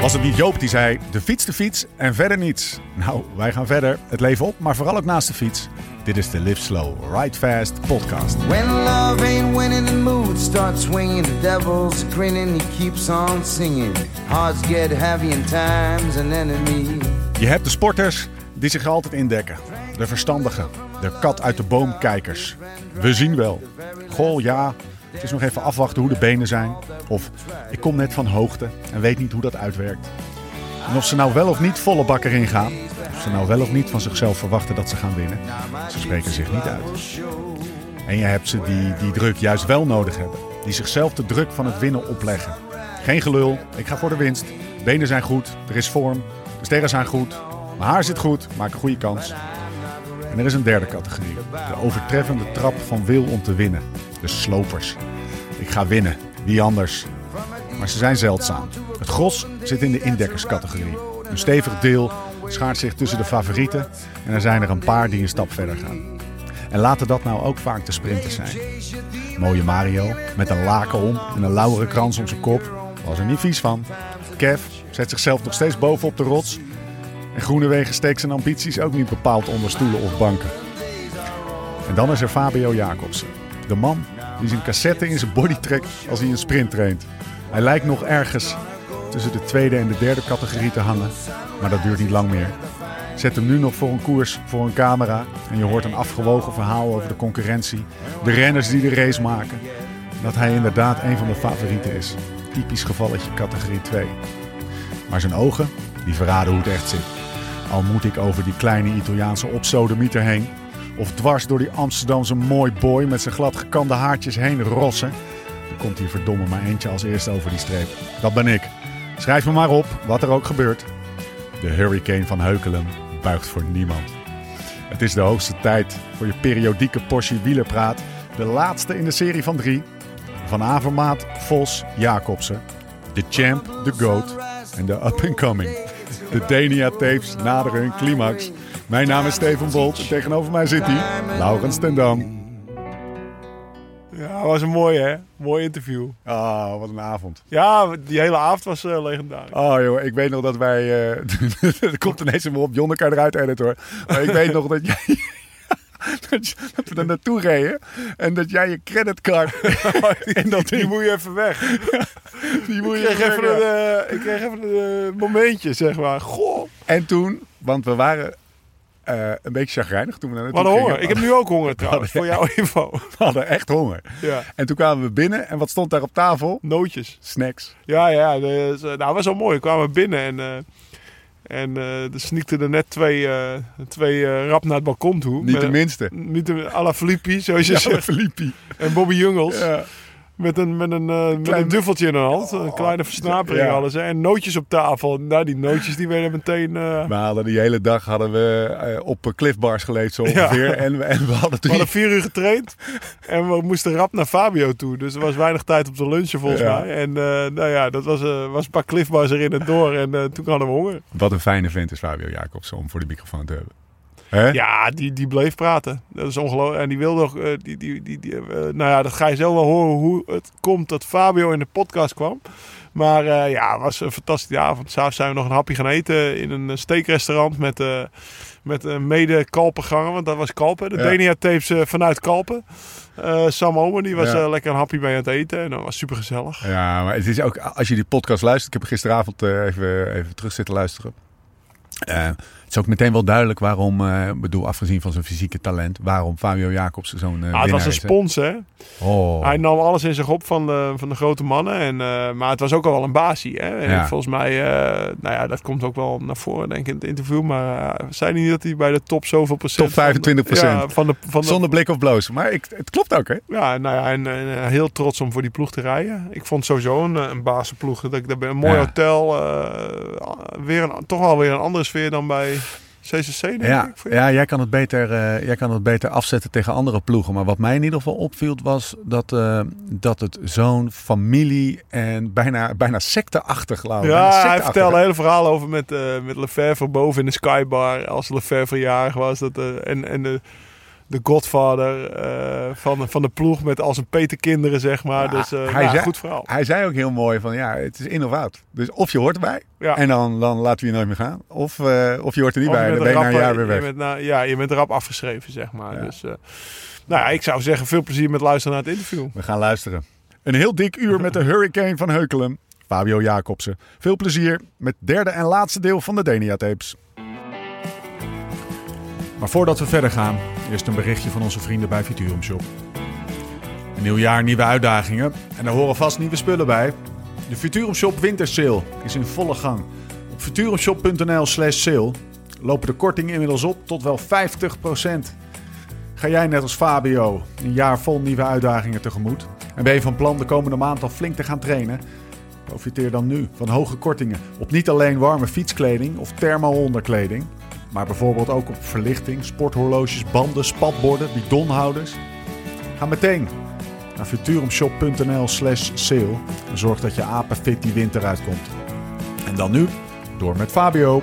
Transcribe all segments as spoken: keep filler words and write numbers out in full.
Was het niet Joop die zei, de fiets de fiets en verder niets? Nou, wij gaan verder. Het leven op, maar vooral ook naast de fiets. Dit is de Live Slow, Ride Fast podcast. When love ain't winning, the mood starts swinging. The devil's grinning, he keeps on singing. Hearts get heavy and time's an enemy. Je hebt de sporters die zich altijd indekken. De verstandigen, de kat uit de boom kijkers. We zien wel. Goh, ja, het is nog even afwachten hoe de benen zijn. Of ik kom net van hoogte en weet niet hoe dat uitwerkt. En of ze nou wel of niet volle bak erin gaan. Of ze nou wel of niet van zichzelf verwachten dat ze gaan winnen. Ze spreken zich niet uit. En je hebt ze die die druk juist wel nodig hebben. Die zichzelf de druk van het winnen opleggen. Geen gelul, ik ga voor de winst. Benen zijn goed, er is vorm. De sterren zijn goed. Mijn haar zit goed, maak een goede kans. En er is een derde categorie. De overtreffende trap van wil om te winnen. De slopers. Ik ga winnen, wie anders. Maar ze zijn zeldzaam. Het gros zit in de indekkerscategorie. Een stevig deel schaart zich tussen de favorieten. En er zijn er een paar die een stap verder gaan. En laten dat nou ook vaak de sprinters zijn. Mooie Mario, met een laken om en een lauwere krans om zijn kop. Was er niet vies van. Kev zet zichzelf nog steeds bovenop de rots. En Groenewegen steekt zijn ambities ook niet bepaald onder stoelen of banken. En dan is er Fabio Jacobsen. De man die zijn cassette in zijn body trekt als hij een sprint traint. Hij lijkt nog ergens tussen de tweede en de derde categorie te hangen. Maar dat duurt niet lang meer. Zet hem nu nog voor een koers, voor een camera. En je hoort een afgewogen verhaal over de concurrentie. De renners die de race maken. Dat hij inderdaad een van de favorieten is. Typisch gevalletje categorie twee. Maar zijn ogen, die verraden hoe het echt zit. Al moet ik over die kleine Italiaanse opsodemieter heen. Of dwars door die Amsterdamse mooi boy met zijn glad gekande haartjes heen rossen. Er komt hier verdomme maar eentje als eerste over die streep. Dat ben ik. Schrijf me maar op, wat er ook gebeurt. De hurricane van Heukelen buigt voor niemand. Het is de hoogste tijd voor je periodieke portie wielerpraat. De laatste in de serie van drie. Van Avermaat, Vos, Jacobsen. De champ, de goat en de up-and-coming. De Denia-tapes naderen hun climax. Mijn naam is Steven Bolt en tegenover mij zit hij, Laurens ten Dam. Ja, dat was een mooie, hè? Mooi interview. Ah, oh, wat een avond. Ja, die hele avond was uh, legendarisch. Oh joh, ik weet nog dat wij... Uh, er komt ineens een op, Jonne kan eruit editen hoor. Maar ik weet nog dat jij... dat we er naartoe reden en dat jij je creditcard... en dat die, die moet je even weg. die moet ik, je kreeg even even een, uh, ik kreeg even een uh, momentje, zeg maar. Goh. En toen, want we waren... Uh, een beetje chagrijnig toen we naar naartoe gingen. honger. Ik heb nu ook honger trouwens, voor jouw info. We hadden echt honger. Ja. En toen kwamen we binnen en wat stond daar op tafel? Nootjes. Snacks. Ja, ja. De, nou, dat was wel mooi. We kwamen binnen en, uh, en uh, er sneakten er net twee, uh, twee uh, rap naar het balkon toe. Niet met, de minste. Niet de, à la Filippi, zoals je ja, zegt. Filippi. En Bobby Jungels. Ja. Met een, met een, uh, met een duffeltje in de hand. Een kleine versnapering ja. alles. Hè. En nootjes op tafel. Nou, die nootjes die werden meteen... Uh... We hadden die hele dag hadden we uh, op Cliff Bars geleefd zo ongeveer. Ja. En, we, en we hadden drie... We hadden vier uur getraind. En we moesten rap naar Fabio toe. Dus er was weinig tijd om te lunchen volgens ja. mij. En uh, nou ja, dat was, uh, was een paar Cliff Bars erin en door. En uh, toen hadden we honger. Wat een fijne vent is Fabio Jacobsen om voor de microfoon te hebben. He? Ja, die, die bleef praten. Dat is ongelooflijk. En die wilde nog... Uh, die, die, die, die, uh, nou ja, dat ga je zo wel horen hoe het komt dat Fabio in de podcast kwam. Maar uh, ja, het was een fantastische avond. S'avonds zijn we nog een hapje gaan eten in een steakrestaurant met, uh, met een mede-Kalpenganger. Want dat was Kalpen. De ja. Denia-tapes uh, vanuit Kalpen. Uh, Sam Omer, die was ja. uh, lekker een hapje bij aan het eten. En dat was super gezellig. Ja, maar het is ook... Als je die podcast luistert... Ik heb gisteravond uh, even, even terug zitten luisteren. Uh, het is ook meteen wel duidelijk waarom, uh, bedoel, afgezien van zijn fysieke talent, waarom Fabio Jacobsen zo'n uh, ah, het was een spons, hè? Oh. Hij nam alles in zich op van de, van de grote mannen. En, uh, maar het was ook al wel een basie, hè? En ja. volgens mij, uh, nou ja, dat komt ook wel naar voren, denk ik, in het interview. Maar uh, zei hij niet dat hij bij de top zoveel procent... Top vijfentwintig procent. Van, ja, van de, van de, Zonder blik of bloos. Maar ik, het klopt ook, hè? Ja, nou ja, en, en heel trots om voor die ploeg te rijden. Ik vond sowieso een, een bazenploeg. Dat ik, dat bij een mooi ja. hotel, uh, weer een, toch wel weer een andere sfeer dan bij... C C C, denk ja, ik. Ja, jij kan, het beter, uh, jij kan het beter afzetten tegen andere ploegen. Maar wat mij in ieder geval opviel was dat, uh, dat het zo'n familie en bijna, bijna secteachtig lag. Ja, hij vertelde een hele verhaal over met, uh, met Lefevre boven in de skybar. Als Lefevre jarig was. Dat, uh, en, en de, de godfather uh, van, van de ploeg met al zijn petekinderen, zeg maar. Ja, dus uh, hij ja, zei, goed verhaal. Hij zei ook heel mooi van, ja, het is in of out. Dus of je hoort erbij ja. en dan, dan laten we je nooit meer gaan. Of, uh, of je hoort er niet of bij en dan ben je na een jaar weer weg. Je na, ja, je bent rap afgeschreven, zeg maar. Ja. Dus, uh, nou ja, ik zou zeggen, veel plezier met luisteren naar het interview. We gaan luisteren. Een heel dik uur met de Hurricane van Heukelum, Fabio Jacobsen. Veel plezier met het derde en laatste deel van de Denia-tapes. Maar voordat we verder gaan, eerst een berichtje van onze vrienden bij Futurum Shop. Een nieuw jaar, nieuwe uitdagingen en daar horen vast nieuwe spullen bij. De Futurum Shop Wintersale is in volle gang. Op futurumshop.nl slash sale lopen de kortingen inmiddels op tot wel vijftig procent. Ga jij net als Fabio een jaar vol nieuwe uitdagingen tegemoet? En ben je van plan de komende maand al flink te gaan trainen? Profiteer dan nu van hoge kortingen op niet alleen warme fietskleding of thermo-onderkleding, maar bijvoorbeeld ook op verlichting, sporthorloges, banden, spatborden, bidonhouders. Ga meteen naar futurumshop.nl slash sale en zorg dat je apenfit die winter uitkomt. En dan nu, door met Fabio.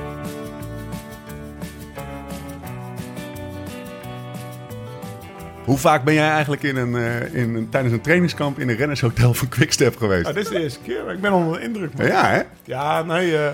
Hoe vaak ben jij eigenlijk in een, uh, in een, tijdens een trainingskamp in een rennershotel van Quickstep geweest? Ja, dit is de eerste keer. Ik ben onder de indruk. Man. Ja, hè? Ja, nee. Uh,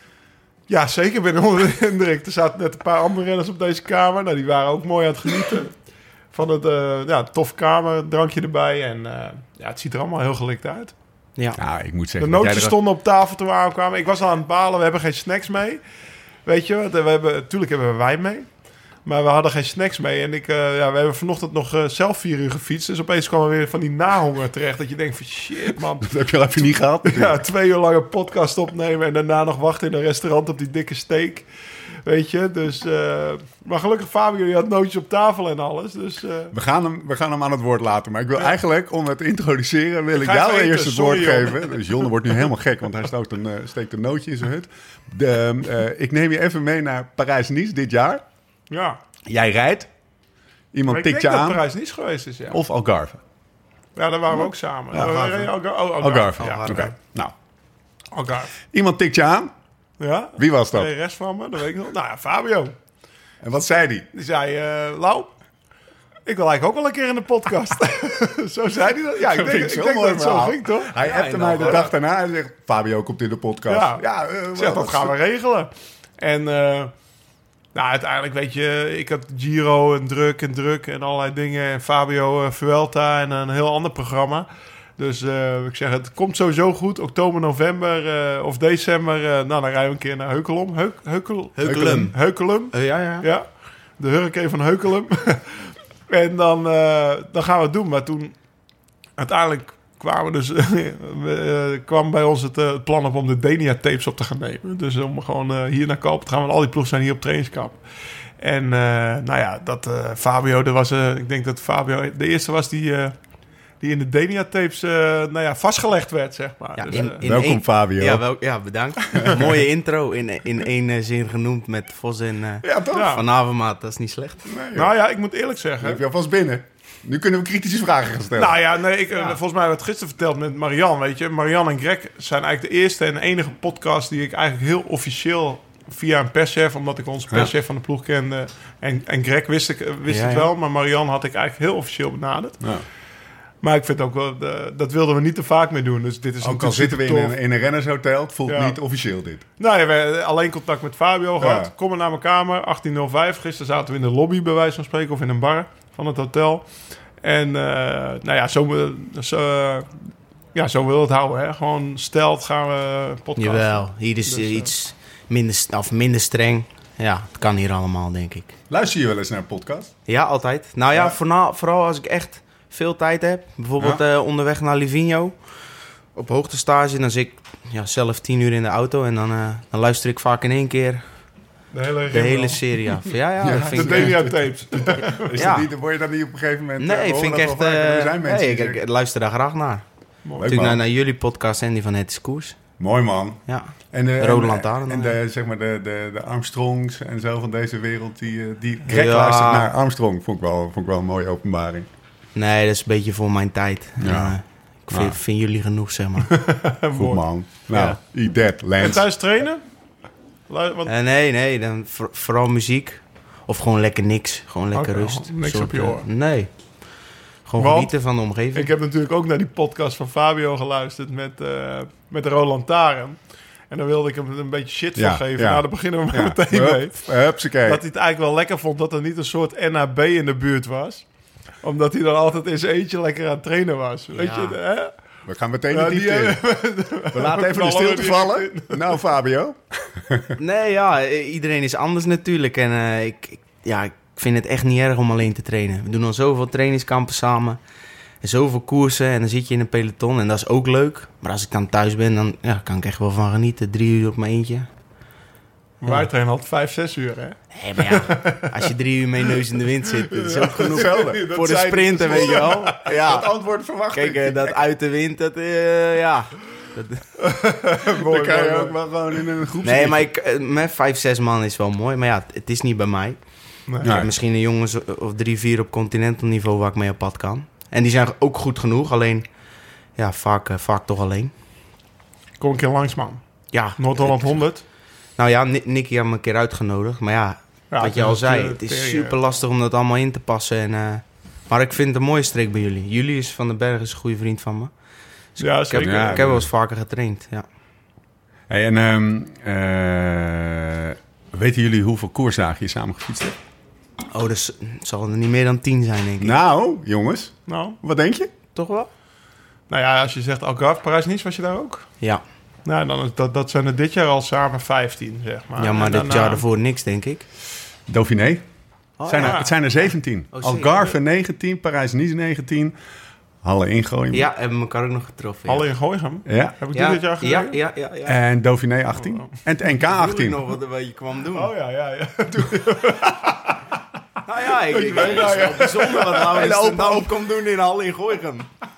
ja, zeker ben ik onder de indruk. Er zaten net een paar andere renners op deze kamer. Nou, die waren ook mooi aan het genieten van het uh, ja, toffe kamer, drankje erbij. En uh, ja, het ziet er allemaal heel gelikt uit. Ja, nou, ik moet zeggen. De nootjes stonden op tafel toen we aankwamen. Ik was al aan het balen. We hebben geen snacks mee. Weet je, we hebben, natuurlijk hebben we wijn mee. Maar we hadden geen snacks mee. En ik, uh, ja, we hebben vanochtend nog uh, zelf vier uur gefietst. Dus opeens kwam er weer van die nahonger terecht. Dat je denkt van shit, man. Dat heb je al even niet gehad. Ja, twee uur lang een podcast opnemen. En daarna nog wachten in een restaurant op die dikke steak. Weet je, dus... Uh, maar gelukkig, Fabio, je had nootjes op tafel en alles. Dus, uh, we, gaan hem, we gaan hem aan het woord laten. Maar ik wil ja. eigenlijk, om het te introduceren... wil ik Ga jou eten, eerst het sorry, woord Jon. geven. Dus Jon wordt nu helemaal gek, want hij steekt een, uh, steekt een nootje in zijn hut. De, uh, ik neem je even mee naar Parijs-Nice dit jaar. Ja. Jij rijdt. Iemand maar tikt je aan. Ik denk dat Parijs-Nice geweest is, ja. Of Algarve. Ja, daar waren we ook samen. Ja, Algarve. Algarve. Oh, Algarve. Algarve. Ja, oké. Okay. Nou. Algarve. Iemand tikt je aan. Ja. Wie was dat? De rest van me, dat weet ik nog. Nou ja, Fabio. En wat zei die? Die zei, uh, Lau, ik wil eigenlijk ook wel een keer in de podcast. Zo zei hij dat. Ja, ik dat denk, ik denk dat het zo ging, toch? Hij ja, appte mij de dag daarna en zegt, Fabio komt in de podcast. Ja, ja uh, zeg, dat gaan we regelen. En uh, nou, uiteindelijk weet je, ik had Giro en druk en druk en allerlei dingen. En Fabio uh, Vuelta en een heel ander programma. Dus uh, ik zeg, het komt sowieso goed. Oktober, november uh, of december. Uh, nou, dan rijden we een keer naar Heukelum. Heuk, Heukel, Heukelum. Heukelum. Uh, ja, ja. Ja, de Hurricane van Heukelum. En dan, uh, dan gaan we het doen. Maar toen uiteindelijk kwamen dus, uh, kwam bij ons het, uh, het plan op om de Denia-tapes op te gaan nemen. Dus om gewoon uh, hier naar Kopen te gaan. Want al die ploegen zijn hier op trainingskamp. En uh, nou ja, dat uh, Fabio, er was, uh, ik denk dat Fabio de eerste was die... Uh, die in de Denia-tapes uh, nou ja, vastgelegd werd, zeg maar. Ja, dus, in, uh, in welkom, een, Fabio. Ja, wel, ja bedankt. Mooie intro in, in één uh, zin genoemd met Vos en uh, ja, toch? Ja. Van Avermaat. Dat is niet slecht. Nee, nou ja, ik moet eerlijk zeggen... Dan heb je alvast binnen. Nu kunnen we kritische vragen gaan stellen. Nou ja, nee, ik, ja. volgens mij hebben we het gisteren verteld met Marianne, weet je. Marianne en Greg zijn eigenlijk de eerste en enige podcast die ik eigenlijk heel officieel via een perschef, omdat ik onze perschef ja. van de ploeg kende. En, en Greg wist, ik, wist ja, het wel, ja. maar Marianne had ik eigenlijk heel officieel benaderd. Ja. Maar ik vind ook wel, uh, dat wilden we niet te vaak meer doen. Dus dit is ook al zitten we in een, in een rennershotel, het voelt ja. niet officieel dit. Nou ja, we hebben alleen contact met Fabio gehad. Ja. Kom maar naar mijn kamer, achttien nul vijf. Gisteren zaten we in de lobby, bij wijze van spreken, of in een bar van het hotel. En uh, nou ja, zo, zo, uh, ja, zo wil het houden. Hè? Gewoon stelt gaan we podcasten. Jawel, hier is dus, uh, iets minder, of minder streng. Ja, het kan hier allemaal, denk ik. Luister je wel eens naar een podcast? Ja, altijd. Nou ja, ja. Vooral, vooral als ik echt veel tijd heb. Bijvoorbeeld ja. uh, onderweg naar Livigno. Op hoogtestage. Dan zit ik ja, zelf tien uur in de auto. En dan, uh, dan luister ik vaak in één keer de hele, de hele serie af. Ja, ja, ja, dat vind de ik Denia-tapes. Is ja. dat niet, word je dan niet op een gegeven moment... Nee, uh, vind ik echt... Uh, er nee, ik, ik luister daar graag naar. Mooi. Natuurlijk naar, naar jullie podcast en die van Het is Koers. Mooi, man. Ja, en, uh, Rode en, Lantaarn. En de, zeg maar de, de, de Armstrongs en zo van deze wereld, die, die Greg ja. luistert naar Armstrong. Vond ik, wel, vond ik wel een mooie openbaring. Nee, dat is een beetje voor mijn tijd. Ja. Uh, ik vind, ja. vind jullie genoeg, zeg maar. Goed, man. Nou, ja. Eat that, Lance. En thuis trainen? Want... Uh, nee, nee. Dan voor, vooral muziek. Of gewoon lekker niks. Gewoon lekker Ook, rust. niks soort, op je uh, oor. Nee. Gewoon Want genieten van de omgeving. Ik heb natuurlijk ook naar die podcast van Fabio geluisterd met, uh, met Roland Taren. En dan wilde ik hem een beetje shit Ja, van geven. ja. Nou, daar beginnen we Ja. meteen Hup, mee. Hupsakee. Dat hij het eigenlijk wel lekker vond dat er niet een soort N H B in de buurt was. Omdat hij dan altijd in zijn eentje lekker aan het trainen was. Weet Ja. je, hè? We gaan meteen Ja, de die, diepte in. eh, We laten even de knallen stilte er vallen. direct Nou, Fabio. Nee, ja, iedereen is anders natuurlijk. En uh, ik, ik, ja, ik vind het echt niet erg om alleen te trainen. We doen al zoveel trainingskampen samen. En zoveel koersen. En dan zit je in een peloton. En dat is ook leuk. Maar als ik dan thuis ben, dan ja, kan ik echt wel van genieten. Drie uur op mijn eentje. Wij trainen altijd vijf, zes uur, hè? Nee, maar ja, als je drie uur met je neus in de wind zit, dat is ook genoeg Hetzelfde. Dat voor de zei hij sprinter, dus. weet je wel. Dat Ja, antwoord verwacht kijk, ik. uh, dat uit de wind, dat, uh, ja. Dat, Dan kan je mooi, ook wel gewoon in een groep nee, maar ik, uh, met vijf, zes man is wel mooi. Maar ja, het is niet bij mij. Nee. Ik Nee. heb misschien een jongens of drie, vier op continental niveau waar ik mee op pad kan. En die zijn ook goed genoeg, alleen ja, vaak, uh, vaak toch alleen. Kom een keer langs, man. Ja, Noord-Holland ik- honderd. Nou ja, Ni- Nicky had me een keer uitgenodigd. Maar ja, Ja, wat je al het is, zei, eh, het is tering, super lastig om dat allemaal in te passen. En, uh, maar ik vind het een mooie streek bij jullie. Julius van den Berg is een goede vriend van me. Dus Ja, ik heb, zeker. Ja, ik heb wel eens vaker getraind, ja. Hey, en ehm, eh, weten jullie hoeveel koersdagen je samen gefietst hebt? Oh, dus het zal er niet meer dan tien zijn, denk ik. Nou, jongens, Nou, wat denk je? Toch wel? nou ja, als je zegt Algarve, Parijs-Nice, was je daar ook? Ja, Nou, dan is dat, dat zijn er dit jaar al samen vijftien, zeg maar. ja maar En dit daarna- jaar ervoor niks, denk ik. Dauphiné. Oh, zijn er, ja. Het zijn er zeventien. Oh, zeker. Algarve negentien, Parijs-Nice negentien. Halle ingooien. Ja, hebben we elkaar ook nog getroffen. Ja. Alle in Gooichem. Ja. Heb ik ja, die dit jaar ja, gereden? ja, ja, ja. En Dauphiné achttien. Oh. En het N K Voel je achttien. nog wat, wat je kwam doen? Oh ja, ja, ja. Nou ja, ik, ik, weet het is wel bijzonder wat nou Hele in open Amsterdam komt doen in Halle in Gooichem.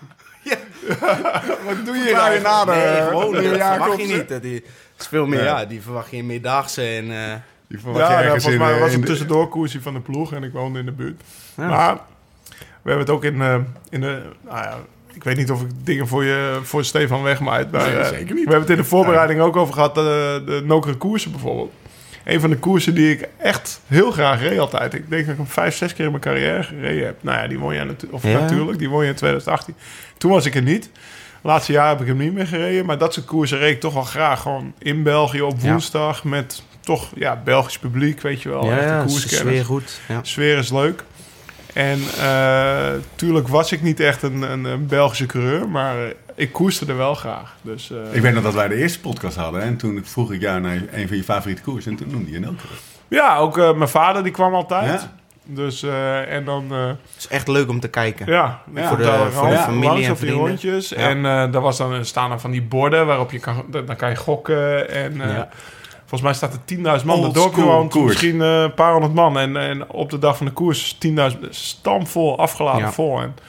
Wat doe je Verklaar nou je nader? Nee, gewoon, dat Nieuwjaar verwacht komt, je hè? niet. Dat die, het is veel meer, Nee. ja, die verwacht je in meerdaagse en... eh, Die verwacht je Ja, ja, ergens volgens in, mij eh, was in een de- tussendoorkoersje van de ploeg en ik woonde in de buurt. ja. Maar we hebben het ook in, eh, in de... Nou ja, ik weet niet of ik dingen voor, je, voor Stefan wegmaait. Maar, Nee, eh, zeker niet. We hebben het in de voorbereiding ook over gehad. De, de Nokere koersen bijvoorbeeld. Een van de koersen die ik echt heel graag reed altijd. Ik denk dat ik hem vijf, zes keer in mijn carrière gereden heb. Nou ja, die won je natu- of Ja. natuurlijk. Die won je in twintig achttien. Toen was ik er niet. Laatste jaar heb ik hem niet meer gereden. Maar dat soort koersen reed ik toch wel graag. Gewoon in België op Ja. woensdag. Met toch ja, Belgisch publiek, weet je wel. ja, Echte ja, is koerskennis. weer goed. Ja. Sfeer is leuk. En uh, tuurlijk was ik niet echt een, een, een Belgische coureur, maar uh, ik koerste er wel graag. Dus, uh, Ik weet nog dat wij de eerste podcast hadden. En toen vroeg ik jou naar een van je favoriete koersen. En toen noemde je een ook. ja, ook uh, mijn vader die kwam altijd. Ja. Dus, uh, en dan... Uh, Het is echt leuk om te kijken. ja, ik Ja. vond Voor de- daar voor de langs familie en op die vrienden. rondjes. Ja. En uh, daar was dan, staan dan van die borden waarop je kan, dan kan je gokken. En uh, Ja. volgens mij staat er tienduizend man. Old De school doorkomt koers. misschien uh, een paar honderd man. En, en op de dag van de koers tienduizend stampvol, afgeladen Ja. vol. En,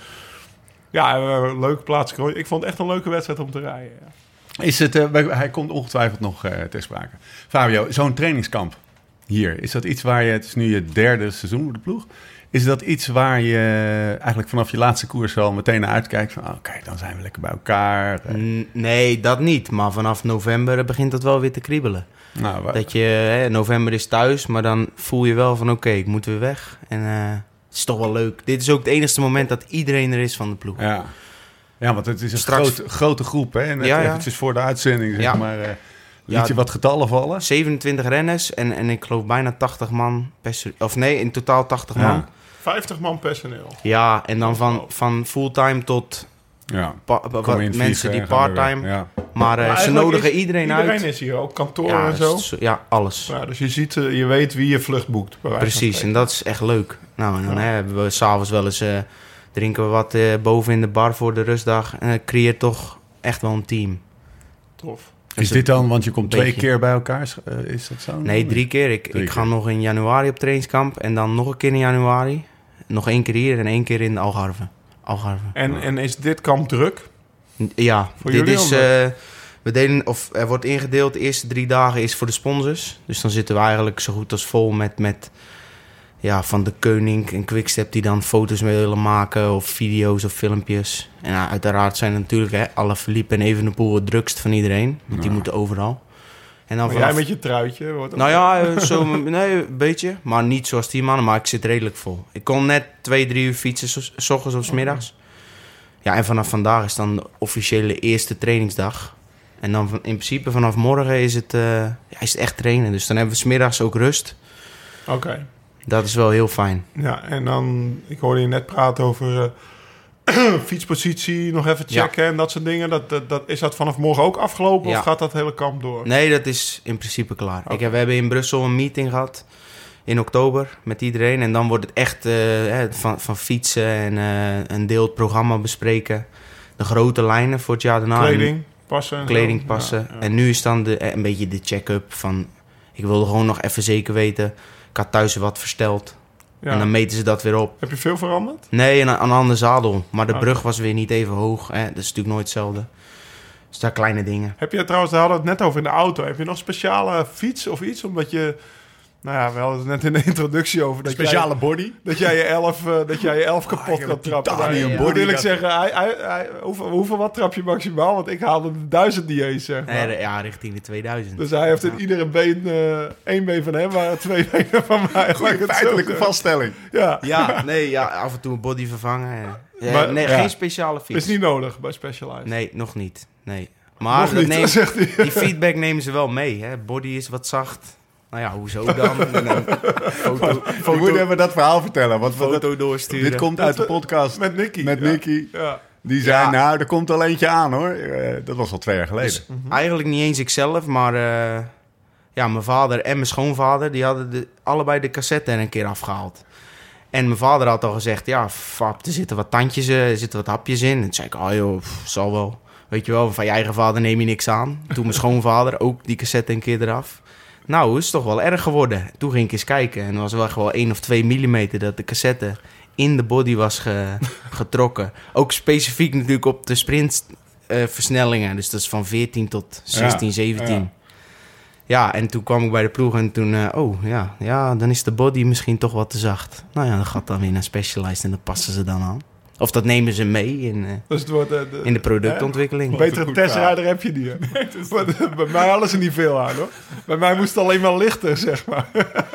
ja, uh, leuke plaats. Ik vond het echt een leuke wedstrijd om te rijden. Ja. Is het, uh, hij komt ongetwijfeld nog uh, ter sprake. Fabio, zo'n trainingskamp hier. Is dat iets waar je... Het is nu je derde seizoen voor de ploeg. Is dat iets waar je eigenlijk vanaf je laatste koers al meteen naar uitkijkt? Van, oké, okay, dan zijn we lekker bij elkaar. N- Nee, dat niet. Maar vanaf november begint het wel weer te kriebelen. Nou, waar, Dat je, hè, november is thuis, maar dan voel je wel van oké, ik moet weer weg. En uh, het is toch wel leuk. Dit is ook het enige moment dat iedereen er is van de ploeg. ja. ja, want het is een Straks- grote, grote groep. Hè? En net Ja, ja. eventjes voor de uitzending, zeg Ja. maar... Uh, liet Ja. je wat getallen vallen? zevenentwintig renners en, en ik geloof bijna tachtig man. Per, of nee, in totaal tachtig Ja. man. vijftig man personeel. Ja, en dan van, van fulltime tot Ja. pa- pa- Kom wat in, mensen vliegen die en gaan weer weg. parttime. Ja. Maar uh, Maar ze eigenlijk nodigen is- iedereen, Iedereen uit. is hier, ook kantoor Ja, en zo. s- ja, alles. Ja, dus je ziet, uh, je weet wie je vlucht boekt. bij wijze van Precies, en spreken. dat is echt leuk. Nou, en dan Ja. hè, hebben we s'avonds wel eens... Uh, drinken we wat uh, boven in de bar voor de rustdag. En het creëert toch echt wel een team. Tof. Is dit dan, want je komt twee beetje. keer bij elkaar, is, uh, is dat zo? Nee, drie keer. Ik, Drie ik ga keer. nog in januari op trainingskamp. En dan nog een keer in januari. Nog één keer hier en één keer in Algarve. Algarve. En, en is dit kamp druk? Ja, Voor dit jullie, is... omdat- eh, we delen, of er wordt ingedeeld, de eerste drie dagen is voor de sponsors. Dus dan zitten we eigenlijk zo goed als vol met... met ja, van de Koning en Quickstep die dan foto's mee willen maken... of video's of filmpjes. En ja, uiteraard zijn natuurlijk hè, alle Philippe en Evenepoel het drukst van iedereen. Want die Ja. moeten overal. En dan Maar vanaf... jij met je truitje. Wordt Nou ja, eh, zo, nee, een beetje. Maar niet zoals die mannen, maar ik zit redelijk vol. Ik kon net twee, drie uur fietsen, s- s ochtends of 's middags. Ja, en vanaf vandaag is dan de officiële eerste trainingsdag. En dan van, in principe vanaf morgen is het, uh, ja, is het echt trainen. Dus dan hebben we 's middags ook rust. Oké. Okay. Dat is wel heel fijn. Ja, en dan, ik hoorde je net praten over uh, fietspositie, nog even checken ja. en dat soort dingen. Dat, dat, dat, is dat vanaf morgen ook afgelopen ja. of gaat dat hele kamp door? Nee, dat is in principe klaar. Okay. Ik heb, we hebben in Brussel een meeting gehad in oktober met iedereen. En dan wordt het echt uh, van, van fietsen en uh, een deel het programma bespreken. De grote lijnen voor het jaar daarna. Kleding passen. Kleding zo. passen. Ja, ja. En nu is dan de, een beetje de check-up van... Ik wilde gewoon nog even zeker weten. Ik had thuis wat versteld. Ja. En dan meten ze dat weer op. Heb je veel veranderd? Nee, een, een andere zadel. Maar de okay. brug was weer niet even hoog. Hè? Dat is natuurlijk nooit hetzelfde. Dus daar kleine dingen. Heb je trouwens, daar hadden we het net over in de auto. Heb je nog speciale fiets of iets? Omdat je... Nou ja, we hadden het net in de introductie over... Dat speciale jij, body? Dat jij je elf, uh, dat jij je elf kapot oh, kan trappen. Nou, ja, ja. Moet eerlijk zeggen, hij, hij, hij, hoeveel, hoeveel wat trap je maximaal? Want ik haalde de duizend niet eens, zeg maar. Nee, ja, richting de tweeduizend. Dus hij heeft in ja. iedere been... Uh, één been van hem, waren twee benen van mij. Goeie feitelijke vaststelling. Ja. ja, nee, ja, af en toe een body vervangen. Ja, maar, nee, ja. geen speciale fiets. Is niet nodig bij Specialized? Nee, nog niet. Nee. Maar nog niet, neemt, zegt hij. Die feedback nemen ze wel mee. Hè? Body is wat zacht. Nou ja, hoezo dan? En dan foto, foto, moet even dat verhaal vertellen. Want foto dat, doorsturen. Dit komt uit de podcast. Met Nicky. Met ja. Nicky. Ja. Die zei, ja. nou, er komt al eentje aan, hoor. Uh, dat was al twee jaar geleden. Dus, mm-hmm. Eigenlijk niet eens ikzelf, maar... Uh, ja, mijn vader en mijn schoonvader... die hadden de, allebei de cassette er een keer afgehaald. En mijn vader had al gezegd... ja, fap, er zitten wat tandjes, er zitten wat hapjes in. En toen zei ik, oh joh, pff, zal wel. Weet je wel, van je eigen vader neem je niks aan. Toen mijn schoonvader ook die cassette een keer eraf... Nou, is toch wel erg geworden. Toen ging ik eens kijken. En er was wel echt wel één of twee millimeter dat de cassette in de body was ge, getrokken. Ook specifiek natuurlijk op de sprintversnellingen. Uh, dus dat is van veertien tot zestien, ja, zeventien. Ja. ja, en toen kwam ik bij de ploeg en toen... Uh, oh, ja, ja, dan is de body misschien toch wat te zacht. Nou ja, dan gaat dan weer naar Specialized en dat passen ze dan aan. Of dat nemen ze mee in, uh, dus het wordt, uh, de, in de productontwikkeling. Een betere testrijder heb je niet. Nee, is... Bij mij hadden ze niet veel aan, hoor. Bij mij moest het alleen maar lichter, zeg maar.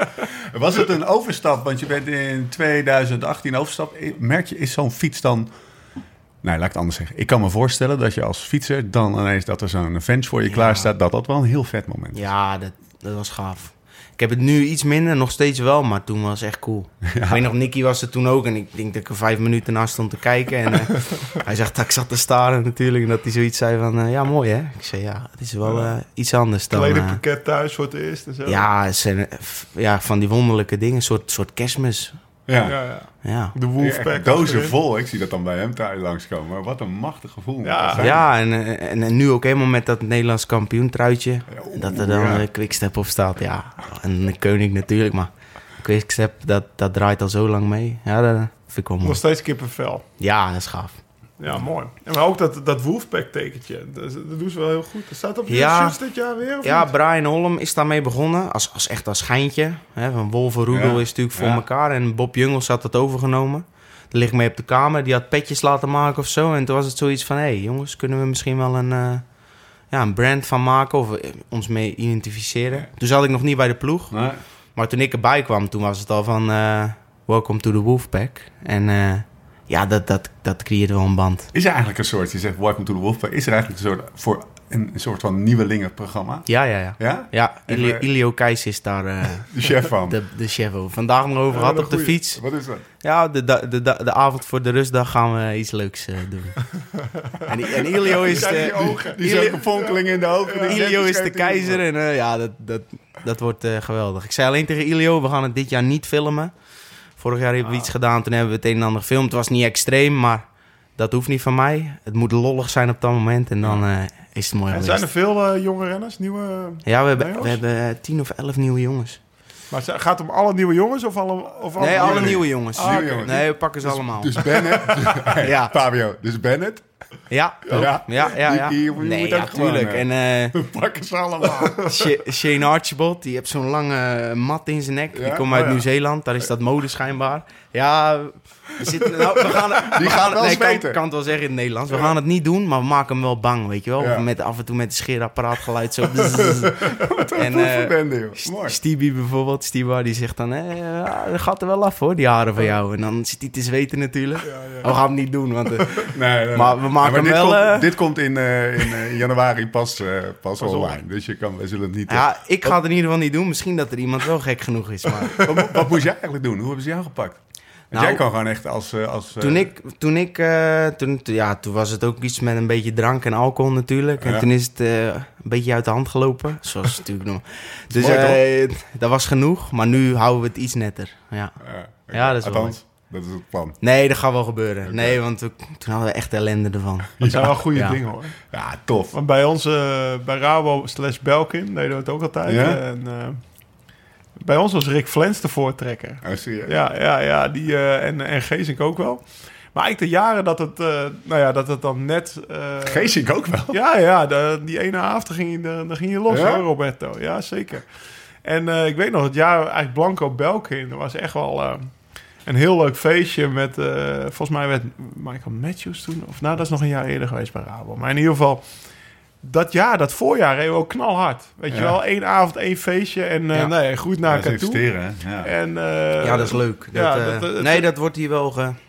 Was het een overstap? Want je bent in twintig achttien overstap. Merk je, is zo'n fiets dan... Nee, laat ik het anders zeggen. Ik kan me voorstellen dat je als fietser dan ineens... dat er zo'n vent voor je ja. klaar staat... dat dat wel een heel vet moment is. Ja, dat, dat was gaaf. Ik heb het nu iets minder, nog steeds wel, maar toen was het echt cool. Ja. Ik weet nog, Nicky was er toen ook en ik denk dat ik er vijf minuten naast stond te kijken. En uh, hij zegt dat ik zat te staren natuurlijk en dat hij zoiets zei van, uh, ja mooi hè. Ik zei ja, het is wel uh, iets anders dan... Kledingpakket uh, thuis voor het eerst en zo. Ja, het zijn, ja, van die wonderlijke dingen, een soort, soort kerstmis. Ja. Ja, ja. ja. De Wolfpack. Ja, dozen vol, ik zie dat dan bij hem thuis langskomen. Maar wat een machtig gevoel. Ja, ja en, en, en nu ook helemaal met dat Nederlands kampioen truitje. Ja, oh, dat er dan ja. een Quickstep op staat. Ja, en de koning natuurlijk, maar Quickstep, dat, dat draait al zo lang mee. Ja, dat vind ik wel mooi. Nog steeds kippenvel. Ja, dat is gaaf. Ja, mooi. En maar ook dat, dat Wolfpack-tekentje, dat, dat doen ze wel heel goed. Dat staat op je ja, shirts dit jaar weer, of Ja, niet? Brian Holm is daarmee begonnen, als, als echt als schijntje. Hè, van Wolf en Roedel ja. is natuurlijk voor ja. elkaar. En Bob Jungels had dat overgenomen. Daar ligt mee op de kamer, die had petjes laten maken of zo. En toen was het zoiets van, hé hey, jongens, kunnen we misschien wel een, uh, ja, een brand van maken of ons mee identificeren. Ja. Toen zat ik nog niet bij de ploeg. Nee. Maar toen ik erbij kwam, toen was het al van, uh, welcome to the Wolfpack. En... Uh, Ja, dat, dat, dat creëert wel een band. Is er eigenlijk een soort, je zegt Welcome to the Wolfpack, is er eigenlijk een soort, voor een, een soort van nieuwelingenprogramma? Ja, ja, ja. Ja? Ja, Ilio, Ilio Keijs is daar uh, de chef van. De, de chef over. Vandaag nog over gehad ja, op de goeie. fiets. Wat is dat? Ja, de, de, de, de avond voor de rustdag gaan we iets leuks uh, doen. en, en Ilio is de... Die, die is ook een vonkeling in de ogen. Ja. Ilio is de keizer en uh, ja, dat, dat, dat wordt uh, geweldig. Ik zei alleen tegen Ilio, we gaan het dit jaar niet filmen. Vorig jaar hebben we ah. iets gedaan, toen hebben we het een en ander gefilmd. Het was niet extreem, maar dat hoeft niet van mij. Het moet lollig zijn op dat moment en dan uh, is het mooi. En zijn er veel uh, jonge renners, nieuwe Ja, we hebben, we hebben uh, tien of elf nieuwe jongens. Maar gaat het om alle nieuwe jongens of alle, of alle Nee, alle nieuwe nieuwe jongens. Ah, nieuwe jongens. Nee, we pakken ze dus, allemaal. Dus Bennett, ja. Fabio, dus Bennett, Ja, ook. ja, ja, ja. ja. Die, die, die nee, moet ja, ook gewoon, tuurlijk. uh, En, uh, we pakken ze allemaal. Sh- Shane Archibald, die heeft zo'n lange mat in zijn nek. Die Ja? komt uit Oh, ja. Nieuw-Zeeland, daar is dat mode schijnbaar. Ja, we zitten, nou, we gaan het, Die we gaat gaan, wel nee, ik kan, zweten. kan het wel zeggen in het Nederlands. We gaan het niet doen, maar we maken hem wel bang, weet je wel. Ja. Met, af en toe met het scheerapparaatgeluid zo. En, eh, uh, bende, joh. Mooi. Stevie bijvoorbeeld, Stevie, die zegt dan... Eh, ja, dat gaat er wel af hoor, die haren van jou. En dan zit hij te zweten natuurlijk. Ja, ja. Maar we gaan het niet doen, want... Uh, Nee, nee, Maar nee. we maken Ja, maar hem dit wel, Komt, uh, dit komt in, uh, in uh, januari pas, uh, pas online. online. Dus je kan, we zullen het niet... uh, ja, ik ga het in ieder geval niet doen. Misschien dat er iemand wel gek genoeg is, maar... wat, wat moest jij eigenlijk doen? Hoe hebben ze jou gepakt? Want Nou, jij kan gewoon echt als... Uh, als uh, Toen ik, toen ik, uh, toen, ja, toen was het ook iets met een beetje drank en alcohol natuurlijk. En Ja. toen is het uh, een beetje uit de hand gelopen, zoals het natuurlijk nog. Dus mooi, uh, dat was genoeg, maar nu houden we het iets netter. Ja. Uh, Ja, dat is wel althans, dat is het plan. Nee, dat gaat wel gebeuren. Oké. Nee, want we, toen hadden we echt ellende ervan. Dat zijn wel goede Ja. dingen hoor. Ja, tof. Want bij ons, uh, bij Rabo slash Belkin, deden we het ook altijd. Ja? En, uh, bij ons was Rick Flens de voortrekker. Oh, zie je. Ja, ja, ja die, uh, en, en Geesink ook wel. Maar eigenlijk de jaren dat het, uh, nou ja, dat het dan net... Uh, Geesink ook wel. Ja, ja, de, die ene avond ging je, de, dan ging je los Ja? hoor, Roberto. Ja, zeker. En uh, ik weet nog, het jaar eigenlijk Blanco Belkin, dat was echt wel uh, een heel leuk feestje met, uh, volgens mij werd Michael Matthews toen, of nou, dat is nog een jaar eerder geweest bij Rabo. Maar in ieder geval, dat jaar, dat voorjaar, reden we ook knalhard. Weet je Ja. wel, één avond, één feestje en uh, Ja. nee, goed naar Ja, ze elkaar toe. investeren, hè? Ja. En, uh, Ja, dat is leuk. Dat, ja, uh, dat- dat- nee, dat wordt hier wel ge, ja,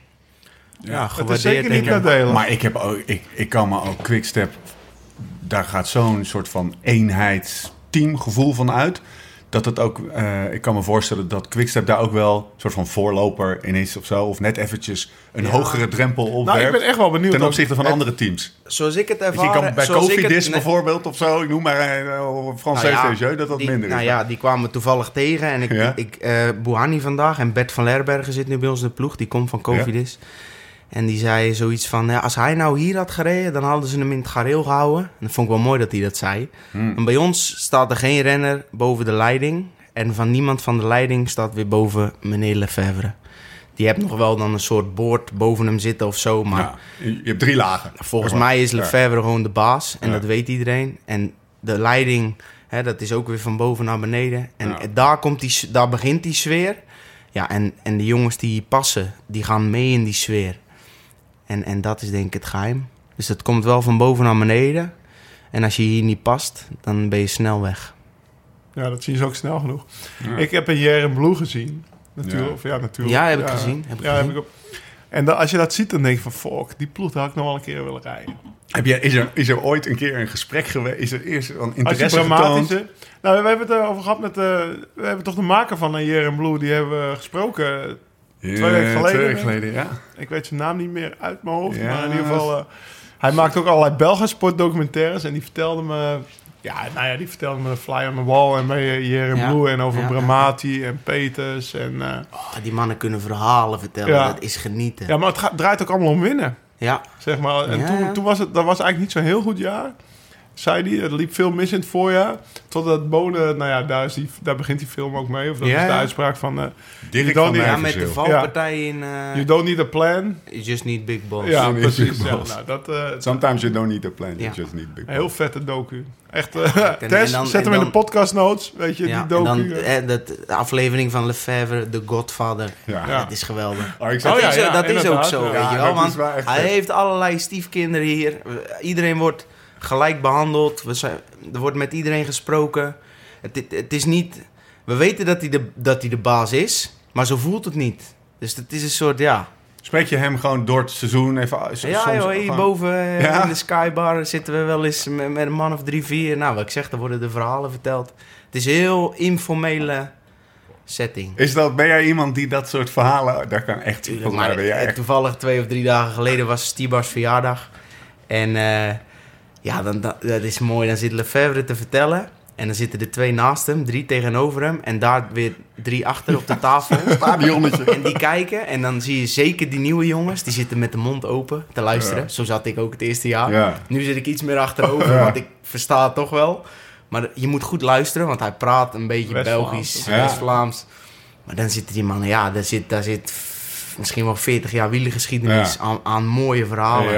Ja, het gewaardeerd. is zeker niet denk ik. nadelen. Maar ik, heb ook, ik, ik kan me ook Quickstep... Daar gaat zo'n soort van eenheidsteamgevoel van uit. Dat het ook... Uh, ik kan me voorstellen dat Quickstep daar ook wel... een soort van voorloper in is of zo. Of net eventjes een Ja. hogere drempel Nou, ik opwerpt. ben echt wel benieuwd. ten ook- opzichte van het- andere teams. Zoals ik het Ik ervaren... kan bij zoals ik het- Cofidis nee. bijvoorbeeld of zo... Ik noem maar uh, Francais Nou ja, Jeu, dat dat die, minder nou is. ja, die kwamen toevallig tegen. En ik, Ja? ik uh, Bouhanni vandaag en Bert van Lerbergen zit nu bij ons in de ploeg. Die komt van Cofidis. En die zei zoiets van... Ja, als hij nou hier had gereden, dan hadden ze hem in het gareel gehouden. En dat vond ik wel mooi dat hij dat zei. Hmm. En bij ons staat er geen renner boven de leiding. En van niemand van de leiding staat weer boven meneer Lefevre. Die hebt nog wel dan een soort boord boven hem zitten of zo. Maar Ja, je je hebt drie lagen. volgens Ja. mij is Ja. Lefevre gewoon de baas. En Ja. dat weet iedereen. En de leiding, hè, dat is ook weer van boven naar beneden. En Ja. daar, komt die, s- daar begint die sfeer. Ja, en, en de jongens die hier passen, die gaan mee in die sfeer. En, en dat is denk ik het geheim. Dus dat komt wel van boven naar beneden. En als je hier niet past, dan ben je snel weg. Ja, dat zien ze ook snel genoeg. Ja. Ik heb een Jaren Blue gezien. Natuurlijk. Ja. Of ja, natuurlijk. Ja, heb ik gezien, heb ik ja, gezien. Heb ik ook. En da- als je dat ziet, dan denk je van... Fuck, die ploeg daar had ik nog wel een keer willen rijden. Heb je, is, er, is er ooit een keer een gesprek geweest? Is er eerst een Als je interesse getoond? dramatische... Nou, we hebben het erover gehad met... Uh, we hebben toch de maker van een Jaren Blue... Die hebben we gesproken. Ja, Twee weken geleden, Twee weken denk ik. geleden, ja. Ik weet zijn naam niet meer uit mijn hoofd. Ja, Maar in ieder geval... Uh, hij maakt ook allerlei Belgasportdocumentaires. En die vertelde me... Ja, nou ja, die vertelde me Fly on the Wall en bij Jaren Ja. Blue. En over Ja. Bramati en Peters. En, uh, Oh, die mannen kunnen verhalen vertellen. Ja. Dat is genieten. ja, maar het gaat, draait ook allemaal om winnen. Ja. Zeg maar. En Ja, toen, ja. toen was het, dat was eigenlijk niet zo'n heel goed jaar. Zei hij, er liep veel mis in het voorjaar. Totdat Bonen, nou ja, daar, is die, daar begint die film ook mee. Of dat Ja, is de ja. uitspraak van... Uh, Dirk Je van dan niet- Ja, Nijverzeel. met de valpartij in... uh, you don't need a plan. You just need big balls. Ja, You need precies. big Ja, balls. nou, dat, uh, Sometimes you don't need a plan, you Ja. just need big een heel vette docu. Echt, uh, en Tess, dan- zet en hem in de dan- podcast notes. Weet je, Ja, die en docu. dan uh, eh, dat, de aflevering van Lefevre, The Godfather. Ja. Ja. Dat is geweldig. Oh, ik Dat, zat- ja, is, zo- ja, dat is ook inderdaad, zo, ja. weet Ja, je wel. dat Want is wel echt hij vet. heeft allerlei stiefkinderen hier. Iedereen wordt gelijk behandeld. We zijn, er wordt met iedereen gesproken. Het, het, het is niet... We weten dat hij, de, dat hij de baas is, maar zo voelt het niet. Dus het is een soort, ja... Spreek je hem gewoon door het seizoen even... s- Ja, soms joh, gewoon- hierboven eh, Ja? in de skybar zitten we wel eens met, met een man of drie, vier. Nou, wat ik zeg, dan worden de verhalen verteld. Het is een heel informele setting. Is dat, ben jij iemand die dat soort verhalen... Daar kan echt... Tuurlijk, volgens mij maar ben jij eh, echt... toevallig twee of drie dagen geleden was Stibars verjaardag. En eh, ja, dan, dan- dat is mooi. Dan zit Lefevre te vertellen. En dan zitten er twee naast hem, drie tegenover hem. En daar weer drie achter op de tafel. Stadionnetje. En die kijken. En dan zie je zeker die nieuwe jongens. Die zitten met de mond open te luisteren. Ja. Zo zat ik ook het eerste jaar. Ja. Nu zit ik iets meer achterover. Ja. Want ik versta het toch wel. Maar je moet goed luisteren. Want hij praat een beetje West-Vlaams. Belgisch, Ja. West-Vlaams. Maar dan zitten die mannen... Ja, daar zit, daar zit f- misschien wel veertig jaar wielergeschiedenis Ja. aan, aan mooie verhalen. Ja.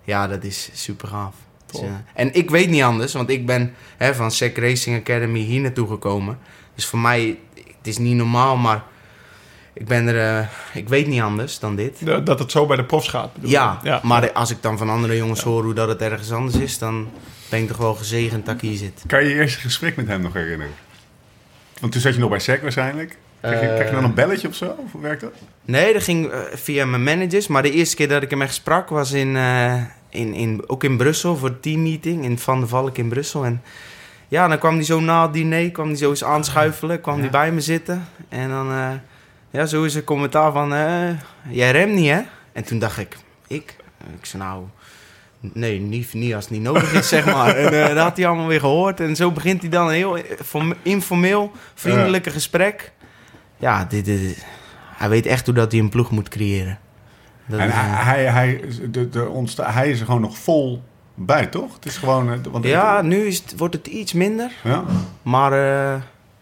Ja, dat is super gaaf. Dus, uh, en ik weet niet anders, want ik ben hè, van S E C Racing Academy hier naartoe gekomen. Dus voor mij, het is niet normaal, maar ik ben er, uh, ik weet niet anders dan dit. Dat het zo bij de profs gaat, bedoel Ja, je? Ja, maar als ik dan van andere jongens ja. hoor hoe dat het ergens anders is, dan ben ik toch wel gezegend dat ik hier zit. Kan je je eerste gesprek met hem nog herinneren? Want toen zat je nog bij S E C waarschijnlijk. Krijg je, uh, krijg je dan een belletje of zo? Of hoe werkt dat? Nee, dat ging uh, via mijn managers. Maar de eerste keer dat ik hem echt sprak was in, uh, in, in, ook in Brussel voor de teammeeting. In Van der Valk in Brussel. En ja, dan kwam hij zo na het diner, kwam hij zo eens aanschuifelen. Kwam hij ja. bij me zitten. En dan, uh, ja, zo is een commentaar van, uh, jij remt niet, hè? En toen dacht ik, ik? Ik zei, nou, nee, niet, niet als het niet nodig is, zeg maar. En uh, dat had hij allemaal weer gehoord. En zo begint hij dan een heel informeel, vriendelijke uh. gesprek. Ja, dit, dit, hij weet echt hoe dat hij een ploeg moet creëren. Dat en is, hij, uh, hij, hij, de, de ontsta- hij is er gewoon nog vol bij, toch? Het is gewoon... Uh, want ja, ik, nu is het, wordt het iets minder. Ja? Maar uh,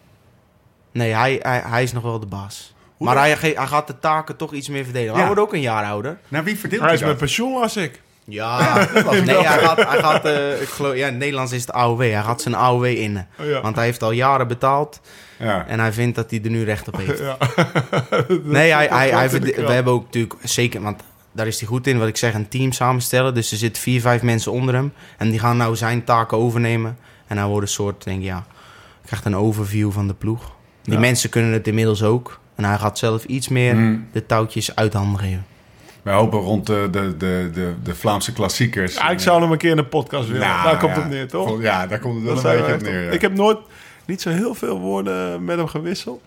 nee, hij, hij, hij is nog wel de baas. Hoe maar hij, hij gaat de taken toch iets meer verdelen. Ja. Hij wordt ook een jaar ouder. Nou, wie verdeelt hij? Hij is met pensioen, als ik. Ja, nee, hij gaat, hij gaat uh, ik geloof, ja, in het Nederlands is het A O W. Hij gaat zijn A O W in. Oh, ja. Want hij heeft al jaren betaald. Ja. En hij vindt dat hij er nu recht op heeft. Ja. Nee, hij, hij, hij verd- we hebben ook natuurlijk zeker... Want daar is hij goed in, wat ik zeg, een team samenstellen. Dus er zitten vier, vijf mensen onder hem. En die gaan nou zijn taken overnemen. En hij wordt een soort, denk ik, ja... krijgt een overview van de ploeg. Die ja. mensen kunnen het inmiddels ook. En hij gaat zelf iets meer mm. de touwtjes uit de handen geven. Wij hopen rond de, de, de, de, de Vlaamse klassiekers. Ja, ik zou hem een keer in de podcast willen. Nou, daar komt ja, het neer, toch? Ja, daar komt het wel dat een beetje op neer. Ja. Ik heb nooit, niet zo heel veel woorden met hem gewisseld.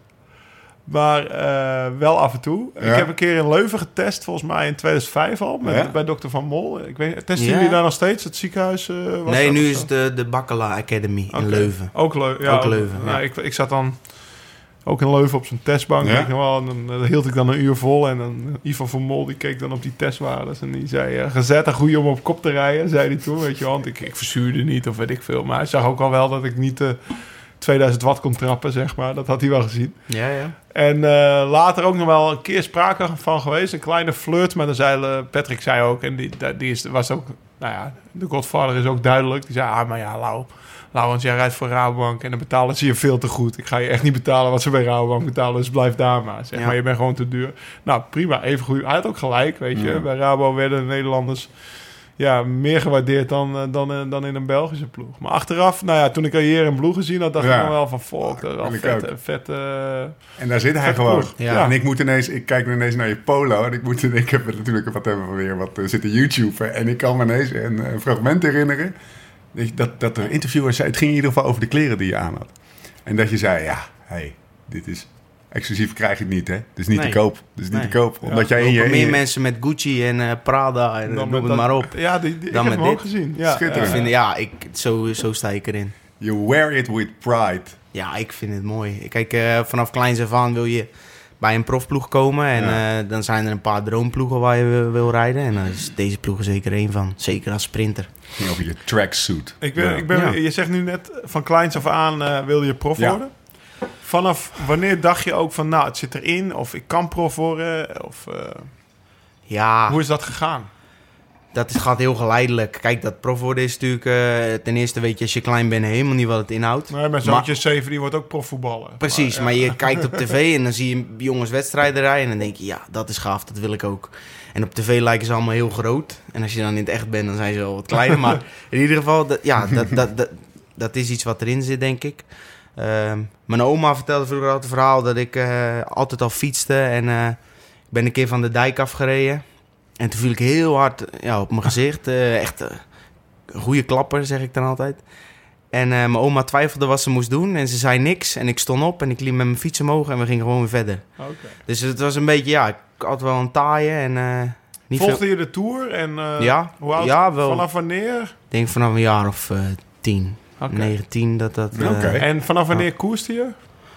Maar uh, wel af en toe. Ja. Ik heb een keer in Leuven getest, volgens mij in tweeduizend vijf al. Met, ja? Bij dokter Van Mol. Ik weet, testen ja. jullie daar nog steeds? Het ziekenhuis? Uh, was nee, nu is het de, de Bakkela Academy okay. in Leuven. Ook, Leu- ja, ook Leuven. Ja. Ja. Nou, ik, ik zat dan... Ook in Leuven op zijn testbank. Ja? Weet je wel, en dan, dan hield ik dan een uur vol. En dan Ivan van Mol die keek dan op die testwaardes. En die zei, uh, gezet een goeie om op kop te rijden. Zei hij toen, weet je wel. Want ik, ik verzuurde niet of weet ik veel. Maar hij zag ook al wel dat ik niet uh, tweeduizend watt kon trappen, zeg maar. Dat had hij wel gezien. Ja, ja. En uh, later ook nog wel een keer sprake van geweest. Een kleine flirt. Maar dan zei uh, Patrick zei ook. En die, die is, was ook... Nou ja, de Godfather is ook duidelijk. Die zei, ah, maar ja, Lau... Laurens, jij rijdt voor Rabobank en dan betalen ze je veel te goed. Ik ga je echt niet betalen wat ze bij Rabobank betalen, dus blijf daar maar. Zeg ja. Maar je bent gewoon te duur. Nou, prima, even goed. Hij had ook gelijk, weet je. Ja. Bij Rabo werden de Nederlanders ja, meer gewaardeerd dan, dan, dan in een Belgische ploeg. Maar achteraf, nou ja, toen ik hier in Ploeg gezien had, dacht ja. ik nog wel van, volk, dat is wel vet, vet uh, en daar zit hij gewoon. Ja. Ja. En ik moet ineens, ik kijk ineens naar je polo en ik moet, ik heb natuurlijk wat hebben weer wat uh, zitten YouTuben en ik kan me ineens een, een fragment herinneren. Dat, dat de interviewer zei, het ging in ieder geval over de kleren die je aan had. En dat je zei, ja, hey, dit is exclusief, krijg je het niet, hè? Het is niet nee. te koop. Het is niet nee. te koop. Omdat ja, jij in je, in meer je... mensen met Gucci en uh, Prada en noem het maar op. Ja, die, die, dan ik heb hem ook gezien. Ja, ik vind, ja ik, zo, zo sta ik erin. You wear it with pride. Ja, ik vind het mooi. Kijk, uh, vanaf kleins af aan wil je bij een profploeg komen. En ja. uh, dan zijn er een paar droomploegen waar je wil, wil rijden. En daar is deze ploeg er zeker één van. Zeker als sprinter. Ging over je tracksuit. Ik ben, ja. ik ben, ja. Je zegt nu net, van kleins af aan uh, wilde je prof ja. worden. Vanaf wanneer dacht je ook van, nou, het zit erin. Of ik kan prof worden. Of, uh, ja. Hoe is dat gegaan? Dat is, gaat heel geleidelijk. Kijk, dat prof worden is natuurlijk... Uh, ten eerste weet je als je klein bent helemaal niet wat het inhoudt. Nee, mijn zoontje zeven, die wordt ook profvoetballer. Precies, maar, ja. maar je kijkt op tv en dan zie je jongens wedstrijden rijden... en dan denk je, ja, dat is gaaf, dat wil ik ook. En op tv lijken ze allemaal heel groot. En als je dan in het echt bent, dan zijn ze wel wat kleiner. Maar in ieder geval, dat, ja, dat, dat, dat, dat is iets wat erin zit, denk ik. Uh, mijn oma vertelde vroeger altijd het verhaal... dat ik uh, altijd al fietste en uh, ik ben een keer van de dijk afgereden... En toen viel ik heel hard ja, op mijn gezicht. Uh, echt uh, een goede klapper, zeg ik dan altijd. En uh, mijn oma twijfelde wat ze moest doen. En ze zei niks. En ik stond op en ik liep met mijn fiets omhoog. En we gingen gewoon weer verder. Okay. Dus het was een beetje, ja, ik had wel een taaien. En, uh, niet Volgde veel... je de Tour? En, uh, ja, hoe oud, ja, wel. Vanaf wanneer? Ik denk vanaf een jaar of uh, tien. Okay. negentien, dat dat... Uh, okay. En vanaf wanneer uh, koerste je?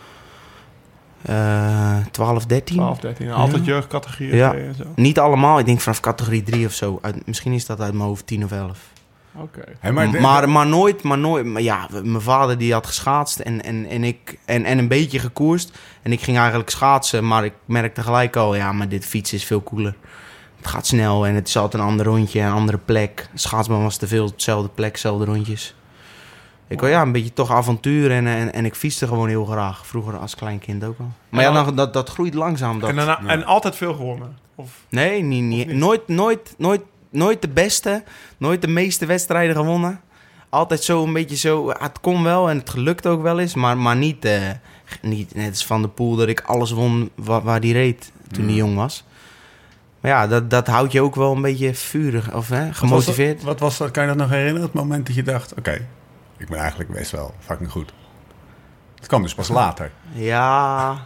Uh, twaalf, dertien. twaalf, dertien. Altijd ja. jeugdcategorieën ja. en zo. Niet allemaal. Ik denk vanaf categorie drie of zo. Uit, misschien is dat uit mijn hoofd tien of elf. Oké. Okay. Hey, maar, maar, maar nooit, maar nooit. Maar ja, mijn vader die had geschaatst en, en, en ik en, en een beetje gekoerst. En ik ging eigenlijk schaatsen, maar ik merkte gelijk al, ja, maar dit fietsen is veel cooler. het gaat snel en het is altijd een ander rondje, een andere plek. Schaatsbaan was te veel, hetzelfde plek, hetzelfde rondjes. Ik wil ja, een beetje toch avontuur en, en, en ik fietste gewoon heel graag. Vroeger als klein kind ook al. Maar ja, dan, dat, dat groeit langzaam. Dat... En, daarna, Ja. en altijd veel gewonnen? Of... Nee, niet, niet, niet? Nooit, nooit, nooit, nooit de beste. Nooit de meeste wedstrijden gewonnen. Altijd zo een beetje zo... Het kon wel en het gelukt ook wel eens. Maar, maar niet, uh, niet net als Van der Poel dat ik alles won waar, waar die reed toen Mm. hij jong was. Maar ja, dat, dat houdt je ook wel een beetje vurig of hè, gemotiveerd. Wat was, dat, wat was dat? Kan je dat nog herinneren? Het moment dat je dacht, oké, okay, ik ben eigenlijk best wel fucking goed. Het kwam dus pas later. Ja...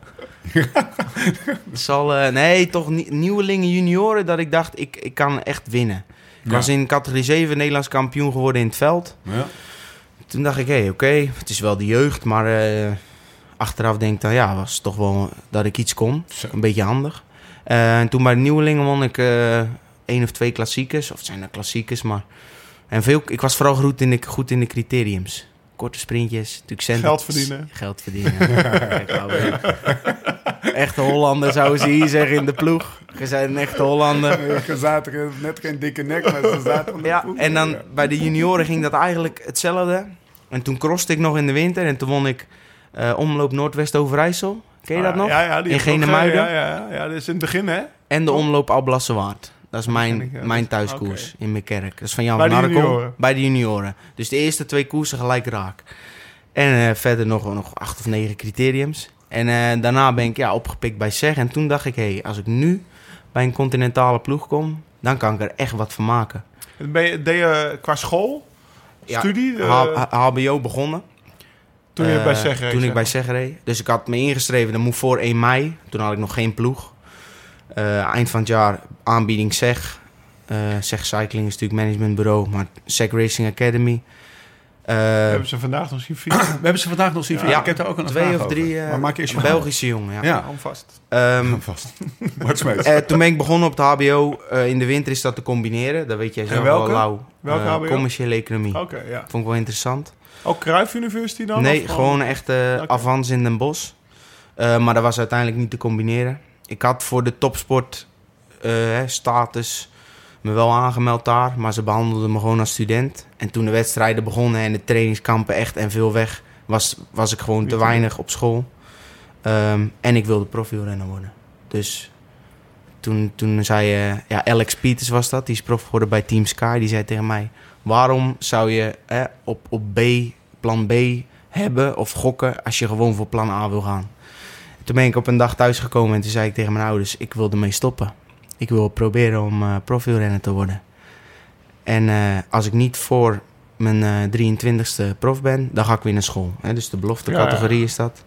Zal, uh, nee, toch nie, nieuwelingen junioren dat ik dacht, ik, ik kan echt winnen. Ik Ja. was in categorie zeven Nederlands kampioen geworden in het veld. Ja. Toen dacht ik, hé, hey, oké, okay, het is wel de jeugd, maar uh, achteraf denk ik dan, ja, was toch wel dat ik iets kon. Zo. Een beetje handig. Uh, en toen bij de nieuwelingen won ik uh, één of twee klassiekers, of het zijn er klassiekers, maar... En veel, ik was vooral goed in de, goed in de criteriums. Korte sprintjes, natuurlijk centen. Geld verdienen. Geld verdienen. Kijk, nou, echte Hollander, zouden ze hier zeggen in de ploeg. Je bent een echte Hollander. Je zaten net geen dikke nek, maar ze zaten van de Ja, poep. en dan Ja. bij de junioren ging dat eigenlijk hetzelfde. En toen crosste ik nog in de winter. En toen won ik uh, Omloop Noordwest Overijssel. Ken je dat Ah, nog? Ja, ja, die In heb ik ook, Genemuiden? Ja, ja, ja, ja, dat is in het begin, hè? En de Omloop Alblassewaard. Dat is ken mijn, ik, ja. mijn thuiskoers in Meerkerk. Dat is van Jan Bij van de Arkel. junioren? Bij de junioren. Dus de eerste twee koersen gelijk raak. En uh, verder nog, nog acht of negen criteriums. En uh, daarna ben ik ja, opgepikt bij S E G. En toen dacht ik, hé, hey, als ik nu bij een continentale ploeg kom... dan kan ik er echt wat van maken. Ben je, deed je qua school, Ja, studie? uh, H- H B O begonnen. toen je Uh, bij S E G reed, Toen ik zeg bij maar. S E G reed. Dus ik had me ingeschreven, dat moet voor één mei. Toen had ik nog geen ploeg. Uh, eind van het jaar aanbieding S E G. Uh, S E G Cycling is natuurlijk managementbureau, maar S E G Racing Academy. Uh, Hebben ze vandaag nog zien fietsen? We hebben ze vandaag nog zien. Ja. Ja, ik heb er ook een twee vraag of drie over. uh, Maar maak eerst je verhaal. Belgische jongen. Ja. Ja, Hou vast. Um, vast. Bart Smeets. uh, toen ben ik begonnen op het H B O. Uh, in de winter is dat te combineren. Dat weet jij zelf welke? wel, Lau. Welke Uh, H B O? Commerciële economie. Oké, ja. Vond ik wel interessant. Ook Cruijff University dan? Nee, of gewoon echt uh, Oké. Avans in Den Bosch. Uh, maar dat was uiteindelijk niet te combineren. Ik had voor de topsport uh, status me wel aangemeld daar. Maar ze behandelden me gewoon als student. En toen de wedstrijden begonnen en de trainingskampen echt en veel weg... was, was ik gewoon te weinig op school. Um, en ik wilde profielrenner worden. Dus toen, toen zei uh, ja, Alex Pieters was dat. Die is prof geworden bij Team Sky. Die zei tegen mij... waarom zou je eh, op, op B, plan B hebben of gokken... als je gewoon voor plan A wil gaan? Toen ben ik op een dag thuisgekomen en toen zei ik tegen mijn ouders... ik wil ermee stoppen. Ik wil proberen om uh, profielrenner te worden. En uh, als ik niet voor mijn uh, drieëntwintigste prof ben... dan ga ik weer naar school. Hè? Dus de belofte categorie ja. is dat.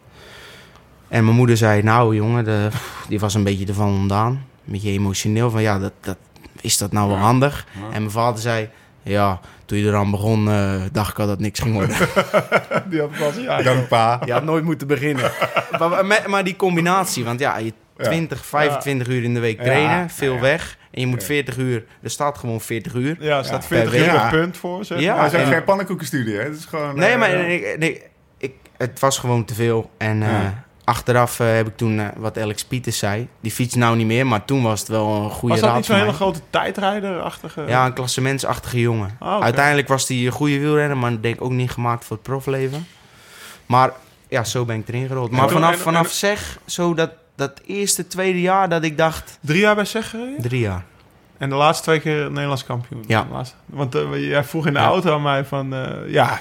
En mijn moeder zei... nou jongen, de, die was een beetje ervan ontdaan. Een beetje emotioneel. Van ja, dat, dat, is dat nou wel handig? Ja. En mijn vader zei... ja, toen je eraan begon, uh, dacht ik al dat niks ging worden. Die had pas, ja. Dank pa. Je had nooit moeten beginnen. maar, maar, maar die combinatie, want ja, je twintig, vijfentwintig ja. uur in de week trainen, ja. veel ja. weg. En je moet ja. veertig uur, er staat gewoon veertig uur. Ja, er staat veertig uur per punt voor. Zeg. Ja, maar het is geen pannenkoekenstudie, hè? Het is gewoon... Nee, uh, maar ja. nee, nee, ik, het was gewoon te veel. En uh, ja. achteraf uh, heb ik toen, uh, wat Alex Pieters zei, die fiets nou niet meer, maar toen was het wel een goede raad. Was dat niet zo'n hele mij. grote tijdrijder-achtige? Ja, een klassementsachtige jongen. Oh, okay. Uiteindelijk was hij een goede wielrenner, maar denk ook niet gemaakt voor het profleven. Maar ja, zo ben ik erin gerold. Maar vanaf, en, vanaf en, zeg, zo dat, dat eerste, tweede jaar dat ik dacht... Drie jaar bij S E G gereden? Drie jaar. En de laatste twee keer Nederlands kampioen? Ja. Laatste, want uh, jij vroeg in de ja. auto aan mij van... Uh, ja,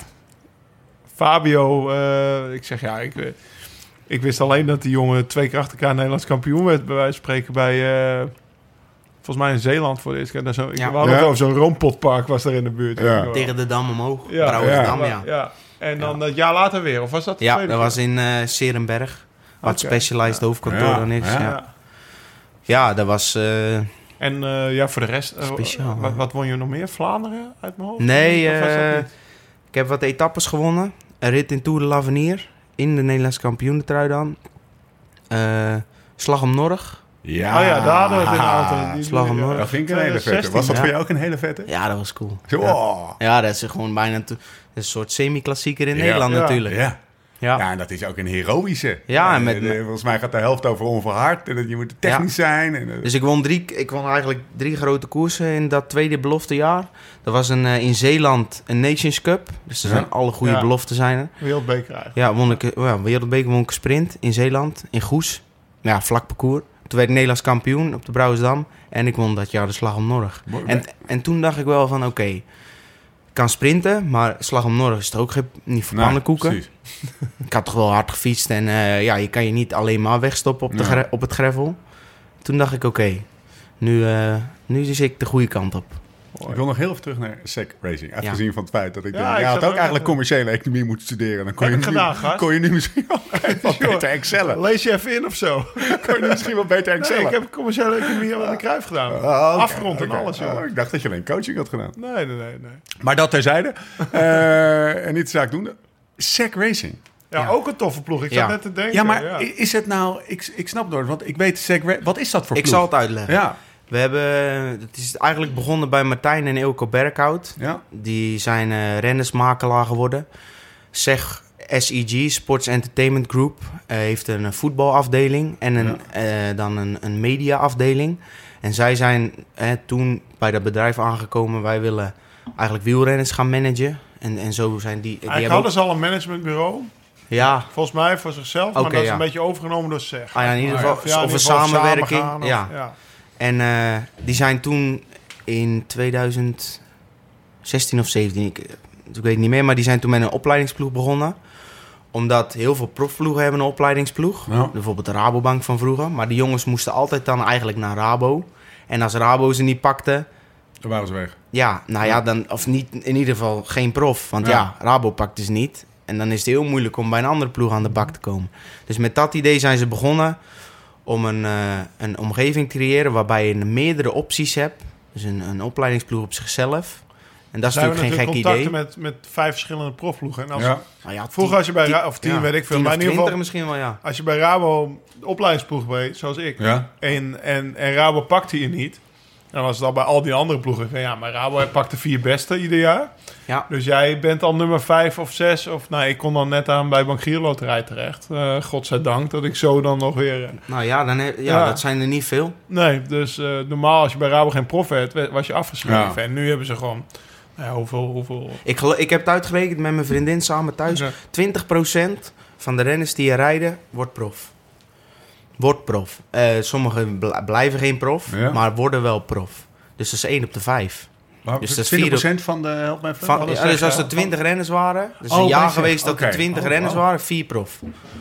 Fabio... Uh, ik zeg ja, ik... Uh, Ik wist alleen dat die jongen twee keer achter elkaar Nederlands kampioen werd, bij wijze van spreken, bij uh, volgens mij in Zeeland voor de eerste keer. Zo, ik ja. wou nog ja. over zo'n roompotpark was er in de buurt. Ja. Tegen de Dam omhoog. Ja. Brouwersdam, ja. ja. ja. En dan het jaar later weer, of was dat de Ja, tweede dat keer? was in uh, Serenberg, wat okay. Specialized ja. hoofdkantoor ja. dan is. Ja. Ja. ja, dat was... Uh, en uh, ja, voor de rest, uh, speciaal. Wat, wat won je nog meer? Vlaanderen uit mijn hoofd? Nee, uh, ik heb wat etappes gewonnen. Een rit in Tour de l'Avenir, in de Nederlandse kampioenentrui dan. Uh, Slag om Norg. Ja, oh ja, daar hadden we het in de auto. Die Slag om Norg. Dat vind ik een hele vette. Was dat ja. voor jou ook een hele vette? Ja, dat was cool. Zo, oh. ja. ja, dat is gewoon bijna to- dat is een soort semi-klassieker in ja, Nederland ja. natuurlijk. Ja. Ja. Ja, en dat is ook een heroïsche. Ja, en met- Eh, de- volgens mij gaat de helft over onverhard. En dat je moet technisch zijn. En, eh, Dus ik won, drie, ik won eigenlijk drie grote koersen in dat tweede beloftejaar. Dat was een, uh, in Zeeland een Nations Cup. Dus er Ja. zijn alle goede Ja. beloften zijn er. Wereldbeker eigenlijk. Ja, won ik, ja, wereldbeker won ik een sprint in Zeeland, in Goes. Ja, vlak parcours. Toen werd ik Nederlands kampioen op de Brouwersdam. En ik won dat jaar de Slag om Norg. Mooi. En, en toen dacht ik wel van, oké, ik kan sprinten, maar Slag om Norg is het ook geen, niet voor nou, pannenkoeken. precies. Ik had toch wel hard gefietst en uh, ja, je kan je niet alleen maar wegstoppen op, de Ja. gre- op het gravel. Toen dacht ik, oké, nu, uh, nu zit ik de goede kant op. Ik wil nog heel even terug naar S E C Racing. Afgezien van het feit dat ik Ja, denk... ik Ja, had zat ook ook eigenlijk even- commerciële economie moeten studeren. Dan kon Heb je, ik nu, gedaan, gast. kon je nu misschien wel wat Sure. beter excellen. Lees je even in of zo? Kon je nu misschien wel beter Nee, excellen. ik heb commerciële economie aan de Kruif gedaan. Oh, oké, Afgerond en oké. alles, joh. Oh, ik dacht dat je alleen coaching had gedaan. Nee, nee, nee. nee. Maar dat terzijde. Uh, en niet de zaak doen. S E C Racing. Ja, Ja. ook een toffe ploeg. Ik zat Ja. net te denken. Ja, maar ja. is het nou... Ik, ik snap het door, want ik weet... S E C Ra- wat is dat voor Ik ploeg? zal het uitleggen. Ja, We hebben, het is eigenlijk begonnen bij Martijn en Eelco Berkhout. ja. Die zijn uh, rennersmakelaar geworden. S E G, S E G, Sports Entertainment Group, uh, heeft een uh, voetbalafdeling en een, uh, dan een, een mediaafdeling. En zij zijn uh, toen bij dat bedrijf aangekomen. Wij willen eigenlijk wielrenners gaan managen. En, en zo zijn die... die Eigenlijk hebben hadden ook, ze al een managementbureau. ja, Volgens mij voor zichzelf. Maar Oké, dat is ja. een beetje overgenomen door S E G. ah, ja, in ieder Oh, geval, Of ja, in of ieder een geval samenwerking. samen gaan, of- ja. ja. En uh, die zijn toen in tweeduizend zestien of zeventien, ik, ik weet het niet meer, maar die zijn toen met een opleidingsploeg begonnen. Omdat heel veel profploegen hebben een opleidingsploeg. Ja. Bijvoorbeeld de Rabobank van vroeger. Maar die jongens moesten altijd dan eigenlijk naar Rabo. En als Rabo ze niet pakte, Dan waren ze weg. ja, nou ja, dan, of niet, in ieder geval geen prof. Want Ja. ja, Rabo pakte ze niet. En dan is het heel moeilijk om bij een andere ploeg aan de bak te komen. Dus met dat idee zijn ze begonnen om een, uh, een omgeving te creëren waarbij je meerdere opties hebt. Dus een, een opleidingsploeg op zichzelf. En dat is Zijn we natuurlijk geen natuurlijk gek contacten idee. met, met vijf verschillende profploegen. En als, Ja. Nou ja, Vroeger als je bij tien- Ra- of tien, ja, weet ik veel, tien maar of in ieder geval- twintig misschien wel, ja. als je bij Rabo de opleidingsploeg weet, zoals ik, Ja. en, en, en Rabo pakte je niet, dan was het al bij al die andere ploegen van ja, maar Rabo pakt de vier beste ieder jaar. Ja, Dus jij bent al nummer vijf of zes. Of nou, ik kon dan net aan bij Bankier Loterij terecht. Uh, godzijdank dat ik zo dan nog weer... Uh, nou ja, dan heb, ja, Ja. dat zijn er niet veel. nee, dus uh, normaal als je bij Rabo geen prof werd, was je afgeschreven. Ja. En nu hebben ze gewoon... Nou ja, hoeveel... hoeveel Ik, gelo- ik heb het uitgerekend met mijn vriendin samen thuis. Ja. twintig procent van de renners die er rijden, wordt prof. Wordt prof. Uh, sommigen bl- blijven geen prof, Ja. maar worden wel prof. Dus dat is één op de vijf. Maar Dus dus dat is twintig procent van de... Help me even. Van, Hadden ja, ze dus als er zeggen, twintig renners waren, dus Oh, een jaar bij zich. geweest dat Oké. er twintig Oh, renners wow. waren, vier prof.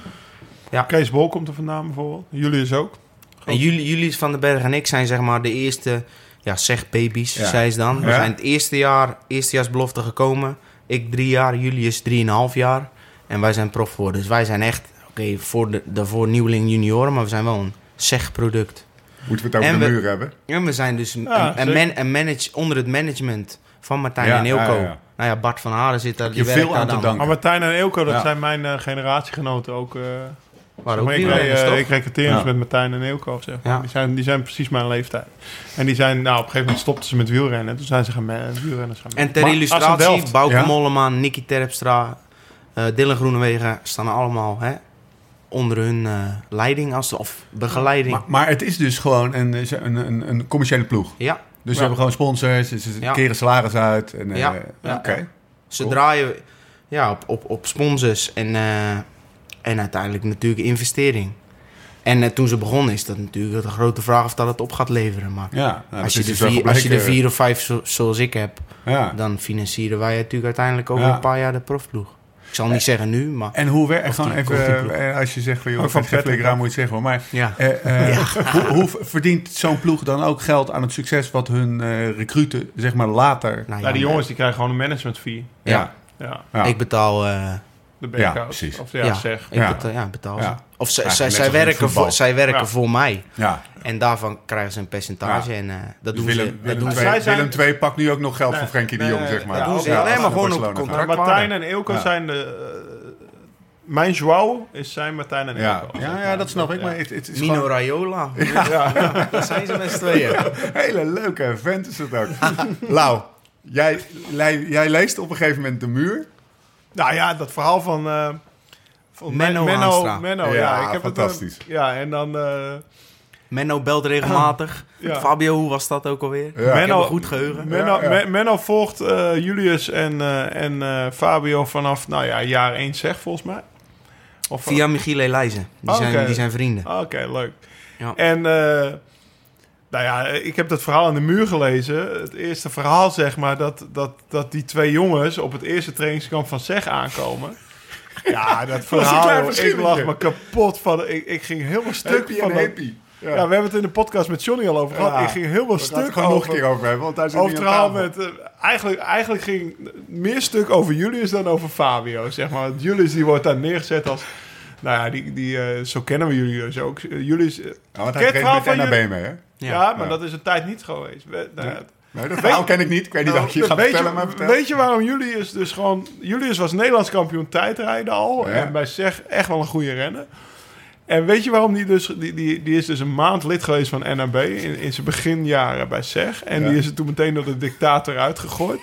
Kees Bol komt er vandaan bijvoorbeeld. Julius ook. En jullie, jullie van den Berg en ik zijn zeg maar de eerste, ja, zeg baby's, Ja. zei ze dan. We Ja. zijn het eerste jaar, eerstejaarsbelofte gekomen. Ik drie jaar, Julius drieënhalf jaar. En wij zijn prof geworden. Dus wij zijn echt, oké, okay, voor de, daarvoor nieuweling junioren, maar we zijn wel een zeg-product. Moeten we het over En de we- muur hebben? En we zijn dus een, Ja, een, een, zeker. man, een manage, onder het management van Martijn Ja, en Eelco. ja, ja. Nou ja, Bart van Haren zit daar. Je die veel werkt aan daar te dan. danken. Maar Martijn en Eelco, dat Ja. zijn mijn uh, generatiegenoten ook. Uh, Waar ook maar ik, wielrenners, uh, toch? ik recruteer eens Ja. met Martijn en Eelco. Zeg maar. Ja. die, zijn, die zijn precies mijn leeftijd. En die zijn, nou, op een gegeven moment stopten ze met wielrennen. En toen zijn ze gaan ma- wielrenners gaan En ter Maar illustratie, Assen-Delft. Bouke Ja. Mollema, Nicky Terpstra, uh, Dylan Groenewegen staan allemaal hè, onder hun uh, leiding als, of begeleiding. Maar, maar het is dus gewoon een, een, een, een commerciële ploeg. ja, Dus Ja. ze hebben gewoon sponsors, ze, ze Ja. keren salaris uit. En, Ja. eh, Ja. Oké. ze Cool. draaien ja, op, op, op sponsors en, uh, en uiteindelijk natuurlijk investering. En uh, toen ze begonnen is dat natuurlijk de grote vraag of dat het op gaat leveren. Maar Ja, nou, als, dat je is de dus wel vier, als je de gebleken. vier of vijf zo- zoals ik heb, Ja. dan financieren wij natuurlijk uiteindelijk over Ja. een paar jaar de profploeg. Ik zal niet zeggen nu, maar En hoe werkt Of gewoon die even, koffieproef. eh, als je zegt van, joh, Ook van van Patrick, flikker aan moet je zeggen, hoor, maar ja. eh, eh, hoe, hoe verdient zo'n ploeg dan ook geld aan het succes wat hun eh recruten, zeg maar, later... Nou, Ja, die maar- jongens die krijgen gewoon een management fee. Ja, Ja, Ja. ik betaal... Uh, de Ja, backhouse. precies. Of ja, ja, zeg. ik Ja. betaal, ja, betaal Ja. ze. Of zij, Ja, zij, net zij zoals in werken, voetbal. voor, zij werken Ja. voor mij. Ja. En daarvan krijgen ze een percentage. Ja. En uh, dat Dus doen Willem, ze. Dat Willem, doen twee, ze. Zij zijn- Willem twee pakt nu ook nog geld Nee, voor Frenkie de nee, Jong, zeg maar. dat doen ze. Ja, Nee, als maar ze gewoon op Barcelona contract. gaan. Maar Martijn en Eelco Ja. zijn de... uh, mijn Joao is zijn Martijn en Ja. Eelco. Ja, ja, dat snap ik, maar het, het is Mino gewoon Raiola. Ja. Dat zijn ze met z'n tweeën. een hele leuke vent is het ook. Lau, jij, jij, jij leest op een gegeven moment De Muur. Nou ja, dat verhaal van... uh, Volgens mij- Menno Menno, Haanstra. Menno, ja, Ja, ik heb fantastisch. Het, uh, ja, en dan... Uh, Menno belt regelmatig. Ja. Fabio, hoe was dat ook alweer? Ja. Ik heb Menno- een goed geheugen. Menno, Ja, ja. Men- Menno volgt uh, Julius en, uh, en uh, Fabio vanaf, nou ja, jaar één zeg volgens mij. Of, Via Michiel Elijzen. Die, Oh, zijn, oké. die zijn vrienden. Oké, okay, leuk. Ja. En uh, nou ja, ik heb dat verhaal aan de muur gelezen. Het eerste verhaal, zeg maar, dat, dat, dat die twee jongens op het eerste trainingskamp van SEG aankomen. Ja, dat een verhaal, klein joh, ik verschilletje. lag me kapot van. Ik, ik ging helemaal stuk Happy van. en dat- happy. Ja. we hebben het in de podcast met Johnny al over gehad. Ja. Ik ging helemaal We gaan stuk het gewoon nog over. een keer over hebben, want daar zit Over niet het aan verhaal tafel. met... uh, eigenlijk, eigenlijk ging meer stuk over Julius dan over Fabio, zeg maar. Want Julius die wordt daar neergezet als... Nou ja, die, die, uh, zo kennen we Julius ook. Uh, Julius... Uh, Ja, want ken hij het kreeg verhaal met van N A B jullie? mee, hè? Ja, maar Ja. dat is een tijd niet geweest. We, nou, ja, Nee, dat verhaal ken ik niet. Ik weet niet nou, of je het gaat weet, vertellen, maar je, vertel. weet je waarom Julius dus gewoon... Julius was Nederlands kampioen tijdrijden al. Ja. En bij SEG echt wel een goede renner. En weet je waarom die dus... Die, die, die is dus een maand lid geweest van N A B in, in zijn beginjaren bij SEG. En Ja. die is er toen meteen door de dictator uitgegooid.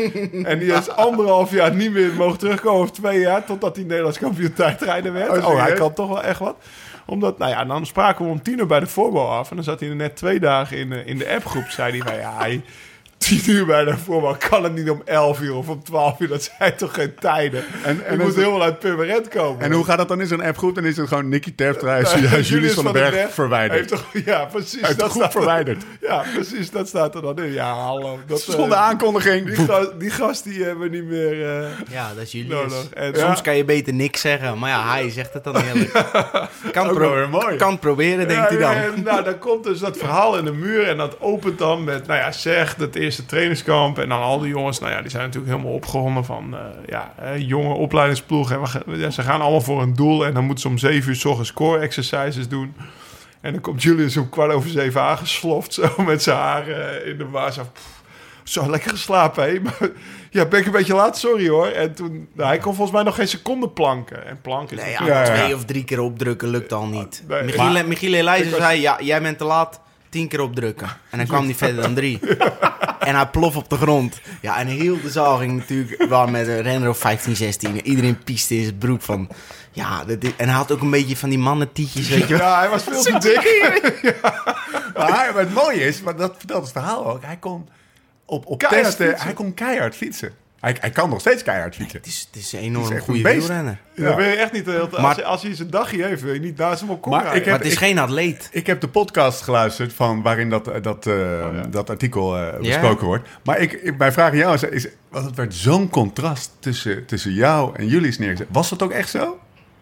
En die is anderhalf jaar niet meer mogen terugkomen, of twee jaar, totdat hij Nederlands kampioen tijdrijden werd. Oh, Oh, hij serieus? kan toch wel echt wat. Omdat, nou ja, dan spraken we om tien uur bij de voorbouw af. En dan zat hij er net twee dagen in, eh, in de appgroep. Zei hij van, ja, hij, tien uur bij de voorbouw kan het niet om elf uur of om twaalf uur. Dat zijn toch geen tijden. En- en ik is moet het- helemaal uit Purmerend komen. En hoe gaat dat dan in zo'n appgroep? Dan is het gewoon Nicky Terpstra, Ja, Julius, Julius van den Berg verwijderd. Heeft toch, ja, precies. Uit de dat groep staat er- verwijderd. Ja, precies. Dat staat er dan in. Ja, hallo. Dat, eh, Zonder aankondiging. die, gast, die gast die hebben we niet meer... eh, Ja, dat is Julius. nodig. En Soms ja. kan je beter niks zeggen, maar ja, hij zegt het dan eerlijk. Kan, Ook pro- wel weer mooi. kan proberen, denkt hij dan. Ja, en, nou, dan komt dus dat verhaal in de muur en dat opent dan met, nou ja, SEG, dat eerste trainingskamp. En dan al die jongens, nou ja, die zijn natuurlijk helemaal opgewonden van, uh, ja, eh, jonge opleidingsploeg. En we gaan- ja, ze gaan allemaal voor een doel en dan moeten ze om zeven uur 's ochtends core exercises doen. En dan komt Julius om kwart over zeven aangesloft, zo met zijn haar uh, in de waas af. Pff, Zo lekker geslapen, hé. Maar ja, ben ik een beetje laat, sorry hoor. En toen, nou, hij kon volgens mij nog geen seconde planken. En planken is Nee, ja, natuurlijk- Ja, ja. twee of drie keer opdrukken lukt al niet. Nee. Michiel, Maar- Michiel Elijzen Ik was- zei, ja, jij bent te laat, tien keer opdrukken. En dan kwam hij verder dan drie. En hij plof op de grond. Ja, en heel de zaal ging natuurlijk wel met een renner of vijftien, zestien. Iedereen pieste in zijn broek van... Ja, dat is- en hij had ook een beetje van die mannentietjes, weet je wel. Ja, hij was veel te dik. Maar het mooie is, maar dat vertelt het verhaal ook, hij kon op, op Keihard testen, fietsen. hij kon keihard fietsen. Hij, hij kan nog steeds keihard fietsen. Het is, het is een Het enorm is echt goede een beest. wielrenner. Ja. Dan wil je echt niet de hele tijd... Maar- Als, als hij zijn dagje heeft, wil je niet naast hem op kop Maar rijden. ik heb- Maar het is geen atleet. Ik heb de podcast geluisterd van waarin dat, dat, uh, ja. dat artikel uh, besproken wordt. Maar ik, ik, mijn vraag aan jou is, is want het werd zo'n contrast tussen, tussen jou en Julius neergezet. Was dat ook echt zo?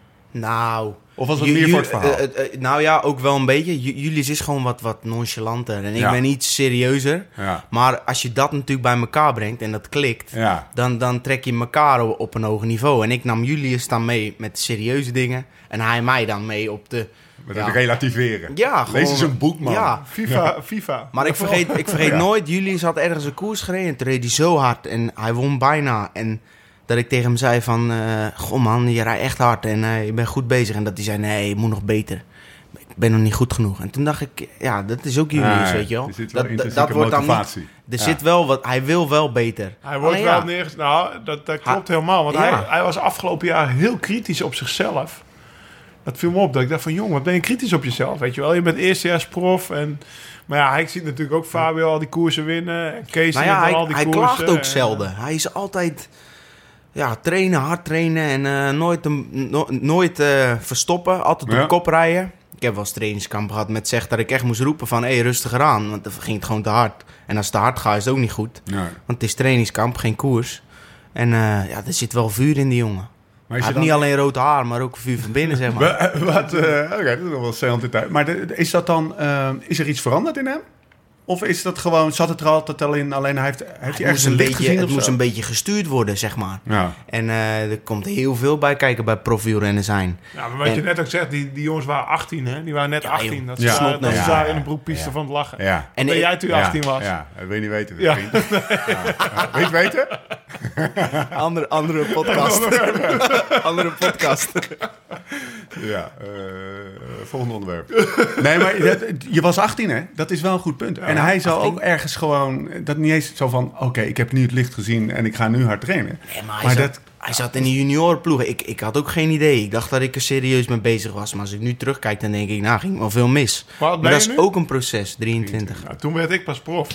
Nou... Of was het Ju- meer ju- voor het verhaal? eh, eh, eh, nou ja, ook wel een beetje. Ju- Julius is gewoon wat, wat nonchalanter. En ik Ja. ben iets serieuzer. Ja. Maar als je dat natuurlijk bij elkaar brengt en dat klikt... Ja. Dan, dan trek je elkaar op, op een hoger niveau. En ik nam Julius dan mee met serieuze dingen. En hij mij dan mee op de... Met ja. het relativeren. Ja, gewoon... Lees eens een boek, man. Ja, FIFA, FIFA. maar ik vergeet, ik vergeet Ja. nooit... Julius had ergens een koers gereden. En toen reed hij zo hard. En hij won bijna. En dat ik tegen hem zei van... eh goh man, je rijdt echt hard. En eh, je bent goed bezig. En dat hij zei, nee, je moet nog beter. Ik ben nog niet goed genoeg. En toen dacht ik, ja, dat is ook Julius, Nee, weet je wel. er zit wel dat, dat, intrinsieke dat wordt dan niet... motivatie. Er Ja. zit wel wat... Hij wil wel beter. Hij wordt Alleen wel ja, neergezet. Nou, dat, dat klopt Hij- helemaal. Want ja. hij, hij was afgelopen jaar heel kritisch op zichzelf. Dat viel me op. Dat ik dacht van, jong, wat ben je kritisch op jezelf? Weet je wel, je bent eerstejaars prof. En, maar ja, hij ziet natuurlijk ook Fabio al die koersen winnen. En Kees Nou wint ja, dan hij, al die hij koersen. klaagt ook En, zelden. Hij is altijd ja, trainen, hard trainen en eh, nooit, hem- no- nooit eh, verstoppen. Altijd op Ja. kop rijden. Ik heb wel eens trainingskamp gehad met zeg dat ik echt moest roepen van... hé, hey, rustiger aan, want dan ging het gewoon te hard. En als het te hard gaat, is het ook niet goed. Nee. Want het is trainingskamp, geen koers. En eh, ja, er zit wel vuur in die jongen. Maar Hij is heeft het niet alleen rood haar, maar ook vuur van binnen, zeg maar. Wa- Wat, eh, Oké, dat is nog wel zeehand in tijd. Maar de- is dat dan, eh, is er iets veranderd in hem? Of is dat gewoon, zat het er altijd al in, alleen hij heeft, heeft hij Het ergens moest, een een licht beetje, gezien het of moest zo? een beetje gestuurd worden, zeg maar. Ja. En eh, er komt heel veel bij kijken bij profielrennen zijn. Ja, maar wat je En- net ook zegt, die, die jongens waren achttien, hè? Die waren net Ja, achttien. joh. Dat ze Ja. daar, dat ze Ja, daar ja, in de broekpiste ja. van het lachen. Ja. En ben jij toen je achttien ja, was? Ja, dat wil je niet weten. Ja. vriend. Ja. Ja. Wil je het weten? Andere, andere podcast. andere podcast. Ja, eh, volgende onderwerp. Nee, maar dat- je was achttien, hè? Dat is wel een goed punt. en hij zou ook ergens gewoon... Dat niet eens zo van... Oké, ik heb nu het licht gezien en ik ga nu hard trainen. Nee, maar hij, Maar zat, dat- Hij zat in de juniorenploeg. Ik, ik had ook geen idee. Ik dacht dat ik er serieus mee bezig was. Maar als ik nu terugkijk, dan denk ik, nou, ging wel veel mis. Maar, wat Maar ben dat je is nu? ook een proces, drieëntwintig. Nou, toen werd ik pas prof.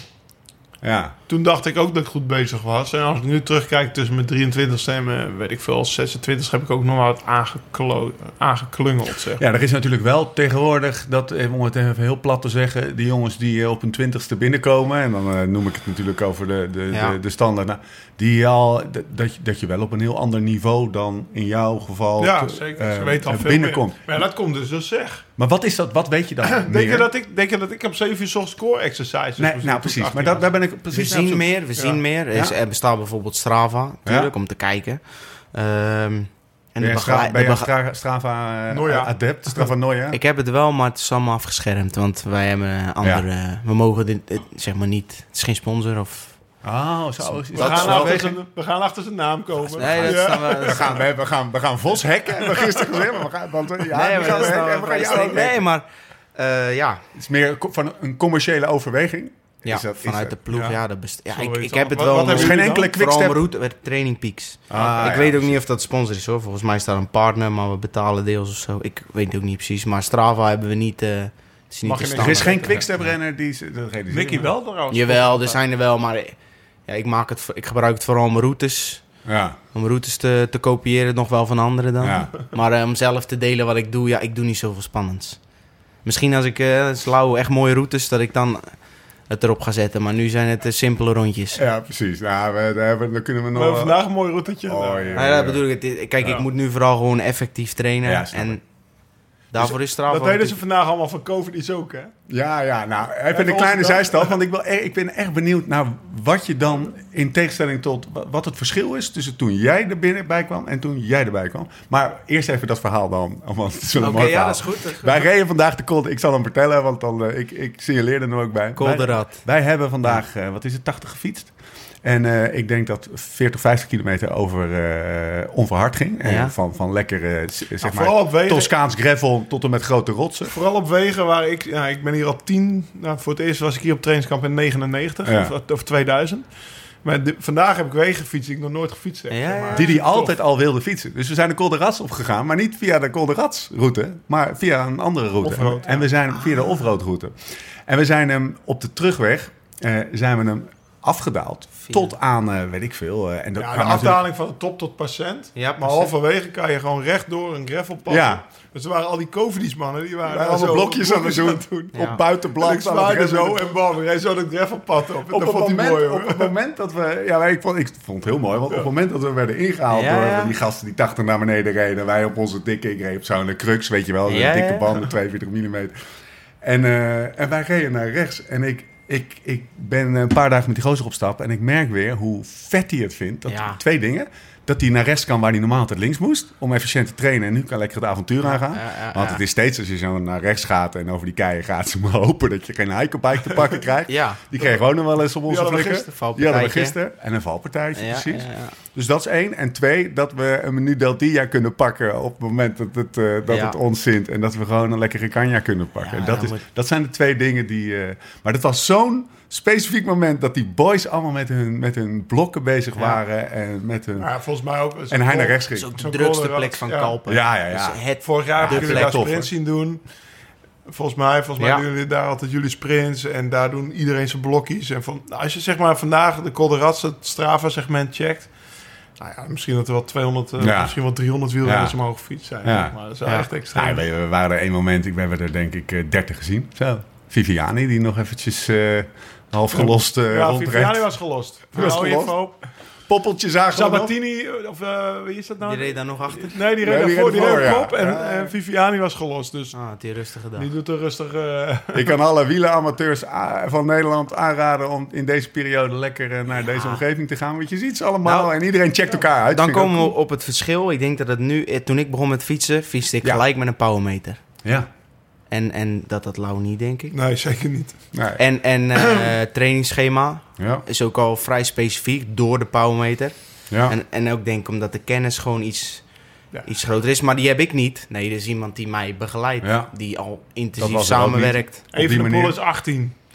Ja. Toen dacht ik ook dat ik goed bezig was. En als ik nu terugkijk tussen mijn drieëntwintigste en mijn, weet ik veel, zesentwintigste... heb ik ook nog wel wat aangeklo- aangeklungeld, zeg. Ja, er is natuurlijk wel tegenwoordig, dat, eh, om het even heel plat te zeggen, die jongens die eh, op hun twintigste binnenkomen, en dan eh, noem ik het natuurlijk over de, de, Ja. de, de standaard, nou, die al, d- dat, je- dat je wel op een heel ander niveau dan in jouw geval Ja, te- zeker. eh, Ze weten al eh, veel binnenkomt. meer. Maar ja, dat komt dus dus zeg. Maar wat is dat, wat weet je dan Denk meer? je, dat ik, denk je dat ik op zeven uur 's ochtends core exercises... Nee, moest nou doen toen precies, ik maar achttien dat, daar ben ik We precies naar op zien zoek. meer, we Ja. zien meer. Er, is, Ja. er bestaat bijvoorbeeld Strava, natuurlijk, om te kijken. Ehm, en Ben de je, begeleid- Stra- ben de je bege- Stra- Strava eh, Noia. adept? Strava Noia? Ik heb het wel, maar het is allemaal afgeschermd. Want wij hebben een andere... We mogen dit, het, zeg maar niet... Het is geen sponsor of... Oh, zo is We, dat gaan zo? achter zijn, we gaan achter zijn naam komen. Nee, dat Ja. staan we... We gaan, we, we, gaan, we gaan Vos hacken, hebben we gisteren gezegd. Maar we gaan, want, eh, ja, nee, die maar gaan dat we staan hacken we en we gaan vrij jou strikt. ook Nee, hacken. maar... eh, ja, Het is meer co- van een commerciële overweging. ja Is dat- is vanuit de dat- ploeg, ja. ja. dat best, ja Zo ik, weet ik je heb al. het Wat- wel... wat Dus hebben geen jullie enkele dan? Vooral quickstep. mijn route werd Training Peaks. Ah, ik ja, weet ook precies. niet of dat sponsor is hoor. Volgens mij is daar een partner, maar we betalen deels of zo. Ik weet ook niet precies. Maar Strava hebben we niet... eh het is niet Mag de je niks- Er is standaard. geen quickstep-renner die... ze- dat realiseer Nicky ik me. wel trouwens. Jawel, er zijn er wel, maar ja, ik, maak het, voor- ik gebruik het vooral om mijn routes, Ja. om routes te, te kopiëren, nog wel van anderen dan. Ja. Maar eh, om zelf te delen wat ik doe, ja, ik doe niet zoveel spannends. Misschien als ik uh, slauw echt mooie routes, dat ik dan het erop ga zetten. Maar nu zijn het eh, simpele rondjes. Ja, precies. Nou, we, daar, hebben, daar kunnen we We nog... hebben vandaag een mooi routetje. Oh, gedaan. ja. Nou, ja, dat bedoel ik. Het- Kijk, Ja. ik moet nu vooral gewoon effectief trainen. Ja, snap ik. en daarvoor is Strava... Dat deden ze natuurlijk- vandaag allemaal van COVID is ook, hè? Ja, ja, nou, even Even een kleine onze- zijstap, want ik, wil, e- ik ben echt benieuwd naar wat je dan, in tegenstelling tot wa- wat het verschil is tussen toen jij er binnenbij kwam en toen jij erbij kwam. Maar eerst even dat verhaal dan, want het is wel een Oké, mooi ja, verhaal. dat is goed. dat is goed. Wij reden vandaag de Col, ik zal hem vertellen, want dan, eh, ik, ik signaleerde hem ook bij. Col de Wij- Rad. Wij hebben vandaag, eh, wat is het, tachtig gefietst. En eh, ik denk dat veertig, vijftig kilometer over eh, onverhard ging. En Ja. van, van lekker, eh, z- zeg Nou, maar, vooral op wegen. Toscaans gravel tot en met grote rotsen. Vooral op wegen waar ik... Ja, ik ben hier al tien... Nou, voor het eerst was ik hier op trainingskamp in negenennegentig. Ja. Of, of tweeduizend. Maar de- vandaag heb ik wegen gefietst die ik nog nooit gefietst heb. Ja, zeg maar. ja. Die die Tof. altijd al wilde fietsen. Dus we zijn de Col de Rats opgegaan, maar niet via de Col de Rats route, maar via een andere route. Offroad, en ja. we zijn via de offroad route. En we zijn hem op de terugweg, eh, zijn we hem afgedaald Via- tot aan, eh, weet ik veel. eh, en dat Ja, de kan natuurlijk- afdaling van de top tot patiënt. Ja, Maar precies. halverwege kan je gewoon rechtdoor een gravelpad. Ja. Dus er waren al die covidiesmannen, die waren Wij daar allemaal zo blokjes aan het blokjes doen. Ja. Op En buitenblad. ik zwaaide zo en bam, we reed zo dat gravelpad op. En Op dat het, vond hij moment, mooi, hoor. op het moment dat we... Ja, ik vond, ik vond het heel mooi, want op het moment dat we werden ingehaald Ja, door ja. die gasten die tachtig naar beneden reden, wij op onze dikke, ik reed op zo'n crux, weet je wel, een Ja, dikke ja. band met tweeënveertig millimeter. En, eh, en wij reden naar rechts en ik, ik, ik ben een paar dagen met die gozer op stap en ik merk weer hoe vet hij het vindt. Dat, Ja. Twee dingen. Dat hij naar rechts kan waar hij normaal altijd links moest. Om efficiënt te trainen. En nu kan lekker het avontuur aangaan. ja, ja, Want ja. het is steeds als je zo naar rechts gaat en over die keien gaat. Ze maar hopen dat je geen hikebike te pakken krijgt. Ja. Die kregen we ook nog wel eens op onze hadden we flikken. gisteren. Die hadden we Valpartijtje. gisteren. En een valpartijtje, Ja, precies. ja, ja. Dus dat is één. En twee, dat we een menu Del Dia kunnen pakken op het moment dat het, eh, dat Ja. het ons zint. En dat we gewoon een lekkere canja kunnen pakken. Ja, En dat, dan is, moet- dat zijn de twee dingen die... eh, maar dat was zo'n specifiek moment dat die boys allemaal met hun, met hun blokken bezig Ja. waren. En, met hun, Ja, volgens mij ook. en hij naar rechts Dat is ging. ook de Zo'n drukste Colorado, plek van ja. Kalpen. Ja, ja, ja. Dus het, Vorig jaar Ja, hebben dat jullie is daar tof, sprints zien doen. Volgens mij, volgens mij Ja. doen jullie daar altijd jullie sprints. En daar doen iedereen zijn blokjes. En van, nou, als je zeg maar vandaag de Col de Rats, het Strava-segment checkt. Nou ja, misschien dat er wel tweehonderd, eh, Ja. misschien wel driehonderd wielrenners Ja. omhoog gefietst zijn. Ja. Maar dat is wel Ja. echt extreem. Ja, we, we waren er één moment, ik ben er denk ik eh, dertig gezien. Zo. Viviani, die nog eventjes eh, half gelost eh ja, rondreed. Viviani was gelost. Die was Nou, gelost. info. Poppeltje zagen we nog. Sabatini, of eh, wie is dat nou? Die reed daar nog achter. Nee, die reed Nee, die daarvoor, reed die reed ervoor, op ja. kop. En, Ja. en Viviani was gelost. Dus Ah, het die rustige dag. die doet er rustig... eh, Ik kan alle wieleramateurs a- van Nederland aanraden om in deze periode lekker eh, naar deze omgeving te gaan. Want je ziet ze allemaal Nou, en iedereen checkt elkaar uit. Dan Vind ik komen ook we op het verschil. Ik denk dat het nu... eh, Toen ik begon met fietsen, fietste ik Ja. gelijk met een powermeter. cool. Ja. En, en dat had Lau niet, denk ik. nee, zeker niet. Nee. En, en eh trainingsschema Ja. is ook al vrij specifiek door de powermeter. Ja. En, en ook denk ik omdat de kennis gewoon iets, Ja. iets groter is. Maar die heb ik niet. Nee, er is iemand die mij begeleidt. Ja. Die al Dat intensief was er ook samenwerkt. die Evenepoel manier. is achttien.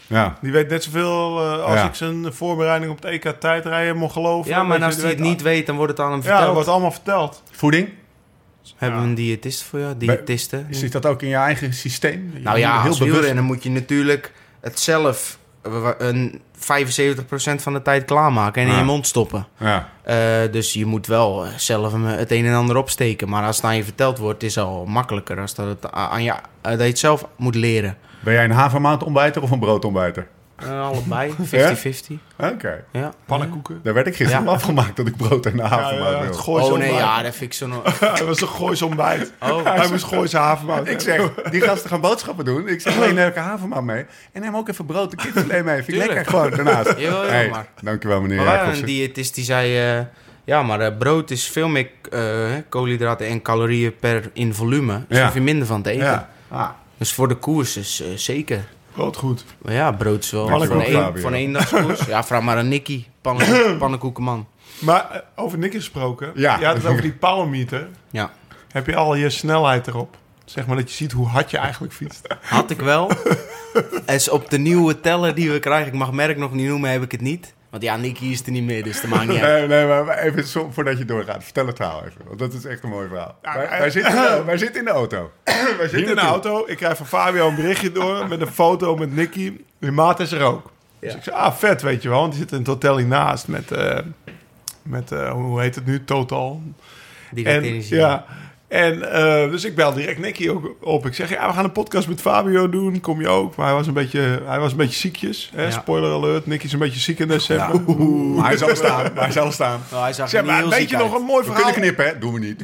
Ja. Die weet net zoveel uh, als Ja. ik zijn voorbereiding op het E K tijdrijden mocht geloven. Ja, maar Weet als je, hij die het weet niet weet, dan wordt het aan hem al- Ja, verteld. dat wordt allemaal verteld. Voeding? Hebben we Ja. een diëtist voor jou? Diëtisten? Zit dat ook in je eigen systeem? Nou ja, heel als wielrenner moet je natuurlijk het zelf uh, een vijfenzeventig procent van de tijd klaarmaken en in Ja. je mond stoppen. Ja. Uh, dus je moet wel uh, zelf hem, uh, het een en ander opsteken. Maar als het aan je verteld wordt, is het al makkelijker. Als dat, het aan je, uh, dat je het zelf moet leren. Ben jij een havermoutontbijter of een broodontbijter? Uh, allebei, vijftig vijftig. Oké. Ja. Pannenkoeken. Daar werd ik gisteren Ja. van afgemaakt dat ik brood en de Ja, havermout ja, wil. het Gooise Oh nee, ontbijt. ja, dat vind ik zo nog... Hij was een Gooise ontbijt. Oh. Hij moest Gooise havermout. Ik zeg, die gasten gaan boodschappen doen. Ik zeg, alleen neem ik een havermout mee. En neem ook even brood en kipfilet mee. Vind ik Tuurlijk. lekker gewoon daarnaast. Jawel, jawel, Hey, maar. dankjewel meneer Maar wij hadden Jacobsen. een diëtist die zei... Uh, ja, maar uh, brood is veel meer uh, koolhydraten en calorieën per in volume. Dus Ja. daar hoef je minder van te eten. Ja. Ah, Dus voor de koers is uh, zeker. Brood goed. Maar ja, brood is wel Pannenkoek, voor een, Fabio. voor een eendagskoers. Ja, vraag maar aan Nicky, pannen, pannenkoekenman. Maar uh, over Nick gesproken. Ja. Je had het over die powermeter. Ja, Heb je al je snelheid erop? Zeg maar dat je ziet hoe hard je eigenlijk fietst. had ik wel. En op de nieuwe teller die we krijgen, ik mag merk nog niet noemen, heb ik het niet. Want ja, Nicky is er niet meer, dus dat maakt niet uit. Nee, nee, maar even zo, voordat je doorgaat. Vertel het verhaal even. Want dat is echt een mooi verhaal. Ja, wij, eh, wij, zitten, in de, wij zitten in de auto. Wij zitten in de auto. Ik krijg van Fabio een berichtje door met een foto met Nicky. Die maat is er ook. Dus Ja. ik zei, ah vet, weet je wel. Want die zit in het hotel hiernaast met, uh, met uh, hoe heet het nu, Total. Direct En, energie. ja, en uh, dus ik bel direct Nicky ook op. Ik zeg, ja, we gaan een podcast met Fabio doen. Kom je ook? Maar hij was een beetje, hij was een beetje ziekjes. Hè? Ja. Spoiler alert. Nicky is een beetje ziek in december. Maar hij zal staan. Maar hij zal staan. Oh, hij zag Zeg er niet maar, heel weet ziek je uit. nog een mooi We verhaal? kunnen knippen, hè? Doen we niet.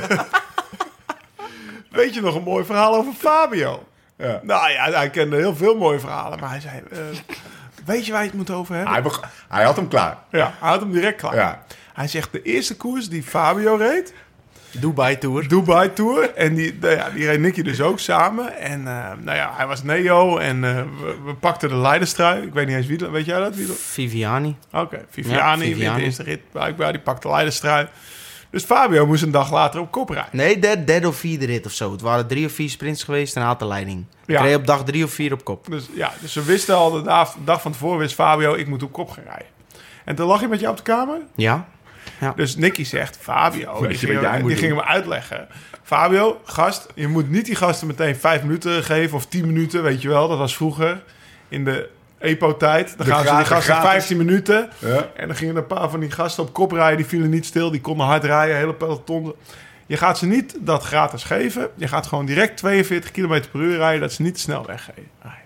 Weet je nog een mooi verhaal over Fabio? Ja. Nou ja, hij kende heel veel mooie verhalen. Maar hij zei, uh, weet je waar je het moet over hebben? Hij, beg- hij had hem klaar. Ja, hij had hem direct klaar. Ja. Hij zegt, de eerste koers die Fabio reed, Dubai Tour. Dubai Tour. En die, nou ja, die reed Nicky dus ook samen. En uh, nou ja, hij was Neo en uh, we, we pakten de leiderstrui. Ik weet niet eens wie, weet jij dat? Wie dat? Viviani. Oké, Viviani, Ja, Viviani. de eerste rit blijkbaar, die pakte de leiderstrui. Dus Fabio moest een dag later op kop rijden. Nee, derde, derde of vierde rit of zo. Het waren drie of vier sprints geweest en hij had de leiding. Ja. Ik reed op dag drie of vier op kop. Dus ja, dus ze wisten al, de dag, de dag van tevoren wist Fabio, ik moet op kop gaan rijden. En toen lag je met jou op de kamer. Ja? Dus Nicky zegt, Fabio, Weet die, je ging, wat jij moet die doen? ging hem uitleggen. Fabio, gast, je moet niet die gasten meteen vijf minuten geven of tien minuten, weet je wel. Dat was vroeger in de E P O-tijd. Dan De gaan ze die gratis- gasten gratis. vijftien minuten. Ja. En dan gingen een paar van die gasten op kop rijden. Die vielen niet stil, die konden hard rijden, hele peloton. Je gaat ze niet dat gratis geven. Je gaat gewoon direct tweeënveertig kilometer per uur rijden, dat ze niet de snelweg geven.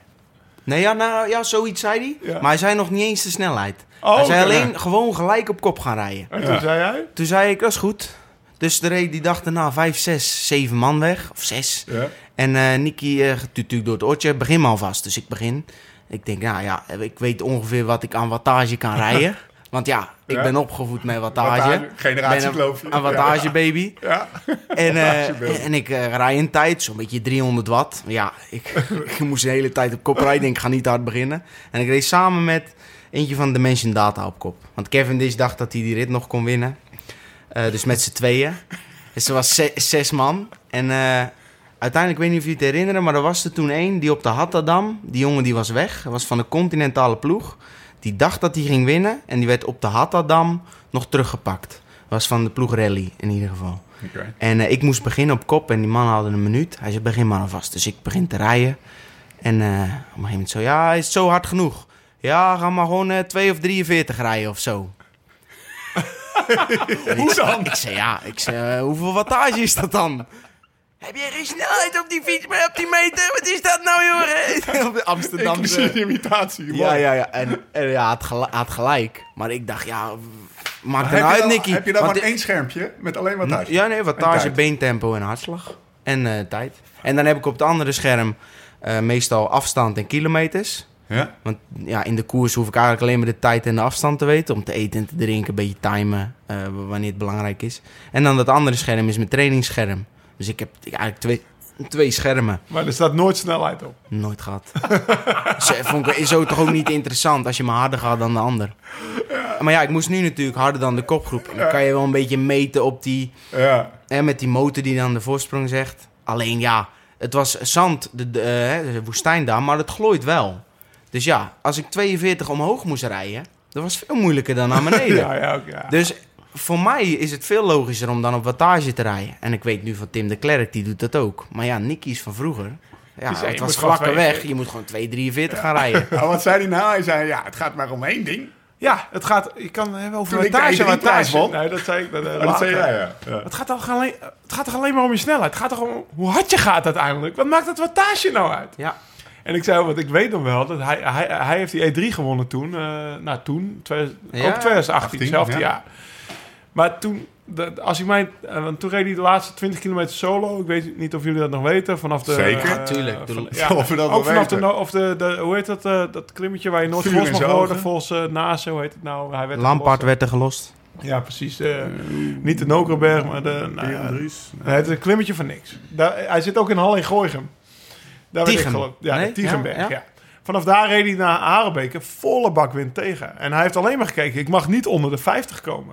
Nee, ja, nou, ja, zoiets zei hij. Ja. Maar hij zei nog niet eens de snelheid. Oh, hij zei oké. alleen gewoon gelijk op kop gaan rijden. En toen zei hij... Toen zei ik, dat is goed. Dus er reed die dag daarna vijf, zes, zeven man weg. Of zes. Ja. En eh Nicky uh, natuurlijk door het oortje, begin maar alvast. Dus ik begin. Ik denk, nou ja, ik weet ongeveer wat ik aan wattage kan rijden. Want ja, ik Ja. ben opgevoed met wattage. Wattage, generatiekloof. Ben een, een wattage baby. Ja. En, eh, Wattage, en ik uh, rij een tijd, zo'n beetje driehonderd watt. Ja, ik, ik moest de hele tijd op kop rijden. Ik denk, ik ga niet hard beginnen. En ik reed samen met eentje van Dimension Data op kop. Want Kevin Dish dacht dat hij die rit nog kon winnen. Uh, dus met z'n tweeën. Dus er was ze- zes man. En uh, uiteindelijk, ik weet niet of je het herinneren, maar er was er toen één die op de Hattadam, die jongen die was weg. Dat was van de continentale ploeg. Die dacht dat hij ging winnen. En die werd op de Hattadam nog teruggepakt. Dat was van de ploeg Rally in ieder geval. Okay. En uh, ik moest beginnen op kop en die man hadden een minuut. Hij zei, begin maar alvast. Dus ik begin te rijden. En uh, op een gegeven moment zo, ja, is het zo hard genoeg? Ja, ga maar gewoon uh, twee of drieënveertig rijden of zo. Hoe dan? Ik zei, ja, ik zei, uh, hoeveel wattage is dat dan? Heb jij geen snelheid op die fiets, maar op die meter? Wat is dat nou, jongen? Op de Amsterdamse... Inclusief imitatie. Ja, ja, ja. En, en ja, had, gel- had gelijk. Maar ik dacht, ja, maak er Heb, nou je uit, dan, Nicky. heb je dan Want maar de- één schermpje met alleen wattage? Ja, nee, En wattage, tijd. beentempo en hartslag. En uh, tijd. En dan heb ik op het andere scherm uh, meestal afstand en kilometers. Ja? Want ja, in de koers hoef ik eigenlijk alleen maar de tijd en de afstand te weten. Om te eten en te drinken, een beetje timen uh, wanneer het belangrijk is. En dan dat andere scherm is mijn trainingsscherm. Dus ik heb ik eigenlijk twee, twee schermen. Maar er staat nooit snelheid op. Nooit gehad. Zo, vond ik, is ook toch ook niet interessant als je maar harder gaat dan de ander. Ja. Maar ja, ik moest nu natuurlijk harder dan de kopgroep. En dan kan je wel een beetje meten op die... Ja. Hè, met die motor die dan de voorsprong zegt. Alleen ja, het was zand, de, de, uh, de woestijn daar, maar het glooit wel. Dus ja, als ik tweeënveertig omhoog moest rijden, dat was veel moeilijker dan naar beneden. Ja, ja, ook, ja. Dus voor mij is het veel logischer om dan op wattage te rijden. En ik weet nu van Tim de Klerk, die doet dat ook. Maar ja, Nicky is van vroeger. Ja, Die zei, het je was moet gewoon vlakke twee- weg. Je moet gewoon twee drieënveertig gaan rijden. Oh, wat zei hij nou? Hij zei, ja, het gaat maar om één ding. Ja, het gaat... Je kan hebben over Toen ik de wattage, E drie prijs wattage. won. Nee, dat zei ik dat, uh, Oh, dat zei later. jij, ja. ja. Het gaat, toch alleen, het gaat toch alleen maar om je snelheid? Het gaat toch om hoe hard je gaat uiteindelijk? Wat maakt dat wattage nou uit? Ja. En ik zei, want ik weet nog wel, dat hij, hij, hij heeft die E drie gewonnen toen. Uh, nou, toen, twintig, Ja, ook twintig achttien, achttien, hetzelfde ja. jaar. Maar toen, dat, als ik mij, uh, want toen reed hij de laatste twintig kilometer solo. Ik weet niet of jullie dat nog weten. Vanaf de, Zeker. uh, Ja, tuurlijk. van- Ja, of we dat ook wel vanaf de, weten. no- of de, de, hoe heet dat, uh, dat klimmetje waar je nooit Vuur gelost in mag zijn worden. ogen. Volgens uh, Nase, hoe heet het nou? Hij werd Lampaard gelost. werd er gelost. Ja, precies. Uh, niet de Nokerberg, maar de... Nou, ja, nee, het is een klimmetje van niks. Daar, hij zit ook in Hal in Gooichem. Daar werd ik Tichem. geloof- Ja, Nee? de Tiegemberg, Ja, ja, ja. Vanaf daar reed hij naar Arenbeke, volle bakwind tegen. En hij heeft alleen maar gekeken, ik mag niet onder de vijftig komen.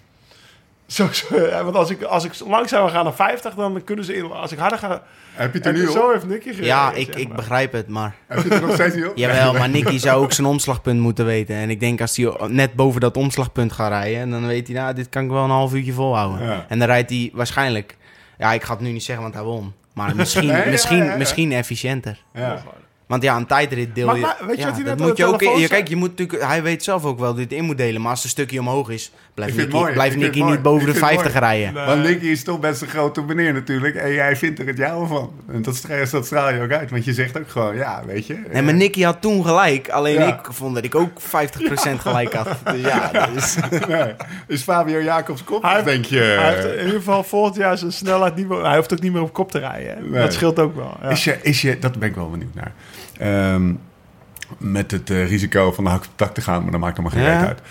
Zo, zo, ja, want als ik, als ik langzamer ga naar vijftig, dan kunnen ze in... Als ik harder ga... Heb je het er En nu zo op? heeft Nicky gereden. Ja, ik, zeg ik maar. begrijp het, maar... Heb je het er nog steeds niet op? Jawel, maar Nicky zou ook zijn omslagpunt moeten weten. En ik denk als hij net boven dat omslagpunt gaat rijden... dan weet hij, nou, dit kan ik wel een half uurtje volhouden. Ja. En dan rijdt hij waarschijnlijk... Ja, ik ga het nu niet zeggen, want hij won. Maar misschien, Nee, ja, misschien, ja, ja. misschien efficiënter. Ja. Want ja, een tijdrit deel Maar- je... maar weet je ja, wat hij dat net aan moet de je ook in- telefoon ja, zei? Kijk, je moet natuurlijk, hij weet zelf ook wel dat dit in moet delen. Maar als het een stukje omhoog is, blijft Ik vind het Nicky, mooi, blijft ik vind Nicky het niet mooi, boven ik de vind het vijftig rijden. Nee. Want Nicky is toch best een grote meneer natuurlijk. En jij vindt er het jouwe van. En dat, stra- dat straal je ook uit. Want je zegt ook gewoon, ja, weet je. Nee, maar Nicky had toen gelijk. Alleen Ja. ik vond dat ik ook vijftig procent gelijk had. Dus ja, dat is... Nee. Is Fabio Jacobs kop? Hij Of heeft- denk je... Hij heeft in ieder geval volgend jaar zijn snelheid niet meer... Hij hoeft ook niet meer op kop te rijden. Hè? Nee. Dat scheelt ook wel. Ja. Is je, is je, dat ben ik wel benieuwd naar. Ehm, met het eh, risico van de hak op het dak te gaan, maar dat maakt allemaal geen Ja. reet uit.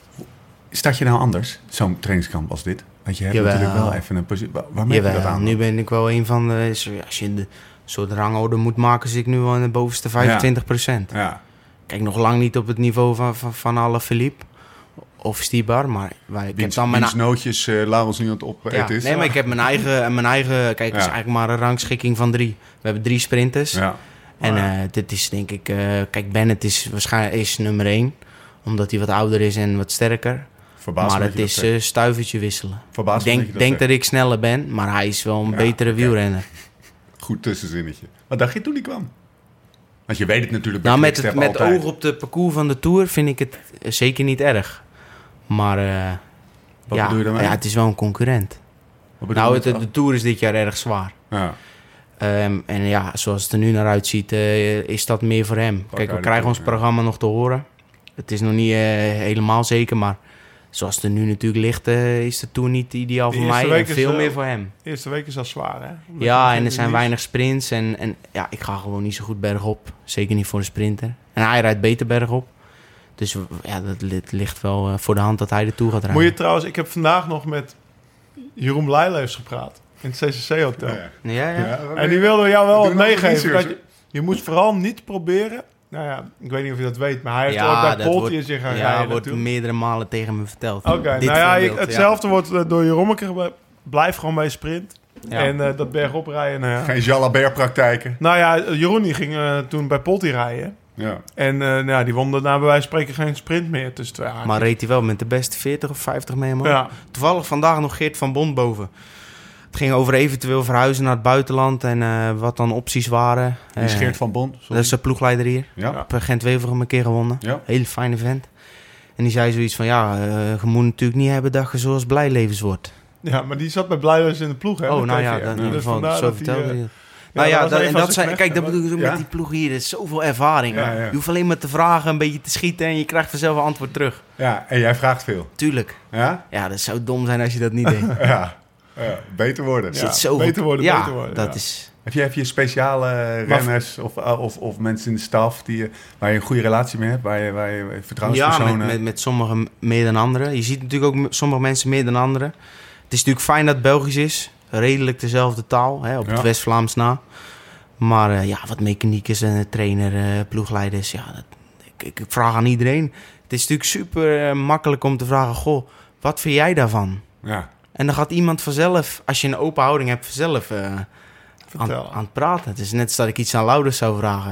Start je nou anders, zo'n trainingskamp als dit? Want je hebt Jawel. natuurlijk wel even een positie. Waar waar merk je dat Jawel, aan? nu ben ik wel een van de... zo- Als je de soort rangorde moet maken, zit ik nu wel in de bovenste vijfentwintig procent. Ja, Kijk, nog lang niet op het niveau van, van, van Alaphilippe of Stibar, maar wij, ik heb wiens, dan mijn... wiens nootjes uh, Laurens nu aan het opeten Ja, is. nee, maar ik heb mijn eigen... Mijn eigen kijk, het is Ja. eigenlijk maar een rangschikking van drie. We hebben drie sprinters. Ja. En Oh, ja. eh, dit is denk ik... eh, kijk, Bennett is waarschijnlijk is nummer één. Omdat hij wat ouder is en wat sterker. Verbaas me maar dat het je dat is zegt. een stuivertje wisselen. Verbaas Ik me denk, dat je dat denk zegt. dat ik sneller ben, maar hij is wel een Ja, betere oké. wielrenner. Goed tussenzinnetje. Wat dacht je toen die kwam? Want je weet het natuurlijk bij Nou, met, het, Quickstep met altijd. oog op de parcours van de Tour vind ik het eh, zeker niet erg. Maar eh, Wat ja, bedoel je daarmee? ja, het is wel een concurrent. Wat bedoel Nou, je het, met- de Tour is dit jaar erg zwaar. Ja. Ehm, en ja, zoals het er nu naar uitziet, eh, is dat meer voor hem. Kijk, we uit de krijgen ons Tour, ja. programma nog te horen. Het is nog niet eh, helemaal zeker, maar zoals het er nu natuurlijk ligt, eh, is de Tour niet ideaal De voor eerste mij. En week is, veel eh, meer voor hem. De eerste week is al zwaar, hè? Omdat Ja, je- en er zijn je- weinig sprints. En, en ja, ik ga gewoon niet zo goed bergop. Zeker niet voor een sprinter. En hij rijdt beter bergop. Dus ja, dat li- ligt wel eh, voor de hand dat hij de Tour gaat rijden. Moet je trouwens... Ik heb vandaag nog met Jeroen Blijleefs gepraat. In het C C C-hotel. Ja, ja. Ja, ja. Ja, wat ben En die je- wilde jou wel Doe wat nog meegeven. research, Dat hè? je, je moet vooral niet proberen... Nou ja, ik weet niet of je dat weet, maar hij heeft Ja, ooit bij dat Polti wordt- in zich gaan ja, rijden wordt natuurlijk. meerdere malen tegen me verteld. Oké, Dit nou ja, voorbeeld, ik- hetzelfde wordt eh, door Jeroen ge- blijf gewoon bij sprint. Ja. En eh, dat bergop rijden, nou ja. Geen Jalabert-praktijken. Nou ja, Jeroen die ging eh, toen bij Polti rijden. Ja. En eh, nou, ja, die won daarna bij wijze van spreken geen sprint meer tussen twee haakjes. Maar reed hij wel met de beste veertig of vijftig mee, man. Ja, Toevallig vandaag nog Geert van Bond boven. Het ging over eventueel verhuizen naar het buitenland en eh, wat dan opties waren. Die is Eh, Geert van Bond. Dat is de ploegleider hier. Ja. Ja. Op Gent-Wevelgem een keer gewonnen. Ja. Hele fijne vent. En die zei zoiets van, ja, eh, je moet natuurlijk niet hebben dat je zoals Blijlevens wordt. ja, maar die zat bij Blijleus in de ploeg, hè? Oh, met nou T V ja, R. dat, in Dus ieder geval, vandaar zo dat hij, vertelde eh, hij het. Nou ja, dat was dat, een en van dat zijn zijn, kijk, dat knechten, bedoel ik ook Ja. met die ploeg hier. Er is zoveel ervaring. Ja, ja. Je hoeft alleen maar te vragen, een beetje te schieten en je krijgt vanzelf een antwoord terug. Ja, en jij vraagt veel. Tuurlijk. Ja? Ja, dat zou dom zijn als je dat niet deed. Ja. Ja, beter worden. Ja. Zit zoveel- beter worden, ja, beter worden, dat ja. is... Heb je, heb je speciale renners of, of, of mensen in de staf die, je- waar je een goede relatie mee hebt? Waar je, waar je Ja, vertrouwenspersonen... met, met, met sommigen meer dan anderen. Je ziet natuurlijk ook m- sommige mensen meer dan anderen. Het is natuurlijk fijn dat het Belgisch is. Redelijk dezelfde taal, hè, op het Ja. West-Vlaams na. Maar eh, ja, wat mechaniekers en trainer, eh, ploegleiders, ja, dat, ik, ik vraag aan iedereen. Het is natuurlijk super eh, makkelijk om te vragen, goh, wat vind jij daarvan? Ja. En dan gaat iemand vanzelf, als je een open houding hebt, vanzelf eh, aan, Vertel. aan het praten. Het is net als dat ik iets aan Laurens zou vragen.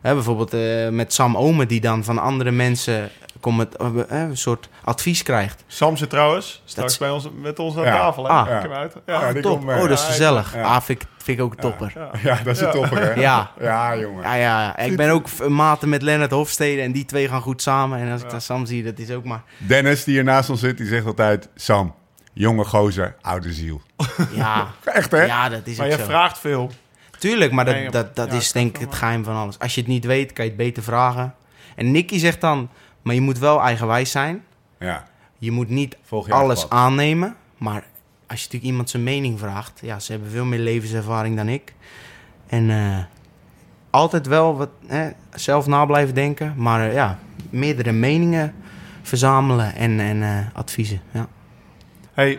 Hè, bijvoorbeeld uh, met Sam Omen, die dan van andere mensen kom het, uh, een soort advies krijgt. Sam zit trouwens straks Dat... bij ons, met ons aan ja. tafel. Hè? Ah, ja. Uit. Ja, ah, die top. komt mee. Oh, dat is ja, gezellig. Ja. Ah, vind ik, vind ik ook een topper. Ja. Ja, dat is een topper, hè? Ja. Ja, jongen. Ja, ja. Ik ben ook maten met Lennart Hofstede en die twee gaan goed samen. En als ik Ja. dan Sam zie, dat is ook maar... Dennis, die hier naast ons zit, die zegt altijd... Sam, jonge gozer, oude ziel. Ja, Echt, hè? ja dat is Maar ook je zo. vraagt veel. Tuurlijk, maar dat, Nee, dat, dat ja, is denk ik dat het geheim van alles. Als je het niet weet, kan je het beter vragen. En Nicky zegt dan, maar je moet wel eigenwijs zijn. Ja. Je moet niet Volg je alles eigen pad. aannemen. Maar als je natuurlijk iemand zijn mening vraagt... Ja, ze hebben veel meer levenservaring dan ik. En uh, altijd wel wat hè, zelf na blijven denken. Maar uh, ja, meerdere meningen verzamelen en, en uh, adviezen. Ja. Hey,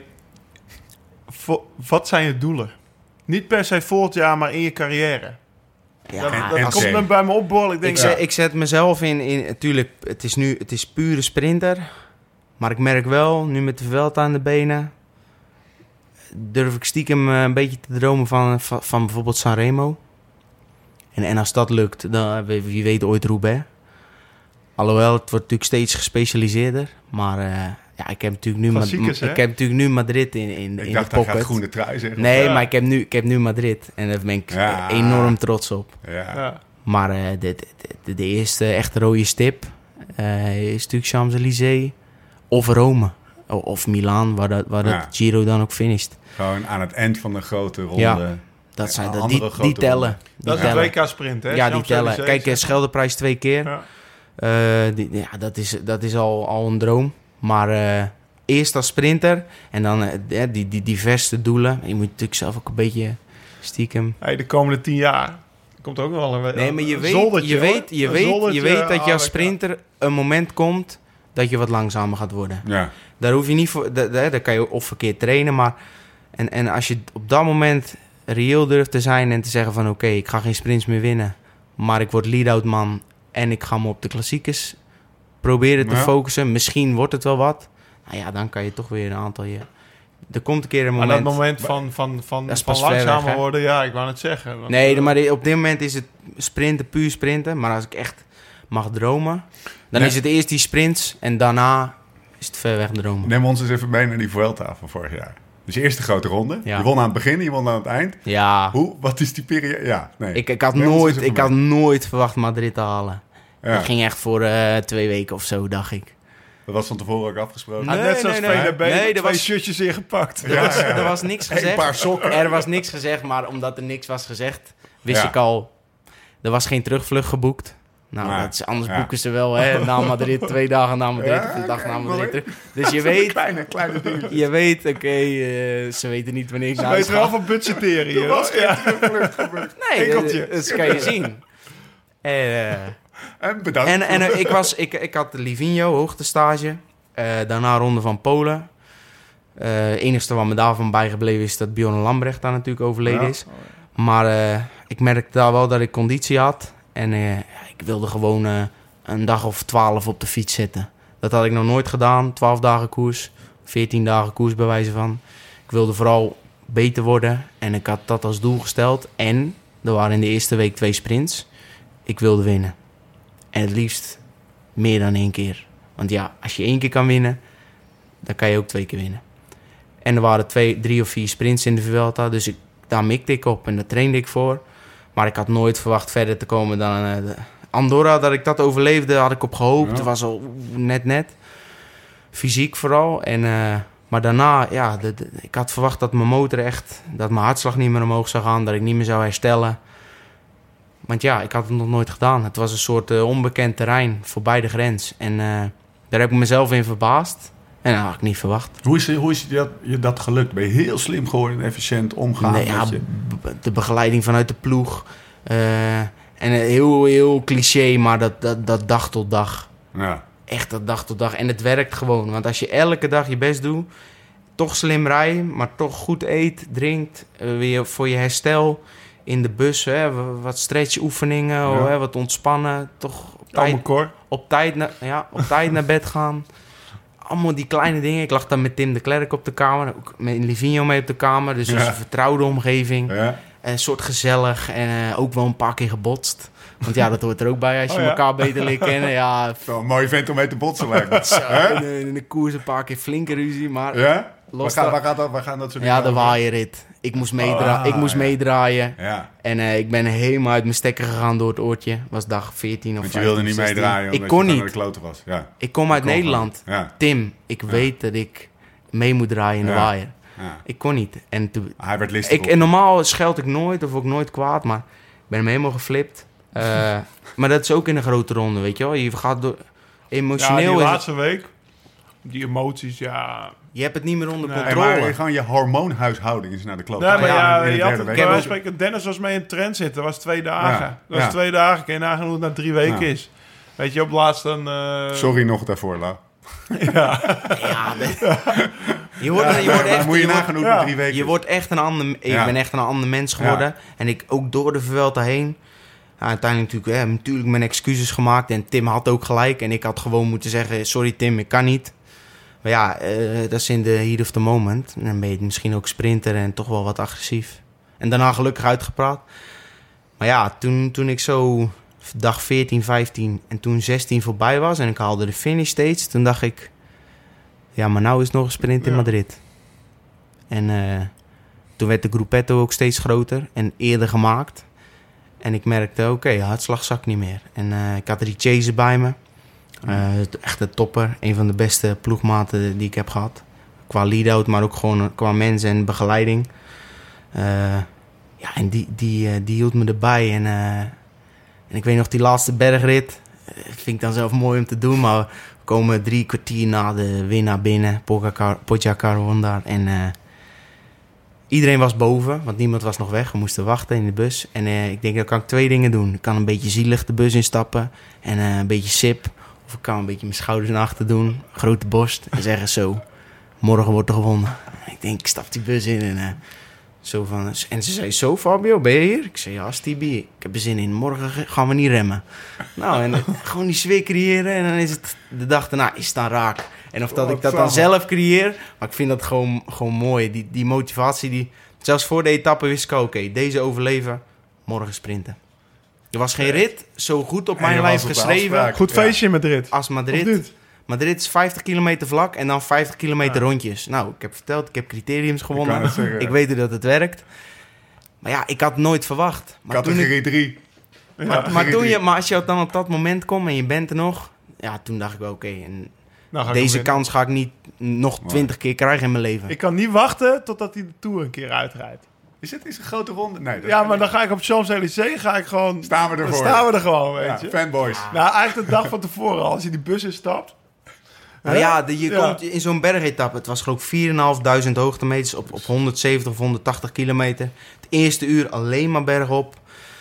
vo- wat zijn je doelen? Niet per se volgend jaar, maar in je carrière. Ja, dat en- dat en komt zeker. me bij me opborrelen. Ik denk, ik, zet, ik zet mezelf in... in natuurlijk, het is nu het is pure sprinter. Maar ik merk wel, nu met de Vuelta aan de benen... durf ik stiekem uh, een beetje te dromen van, van, van bijvoorbeeld Sanremo. En, en als dat lukt, dan wie wie weet ooit Roubaix. Alhoewel, het wordt natuurlijk steeds gespecialiseerder. Maar uh, ja, ik heb natuurlijk nu, Ma- Klassiekers, hè? ik heb natuurlijk nu Madrid in, in, Ik in dacht, de hij gaat pocket. groene trui zeggen. Nee, Ja. maar ik heb, nu, ik heb nu Madrid. En daar ben ik Ja. enorm trots op. Ja. ja. Maar uh, de, de, de, de eerste echte rode stip uh, is natuurlijk Champs-Élysées of Rome. O, of Milaan, waar, dat, waar Ja. dat Giro dan ook finisht. Gewoon aan het eind van de grote ronde. Ja. Dat zijn, Ja, dat, andere die, grote die tellen. ronde. Die Dat is een tellen. W K-sprint, hè? Ja, die tellen. Champs-Élysées, Kijk, uh, Scheldeprijs twee keer. Ja. Uh, die, ja, dat is, dat is al, al een droom. Maar uh, eerst als sprinter en dan uh, die, die diverse doelen. Je moet natuurlijk zelf ook een beetje stiekem... Hey, de komende tien jaar komt ook wel een Nee, maar je een weet, zoldertje, je hoor. weet, je Een weet, je zoldertje weet dat je als aan de- sprinter een moment komt dat je wat langzamer gaat worden. Ja. Daar hoef je niet voor, da- da- daar kan je of verkeerd trainen, maar en, en als je op dat moment reëel durft te zijn en te zeggen van oké, okay, ik ga geen sprints meer winnen, maar ik word lead-out man en ik ga me op de klassiekers proberen te Ja. focussen. Misschien wordt het wel wat. Nou ja, dan kan je toch weer een aantal je. Er komt een keer een Maar moment. dat moment van, van, van, Dat is van pas ver weg, langzamer hè? worden, ja, ik wou het zeggen. Want, Nee, uh, maar op dit moment is het sprinten, puur sprinten. Maar als ik echt mag dromen, dan Nee. is het eerst die sprints en daarna is het ver weg dromen. Neem ons eens even mee naar die Vuelta van vorig jaar. Dus je eerste grote ronde. Ja. Je won aan het begin, je won aan het eind. Ja, Hoe, wat is die periode? Ja, nee. ik, ik, had Neem ons nooit, eens even ik had mee. nooit verwacht Madrid te halen. Ja. Ik ging echt voor uh, twee weken of zo, dacht ik. Dat was van tevoren ook afgesproken. hij had Nee, net zoals nee, nee. V D B, Nee, er twee was- shirtjes ingepakt. Er, was, er was niks Een gezegd. paar sokken. Er was niks gezegd, maar omdat er niks was gezegd, wist Ja. ik al... Er was geen terugvlucht geboekt. Nou, Nee. dat is, anders Ja. boeken ze wel, hè. Na Madrid, twee dagen na Madrid, Ja, of een dag oké, na mooi. Madrid. terug. Dus je weet, Kleine, kleine dingen. je weet, oké, eh, ze weten niet wanneer ik Ze naar huis weten wel ga. van budgetteren hier. was hoor. Ja. Nee, enkeltje. dat, dat kan je zien. En, eh, En bedankt. en, en eh, ik, was, ik, ik had de Livigno, hoogtestage. Eh daarna ronde van Polen. Eh, Het enige wat me daarvan bijgebleven is dat Bjorn Lambrecht daar natuurlijk overleden Ja. is. Maar eh, ik merkte daar wel dat ik conditie had. En eh, ik wilde gewoon eh, een dag of twaalf op de fiets zitten. Dat had ik nog nooit gedaan. twaalf dagen koers. veertien dagen koers bij wijze van. Ik wilde vooral beter worden. En ik had dat als doel gesteld. En er waren in de eerste week twee sprints. Ik wilde winnen. En het liefst meer dan één keer. Want ja, als je één keer kan winnen, dan kan je ook twee keer winnen. En er waren twee, drie of vier sprints in de Vuelta. Dus ik, daar mikte ik op en daar trainde ik voor. Maar ik had nooit verwacht verder te komen dan uh, de Andorra. Dat ik dat overleefde, had ik op gehoopt. Ja. Het was al net net. Fysiek vooral. En, uh, maar daarna, ja, de, de, ik had verwacht dat mijn motor echt... dat mijn hartslag niet meer omhoog zou gaan. Dat ik niet meer zou herstellen. Want ja, ik had het nog nooit gedaan. Het was een soort uh, onbekend terrein, voorbij de grens. En uh, daar heb ik mezelf in verbaasd. En dat had ik niet verwacht. Hoe is, hoe is je, dat, je dat gelukt? Ben je heel slim geworden en efficiënt omgaan? Nee, ja, met je... b- de begeleiding vanuit de ploeg. Uh, en heel, heel cliché, maar dat, dat, dat dag tot dag. Ja. Echt dat dag tot dag. En het werkt gewoon. Want als je elke dag je best doet, toch slim rijden, maar toch goed eet, drinkt, uh, weer voor je herstel in de bus, hè, wat stretchoefeningen, Ja. hè, wat ontspannen, toch op tijd, Ome Cor. op tijd, na, ja, op tijd naar bed gaan. Allemaal die kleine dingen. Ik lag dan met Tim de Klerk op de kamer, ook met Livigno mee op de kamer, dus het was Ja. een vertrouwde omgeving. Ja. Een soort gezellig en uh, ook wel een paar keer gebotst. Want ja, dat hoort er ook bij als je oh, ja? elkaar beter leert kennen. Ja, wel een mooie vent om mee te botsen lijkt. Zo, in, de, in de koers een paar keer flinke ruzie, maar... Ja? Waar, ga, waar, gaat dat, waar gaan dat soort dingen Ja, de waaierrit. Ik moest, meedra- oh, ik moest ja. meedraaien. Ja. En uh, ik ben helemaal uit mijn stekker gegaan door het oortje. Was dag veertien of Want vijftien. Je wilde niet zestien. meedraaien omdat ik kon je niet. naar de kloten was. Ja. Ik kom uit ik Nederland. Ja. Tim, ik ja. weet dat ik mee moet draaien in de ja. waaier. Ja. Ik kon niet. En toen, Hij werd listig. Ik, en normaal scheld ik nooit of ook nooit kwaad, maar ik ben hem helemaal geflipt. Uh, maar dat is ook in een grote ronde, weet je wel. Je gaat door... Emotioneel ja, die is laatste het... week, die emoties, ja... Je hebt het niet meer onder nee, controle. Maar gewoon je hormoonhuishouding is naar de kloot. Nee, maar ja, ja je had het, week. wij spreken, Dennis was mee in een trend zitten. Dat was twee dagen. Ja, dat was ja. twee dagen. Kun je nagaan hoe het na drie weken ja. is. Weet je, op laatst dan... Uh... Sorry nog daarvoor, La. ja. ja dat... Je wordt, ja, je wordt echt, moet je, je nagaan hoe ja. drie weken Je is. wordt echt een ander... Ik ja. ben echt een ander mens geworden. Ja. En ik ook door de Vuelta heen... Ja, uiteindelijk natuurlijk, ja, natuurlijk mijn excuses gemaakt. En Tim had ook gelijk. En ik had gewoon moeten zeggen... Sorry Tim, ik kan niet. Maar ja, uh, dat is in de heat of the moment. En dan ben je misschien ook sprinter en toch wel wat agressief. En daarna gelukkig uitgepraat. Maar ja, toen, toen ik zo dag veertien, vijftien en toen zestien voorbij was... en ik haalde de finish steeds, toen dacht ik... Ja, maar nou is het nog een sprint in ja. Madrid. En uh, toen werd de gruppetto ook steeds groter en eerder gemaakt. En ik merkte, oké, okay, hartslag zakt niet meer. En uh, ik had die chaser bij me. Uh, echt een topper. Een van de beste ploegmaten die ik heb gehad. Qua lead-out, maar ook gewoon qua mensen en begeleiding. Uh, ja, en die, die, uh, die hield me erbij. En, uh, en ik weet nog, die laatste bergrit... Uh, vind ik dan zelf mooi om te doen, maar... we komen drie kwartier na de winnaar binnen. Pogacar daar. En uh, iedereen was boven, want niemand was nog weg. We moesten wachten in de bus. En uh, ik denk, dan kan ik twee dingen doen. Ik kan een beetje zielig de bus instappen. En uh, een beetje sip. Of ik kan een beetje mijn schouders naar achter doen. Grote borst. En zeggen zo, morgen wordt er gewonnen. En ik denk, ik stap die bus in. En, uh, zo van, en ze zei, zo Fabio, ben je hier? Ik zei, ja, Stevie, ik heb er zin in. Morgen gaan we niet remmen. Nou, en gewoon die sfeer creëren. En dan is het de dag daarna, is het dan raak. En of dat oh, ik dat dan zelf creëer. Maar ik vind dat gewoon, gewoon mooi. Die, die motivatie, die, zelfs voor de etappe wist ik, oké, okay, deze overleven, morgen sprinten. Er was geen rit zo goed op mijn lijf geschreven. Goed feestje in Madrid. Als Madrid. Madrid is vijftig kilometer vlak en dan vijftig kilometer ja. rondjes. Nou, ik heb verteld, ik heb criteriums gewonnen. Ik, zeggen, ik weet hoe dat het werkt. Maar ja, ik had nooit verwacht. Maar categorie drie. Maar, ja, maar, toen je, maar als je dan op dat moment komt en je bent er nog... Ja, toen dacht ik wel, oké, okay, nou, deze kans ga ik niet nog twintig keer krijgen in mijn leven. Ik kan niet wachten totdat hij de Tour een keer uitrijdt. Is het is een grote ronde? Nee. Ja, maar dan ga ik op Champs-Élysées, ga ik gewoon... Staan we ervoor. Staan we er gewoon, weet ja, je. Fanboys. Ah. Nou, eigenlijk de dag van tevoren al, als je die bus instapt... Nou ja, de, je ja. komt in zo'n bergetappe. Het was geloof ik vier en vijfduizend hoogtemeters op, op honderdzeventig of honderdtachtig kilometer. Het eerste uur alleen maar bergop.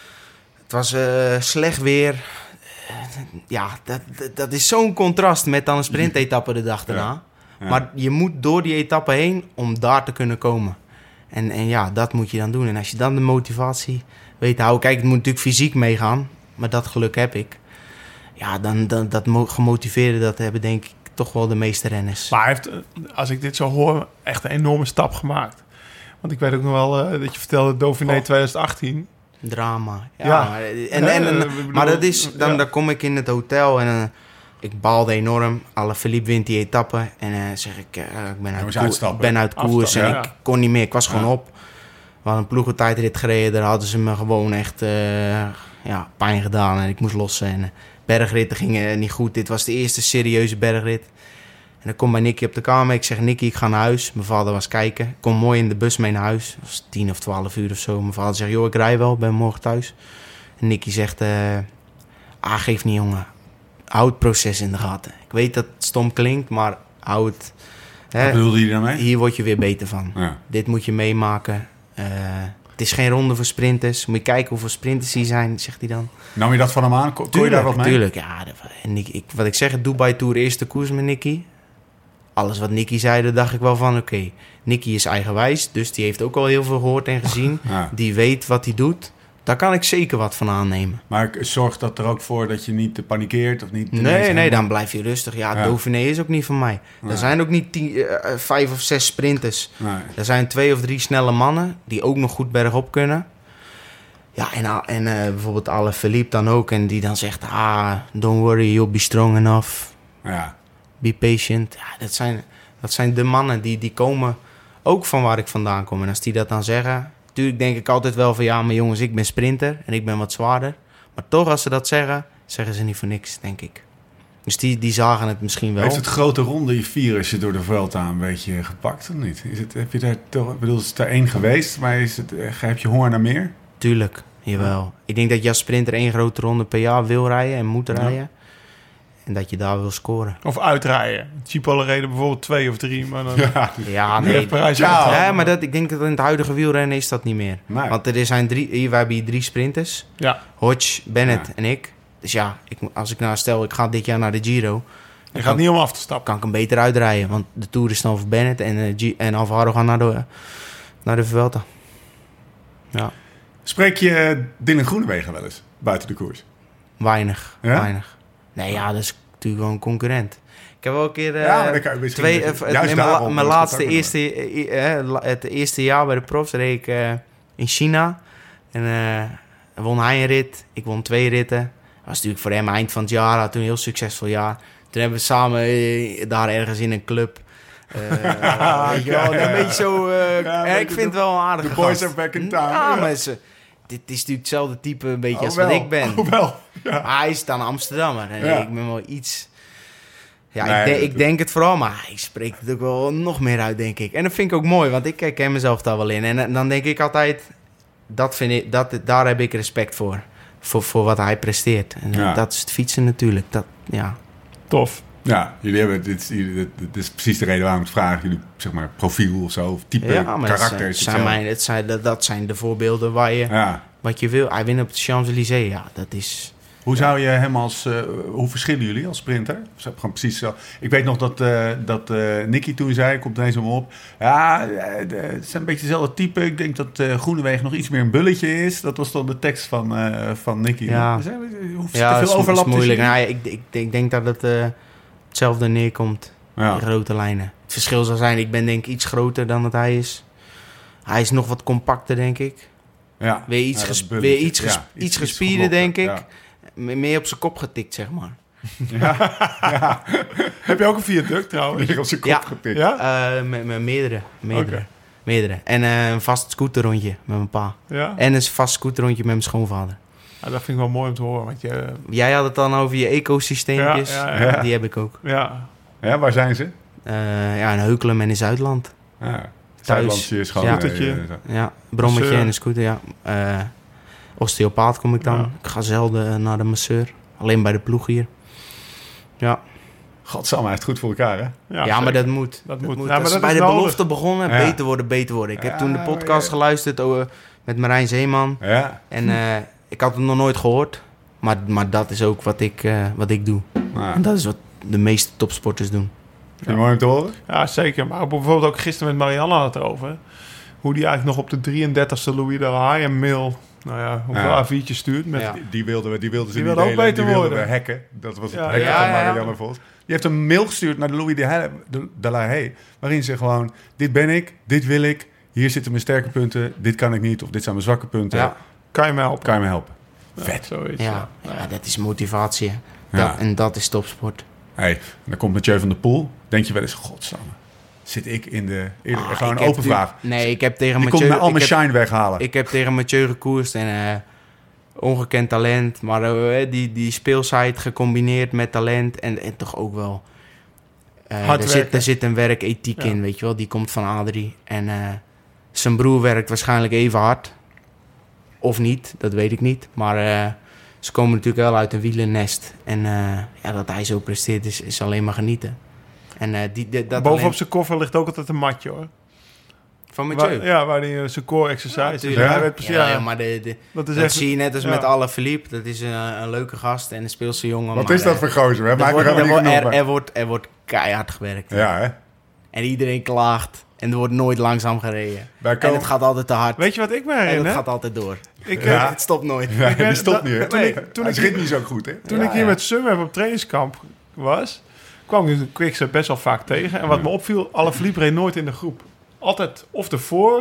Het was uh, slecht weer. Uh, ja, dat, dat, dat is zo'n contrast met dan een sprintetappe de dag daarna. Ja. Ja. Maar je moet door die etappe heen om daar te kunnen komen. En, en ja, dat moet je dan doen. En als je dan de motivatie weet te houden... Kijk, het moet natuurlijk fysiek meegaan. Maar dat geluk heb ik. Ja, dan, dan dat gemotiveerde dat hebben, denk ik, toch wel de meeste renners. Maar hij heeft, als ik dit zo hoor, echt een enorme stap gemaakt. Want ik weet ook nog wel uh, dat je vertelde Dauphiné oh. twintig achttien. Drama. Ja. ja. En, en, en, bedoel, maar dat is, dan, ja. dan kom ik in het hotel en uh, ik baalde enorm. Alaphilippe wint die etappe. En uh, zeg ik, uh, ik ben uit, koer, ik ben uit koers Afstap, en ja. ik kon niet meer. Ik was ja. gewoon op. We hadden een ploegentijdrit gereden. Daar hadden ze me gewoon echt uh, ja, pijn gedaan. En ik moest lossen. En, uh, bergritten gingen niet goed. Dit was de eerste serieuze bergrit. En dan kom bij Nicky op de kamer. Ik zeg, Nicky, ik ga naar huis. Mijn vader was kijken. Ik kom mooi in de bus mee naar huis. Het was tien of twaalf uur of zo. Mijn vader zegt, joh, ik rij wel. Ik ben morgen thuis. En Nicky zegt, uh, ah, geef niet, jongen. Hou het proces in de gaten. Ik weet dat het stom klinkt, maar hou het. Hè, wat bedoelde je daarmee? Hier word je weer beter van. Ja. Dit moet je meemaken. Uh, Het is geen ronde voor sprinters. Moet je kijken hoeveel sprinters hier zijn, zegt hij dan. Nam je dat van hem aan? Kon tuurlijk, je daar wat mee? Tuurlijk, ja. En ik, ik, wat ik zeg, het Dubai Tour, eerste koers met Nicky. Alles wat Nicky zei, daar dacht ik wel van, oké. Okay, Nicky is eigenwijs, dus die heeft ook al heel veel gehoord en gezien. Ja. Die weet wat hij doet. Daar kan ik zeker wat van aannemen. Maar zorgt dat er ook voor dat je niet panikeert of niet... Nee, nee, helemaal... dan blijf je rustig. Ja, ja. Dauphiné is ook niet van mij. Nee. Er zijn ook niet tien, uh, vijf of zes sprinters. Nee. Er zijn twee of drie snelle mannen die ook nog goed bergop kunnen. Ja, en, a- en uh, bijvoorbeeld Alaphilippe dan ook. En die dan zegt, ah, don't worry, you'll be strong enough. Ja. Be patient. Ja, dat zijn, dat zijn de mannen die, die komen ook van waar ik vandaan kom. En als die dat dan zeggen... Natuurlijk denk ik altijd wel van... Ja, maar jongens, ik ben sprinter en ik ben wat zwaarder. Maar toch, als ze dat zeggen, zeggen ze niet voor niks, denk ik. Dus die, die zagen het misschien wel. Heeft het grote ronde virusje door de Vuelta een beetje gepakt of niet? Is het, heb je daar toch, ik bedoel, het is er één geweest, maar is het, heb je honger naar meer? Tuurlijk, jawel. Ik denk dat je als sprinter één grote ronde per jaar wil rijden en moet rijden. Ja. En dat je daar wil scoren. Of uitrijden. Chipolle reden bijvoorbeeld twee of drie, maar dan... Ja, Ja, nee. Parijs Ja. Ja, maar dat, ik denk dat in het huidige wielrennen is dat niet meer. Nee. Want er zijn drie, hier, wij hebben hier drie sprinters. Ja, Hodge, Bennett Ja. en ik. Dus ja, ik, als ik nou stel, ik ga dit jaar naar de Giro. je gaat niet om af te stappen. Kan ik hem beter uitrijden. Want de Tour is dan voor Bennett en, uh, G- en Alvaro gaan naar de, naar de Vuelta. Ja, Spreek je Dylan Groenewegen wel eens buiten de koers? weinig. Ja? Weinig. Nee, ja, dat is natuurlijk gewoon een concurrent. Ik heb wel een keer... uh, Ja, maar dan kan je misschien twee, een beetje- uh, juist in mijn, la- daarom mijn is laatste contact met eerste, uh, uh, la- het eerste jaar bij de profs reed ik uh, in China. En uh, won hij een rit. Ik won twee ritten. Dat was natuurlijk voor hem eind van het jaar. Had toen een heel succesvol jaar. Toen hebben we samen uh, daar ergens in een club... Uh, weet je wel, een beetje zo... Uh, Ja, ja, ik de- vind het wel een aardige the boys gast. are back in town. Ja, Ja. maar ze, dit is natuurlijk hetzelfde type een beetje Oh, als wel. wat ik ben. Oh, wel. Ja. Maar hij is dan Amsterdammer. En Ja. ik ben wel iets... Ja, Nee, ik, denk, dat- ik denk het vooral, maar hij spreekt het ook wel nog meer uit, denk ik. En dat vind ik ook mooi, want ik herken mezelf daar wel in. En, en dan denk ik altijd, dat vind ik, dat, daar heb ik respect voor. Voor, voor wat hij presteert. En Ja. dat is het fietsen natuurlijk. Dat, ja. Tof. Ja, jullie hebben, dit, is- jullie- dit, dit is precies de reden waarom ik het vraag. Jullie, zeg maar, profiel of zo, of type, ja, maar dat karakter zijn, is zijn hetzelfde. mijn, het zijn, dat, dat zijn de voorbeelden waar je, Ja. wat je wil. Hij wint op de Champs-Élysées, ja, dat is... Hoe zou je hem als... Uh, hoe verschillen jullie als sprinter? Of gewoon precies zo. Ik weet nog dat, uh, dat uh, Nicky toen zei, komt ineens om op. Ja, uh, de, het zijn een beetje dezelfde type. Ik denk dat uh, Groenewegen nog iets meer een bulletje is. Dat was dan de tekst van, uh, van Nicky. Ja. Zijn we- Hoe Ja, te dat is, veel is overlap moeilijk. tussen Nou, ja, ik, ik, ik denk dat het uh, hetzelfde neerkomt. jullie? In Ja. grote lijnen. Het verschil zal zijn, ik ben denk ik iets groter dan dat hij is. Hij is nog wat compacter, denk ik. Ja. Weer iets, Ja, dat ges- bulletje. weer iets, ges- Ja, iets gespierder, geblokter, denk ik. ja. Me- Meer op zijn kop getikt, zeg maar. Heb je ook een viaduct trouwens? Weer op zijn kop Ja. getikt. Ja? Eh, met, met meerdere. Meerdere. Oké. meerdere. En uh, een vast scooterrondje met mijn pa. Ja? En een vast scooterrondje met mijn schoonvader. Ja, dat vind ik wel mooi om te horen. Want je, Jij had het dan over je ecosysteempjes. Ja, ja, ja. Die heb ik ook. ja, Ja, waar zijn ze? Uh, ja, in Heukelum en in Zuidland. Ja. Zuidlandse schoon. Ja. Scootertje. Ja, brommetje Masseur. en een scooter, ja. Uh, osteopaat kom ik dan. Ja. Ik ga zelden naar de masseur. Alleen bij de ploeg hier. Ja, Godsamme, hij heeft het goed voor elkaar, hè? ja, zeker. maar dat moet. Dat Dat moet. moet. Ja, maar Dat is dat bij is de nodig. belofte begonnen. Ja. Beter worden, beter worden. Ik heb Ja, toen de maar podcast ja. geluisterd over, met Marijn Zeeman. Ja. En uh, ik had het nog nooit gehoord. Maar, maar dat is ook wat ik, uh, wat ik doe. Nou, En dat is wat de meeste topsporters doen. vind je mooi om te horen? Ja, zeker. Maar bijvoorbeeld ook gisteren met Marianne had het erover. Hoe die eigenlijk nog op de drieëndertigste Louis de Haai een mail... Nou ja, hoeveel Ja. A viertjes stuurt. Met, Ja. Die, die wilden we, die wilden ze Die niet wilden ook delen. beter die wilden worden. we hacken. Dat was het Ja, hacken ja, van ja, ja. Marianne Vos. Die heeft een mail gestuurd naar de Louis de, He- de, de La Haye, waarin ze gewoon, dit ben ik, dit wil ik, hier zitten mijn sterke punten, dit kan ik niet, of dit zijn mijn zwakke punten. Ja, kan je me helpen? Kan je me helpen? Ja, Vet. zoiets, ja, ja, dat is motivatie. hè. Ja. Dat, en dat is topsport. Hey, en dan komt Mathieu van der Poel. Denk je wel eens, godsamme, zit ik in de... In, Ah, gewoon ik een heb open tu- vraag. Nee, ik heb tegen Die komt Mathieu... mij al ik mijn heb- shine weghalen. Ik heb tegen Mathieu gekoerst en uh, ongekend talent. Maar uh, die, die speelsheid gecombineerd met talent en, en toch ook wel... Uh, Hard er, zit, werken. er zit een werkethiek Ja. in, weet je wel. Die komt van Adrie. En uh, zijn broer werkt waarschijnlijk even hard. Of niet, dat weet ik niet. Maar uh, ze komen natuurlijk wel uit een wielennest. En uh, ja, dat hij zo presteert is, is alleen maar genieten. En uh, die, die, dat Bovenop alleen- zijn koffer ligt ook altijd een matje, hoor. Van Mathieu. Waar, ja, waar hij uh, zijn core exercise is. tuurlijk. Hij weet precies, Ja, ja, ja, maar de, de, dat is dat echt... zie je net als ja. met Alaphilippe. Dat is een, een leuke gast en een speelse jongen. Wat maar, is dat eh, voor gozer? Hè? er, Maakt wordt, er er, helemaal wordt, niet er, genoeg er, wordt, er wordt keihard gewerkt. van. Ja, hè? En iedereen klaagt. En er wordt nooit langzaam gereden. Wij En komen... het gaat altijd te hard. Weet je wat ik me en het herinner? gaat altijd door. Ik, Ja. eh, Het stopt nooit. Nee, Ik ben- die stopt dat- niet, hè? toen ik- toen Hij ik- schiet niet zo goed, hè? Toen Ja, ik hier ja. met Sunweb op trainingskamp was, kwam ik Quickstep best wel vaak tegen. En wat me opviel, Alaphilippe reed nooit in de groep. Altijd of ervoor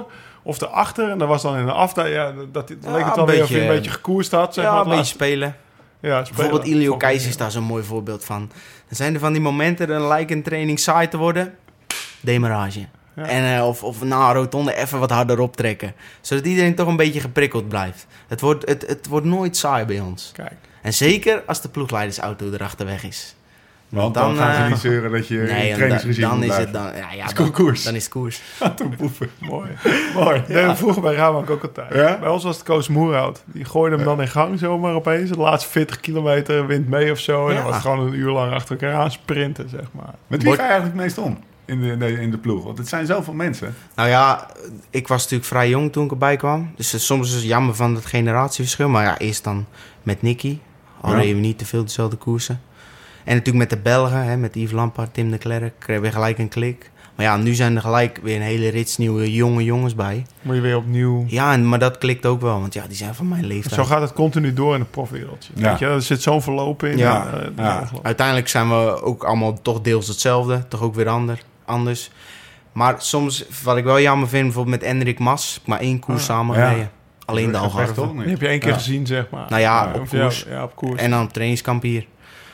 of erachter. En dat was dan in de afdaling. Ja, dat, dat Ja, leek het een wel weer of beetje, je een beetje gekoerst had. Zeg Ja, maar, een beetje laatste- spelen. Ja, spelen. Bijvoorbeeld Ilio Vond ik- Keizer is daar zo'n mooi voorbeeld van. Dan zijn er van die momenten, dan lijkt een training saai te worden. Demarrage. Ja. En, uh, of, of na een rotonde even wat harder optrekken. Zodat iedereen toch een beetje geprikkeld blijft. Het wordt, het, het wordt nooit saai bij ons. Kijk. En zeker als de ploegleidersauto erachter weg is. Want dan, Dan, gaan ze eh, niet zeuren dat je Nee, in en trainingsregime da- dan moet is het blijven. dan... Ja, ja, is dan, koers. dan is het koers. Een boeven. Mooi. Mooi. Nee, dat vroeger bij Rabank ook altijd. Ja? Bij ons was het Koos Moerhout. Die gooide hem dan in gang zomaar opeens. De laatste veertig kilometer wint mee of zo. En Ja. dan was het gewoon een uur lang achter elkaar aan sprinten, zeg maar. Met wie Wordt- ga je eigenlijk het meest om in de, in de, in de ploeg? Want het zijn zoveel mensen. Nou ja, ik was natuurlijk vrij jong toen ik erbij kwam. Dus uh, soms is het jammer van het generatieverschil. Maar ja, eerst dan met Nicky. Al Ja. reden we niet te veel dezelfde koersen. En natuurlijk met de Belgen, hè, met Yves Lampaert, Tim de Klerk. Kregen we gelijk een klik. Maar ja, nu zijn er gelijk weer een hele rits nieuwe jonge jongens bij. Moet je weer opnieuw... Ja, en, maar dat klikt ook wel. Want ja, die zijn van mijn leeftijd. Zo gaat het continu door in het profwereldje. Ja. Weet je, er zit zo'n verloop in. Ja. Ja. eh, dat is Ja. ongelooflijk. Uiteindelijk zijn we ook allemaal toch deels hetzelfde. Toch ook weer ander, anders. Maar soms, wat ik wel jammer vind, bijvoorbeeld met Enrik Mas. Maar één koers Ah, samen ja. gereden. Alleen de Dat is echt Algarve. toch niet. Die heb je één keer Ja. gezien, zeg maar. Nou ja, Ja, op Of koers. Ja, ja, op koers. En dan op trainingskamp hier.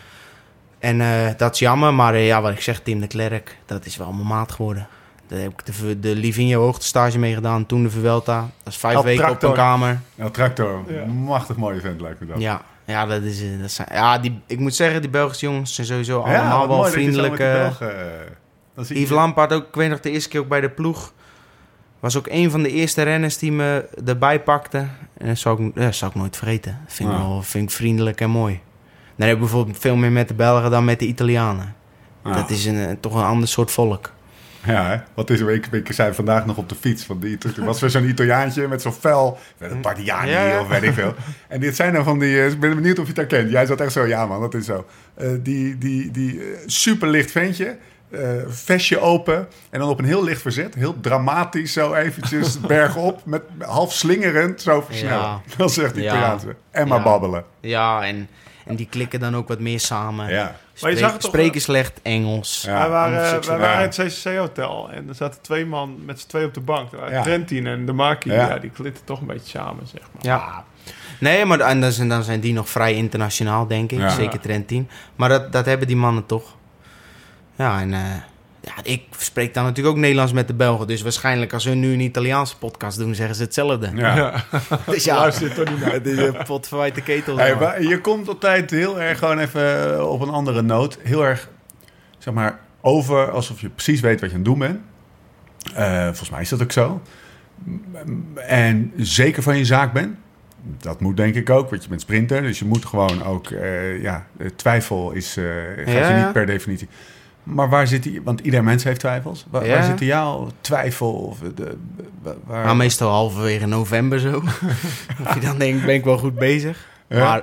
En eh, dat is jammer, maar eh, ja, wat ik zeg, Tim de Klerk, dat is wel mijn maat geworden. Daar heb ik de, Vu- de Livigno hoogtestage mee gedaan, toen de Vuelta. Dat is vijf El weken Tractor. op een kamer. El Tractor, Ja. machtig mooi event lijkt me dat. Ja, ja, dat is, eh, dat zijn, ja die, ik moet zeggen, die Belgische jongens zijn sowieso Ja, allemaal wat wel mooi dat je zo vriendelijk. met die eh, Belgen, eh, dan zie je- Yves Lampaert ook, ik weet nog de eerste keer ook bij de ploeg. Was ook een van de eerste renners die me erbij pakte. En dat zou ik, ja, dat zou ik nooit vergeten. Dat vind ik, Ja. wel, vind ik vriendelijk en mooi. Dan heb ik bijvoorbeeld veel meer met de Belgen dan met de Italianen. Ja. Dat is een, eh, toch een ander soort volk. Ja, hè? Wat is er? Ik, ik zei vandaag nog op de fiets. Van die, er was weer zo'n Italiaantje met zo'n fel. Met een Partiani Ja, ja. of weet ik veel. En dit zijn dan van die... eh, Ik ben benieuwd of je het herkent. Jij zat echt zo... Ja man, dat is zo. Eh, die die, die eh, super licht ventje. eh, vestje open. En dan op een heel licht verzet. Heel dramatisch zo eventjes bergop. Met half slingerend zo versnellen. Ja. Dat zegt die Ja. Italiaanse. En maar Ja. babbelen. Ja, en, en die klikken dan ook wat meer samen. Ja. Maar je zag het toch- spreken slecht Engels. Ja. wij waren, Of wij ja. waren in het C C C-hotel en er zaten twee man met z'n twee op de bank. Er waren Ja. Trentin en de Marquis. Ja. Ja. die klitten toch een beetje samen, zeg maar. Ja. Nee, maar en dan, zijn, dan zijn die nog vrij internationaal, denk ik. Ja. Zeker Trentin. Maar dat, dat hebben die mannen toch. Ja, en eh, ja, ik spreek dan natuurlijk ook Nederlands met de Belgen. Dus waarschijnlijk als hun nu een Italiaanse podcast doen, zeggen ze hetzelfde. Ja. Ja. Dus ja, Luister je toch niet naar. het is een pot verwijte ketel. Hey, maar je komt altijd heel erg gewoon even op een andere noot. Heel erg, zeg maar, over alsof je precies weet wat je aan het doen bent. Eh, volgens mij is dat ook zo. En zeker van je zaak bent. Dat moet denk ik ook, want je bent sprinter. Dus je moet gewoon ook, eh, ja, twijfel is, eh gaat Ja, je ja. niet per definitie. Maar waar zit die, want ieder mens heeft twijfels. Waar, Ja. waar zit jouw twijfel? Of de, waar, Maar meestal halverwege november zo. Of je dan denkt, ben ik wel goed bezig. Ja. Maar,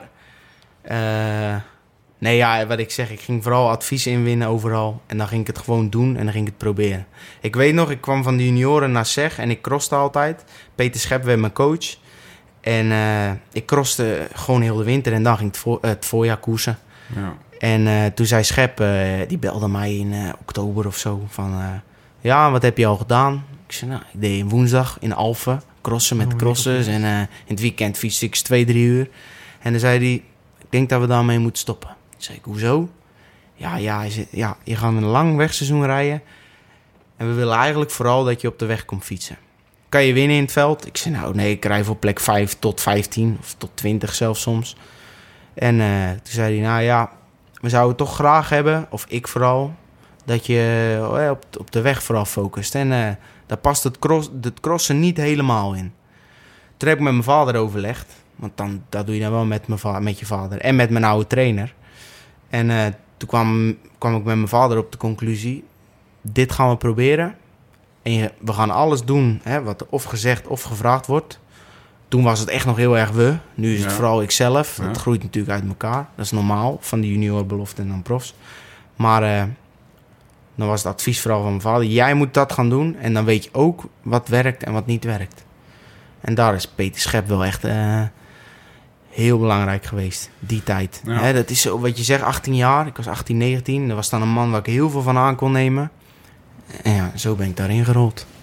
eh, nee ja, wat ik zeg, ik ging vooral advies inwinnen overal. En dan ging ik het gewoon doen en dan ging ik het proberen. Ik weet nog, ik kwam van de junioren naar S E G en ik crosste altijd. Peter Schep werd mijn coach. En eh, ik crosste gewoon heel de winter en dan ging het, voor, het voorjaar koersen. Ja. En eh, toen zei Schep, eh, die belde mij in eh, oktober of zo, van... eh, ja, wat heb je al gedaan? Ik zei, nou, ik deed een woensdag in Alphen, crossen met Oh, crossers. En eh, in het weekend fiets ik twee, drie uur. En dan zei hij, ik denk dat we daarmee moeten stoppen. Ik zei, hoezo? Ja, ja, hij zei, ja, je gaat een lang wegseizoen rijden. En we willen eigenlijk vooral dat je op de weg komt fietsen. Kan je winnen in het veld? Ik zei, nou nee, ik rij voor plek vijf tot vijftien of tot twintig zelfs soms. En uh, toen zei hij, nou ja, we zouden toch graag hebben, of ik vooral, dat je uh, op, op de weg vooral focust. En uh, daar past het, cross, het crossen niet helemaal in. Toen heb ik met mijn vader overlegd, want dan, dat doe je dan wel met, mijn va- met je vader en met mijn oude trainer. En uh, toen kwam, kwam ik met mijn vader op de conclusie, dit gaan we proberen. En je, we gaan alles doen, hè, wat of gezegd of gevraagd wordt. Toen was het echt nog heel erg we. Nu is het Ja. vooral ikzelf. Ja. Het groeit natuurlijk uit elkaar. Dat is normaal, van de juniorbelofte en dan profs. Maar uh, dan was het advies vooral van mijn vader. Jij moet dat gaan doen. En dan weet je ook wat werkt en wat niet werkt. En daar is Peter Schep wel echt uh, heel belangrijk geweest. Die tijd. Ja. Hè, dat is zo, wat je zegt, achttien jaar. Ik was achttien, negentien. Er was dan een man waar ik heel veel van aan kon nemen. En ja, zo ben ik daarin gerold.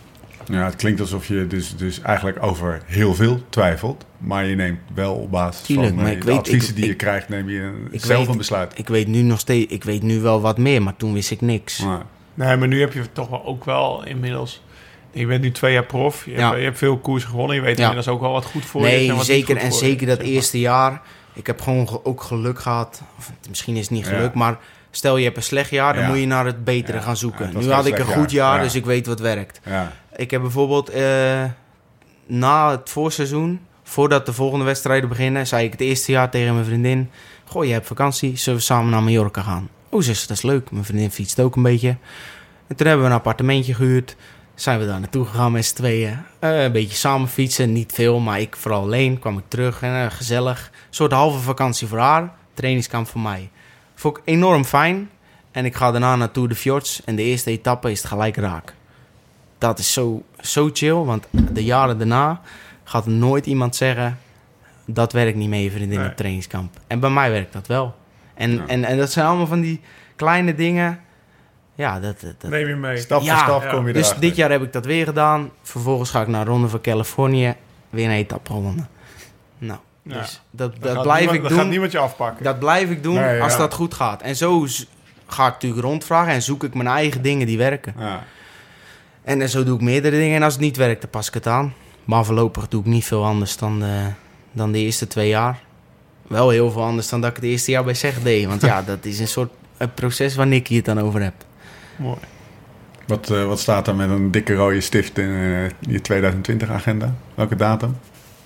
Ja, het klinkt alsof je dus, dus eigenlijk over heel veel twijfelt. Maar je neemt wel op basis Tuurlijk, van maar uh, ik de weet- adviezen ik- die je ik- krijgt, neem je een- ik zelf weet- een besluit. Ik weet nu nog steeds, ik weet nu wel wat meer, maar toen wist ik niks. Maar, Nee, maar nu heb je toch wel ook wel inmiddels... Je bent nu twee jaar prof. Je, Ja. hebt, je hebt veel koers gewonnen. Je weet Ja. inmiddels ook wel wat goed voor je is. Nee, en wat zeker. niet goed En voor je zeker is, dat zeg maar. eerste jaar. Ik heb gewoon ge- ook geluk gehad. Of, misschien is het niet Ja. geluk, maar stel je hebt een slecht jaar, dan Ja. moet je naar het betere Ja. gaan Ja, zoeken. het was nu geen had ik een slecht goed jaar. jaar, Ja. dus ik weet wat werkt. ja. Ik heb bijvoorbeeld eh, na het voorseizoen, voordat de volgende wedstrijden beginnen, zei ik het eerste jaar tegen mijn vriendin: goh, je hebt vakantie, zullen we samen naar Mallorca gaan? Oh, zus, dat is leuk. Mijn vriendin fietst ook een beetje. En toen hebben we een appartementje gehuurd. Zijn we daar naartoe gegaan met z'n tweeën. Eh, een beetje samen fietsen, niet veel, maar ik vooral alleen. Kwam ik terug en eh, gezellig. Een soort halve vakantie voor haar, trainingskamp voor mij. Vond ik enorm fijn. En ik ga daarna naar Tour de Fjords. En de eerste etappe is het gelijk raak. Dat is zo, zo chill, want de jaren daarna gaat er nooit iemand zeggen: dat werkt niet mee, je vriendin, Nee. op trainingskamp. En bij mij werkt dat wel. En, Ja. en, en dat zijn allemaal van die kleine dingen. Ja, dat, dat, dat- Neem je mee. Stap Ja. voor stap Ja. kom je dus erachter. dit jaar heb ik dat weer gedaan. Vervolgens ga ik naar Ronde van Californië. Weer een etappe gewonnen. Nou, Ja. dus dat, Dat dat gaat blijf niemand- ik Dat doen. gaat niemand je afpakken. Dat blijf ik doen Nee, ja. als dat goed gaat. En zo z- ga ik natuurlijk rondvragen en zoek ik mijn eigen dingen die werken. Ja. En, en zo doe ik meerdere dingen. En als het niet werkt, dan pas ik het aan. Maar voorlopig doe ik niet veel anders dan de, dan de eerste twee jaar. Wel heel veel anders dan dat ik het eerste jaar bij Zeg deed. Want ja, dat is een soort een proces waar Nicky het dan over hebt. Mooi. Wat, eh, wat staat er met een dikke rode stift in eh, je twintig twintig agenda? Welke datum?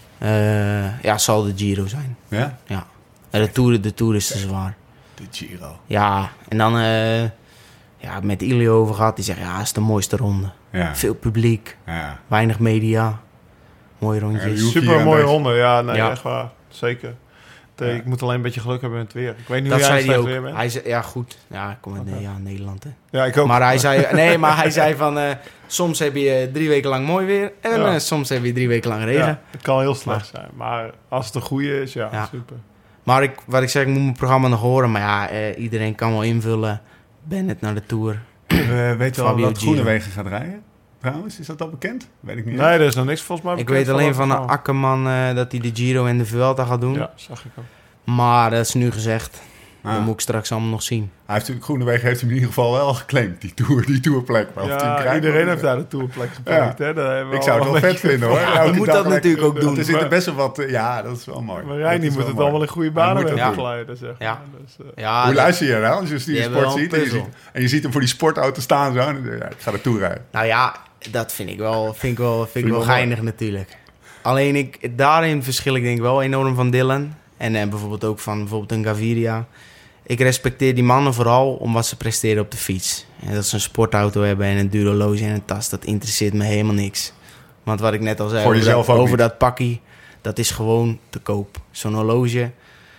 Eh, ja, zal de Giro zijn. Ja? En de Tour, de Tour is te zwaar. De Giro. Ja, en dan eh ja, met Ilio over gehad. Die zegt, ja, het is de mooiste ronde. Ja. Veel publiek, ja. weinig media. Mooie Ja, rondjes. die hoeft- Super hier mooie aan deze- ronde. Ja, nee, Ja. echt waar. Zeker. De- Ja. Ik moet alleen een beetje geluk hebben met het weer. Ik weet niet Dat hoe jij zei hij slecht ook. weer bent. Hij zei, ja, goed. Ja, ik kom uit Oké. ja, Nederland, hè. Ja, ik ook. Maar hij zei, nee, maar hij zei van, eh, soms heb je drie weken lang mooi weer. En Ja. eh, soms heb je drie weken lang regen. Ja, het kan heel slecht zijn. Maar als het een goede is, ja, Ja. super. Maar ik, wat ik zeg, ik moet mijn programma nog horen. Maar ja, eh, iedereen kan wel invullen. Bennett naar de Tour. We weten wel Fabio wat Giro. Groenewegen gaat rijden? Trouwens, is dat al bekend? Weet ik niet. Nee, er is nog niks volgens mij Ik bekend weet alleen dat van verhaal. Akkerman eh, dat hij de Giro en de Vuelta gaat doen. Ja, zag ik ook. Maar dat is nu gezegd. Ah. Dat moet ik straks allemaal nog zien. Hij heeft, Groenewegen heeft hem in ieder geval wel geclaimd, die, tour, die tourplek. Maar of hij hem Ja, krijgt, iedereen dat- heeft daar de tourplek gepakt. Hè? Daar hebben we Ik zou het al wel een vet beetje- vinden hoor. Ja, Elke je moet dag dat lekker- natuurlijk ook doen. Want er zitten best wel wat... eh, Ja, dat is wel mooi. Maar Dat Reini is moet wel het mooi. allemaal in goede Hij banen moet weer dat begeleiden, zeg Ja. maar. Dus, eh, Ja, Hoe dat- luister je nou als je die die hebben sport wel een ziet en je puzzel. ziet, en je ziet hem voor die sportauto staan zo, en dan, ja, ik ga er toe rijden. Nou ja, dat vind ik wel, vind ik wel, vind ik je wel wel geinig natuurlijk. Alleen ik, daarin verschil ik denk ik wel enorm van Dylan. En eh, bijvoorbeeld ook van bijvoorbeeld een Gaviria. Ik respecteer die mannen vooral om wat ze presteren op de fiets. En dat ze een sportauto hebben en een duur horloge en een tas, dat interesseert me helemaal niks. Want wat ik net al zei Voor over, jezelf dat, ook over niet. dat pakkie, dat is gewoon te koop. Zo'n horloge,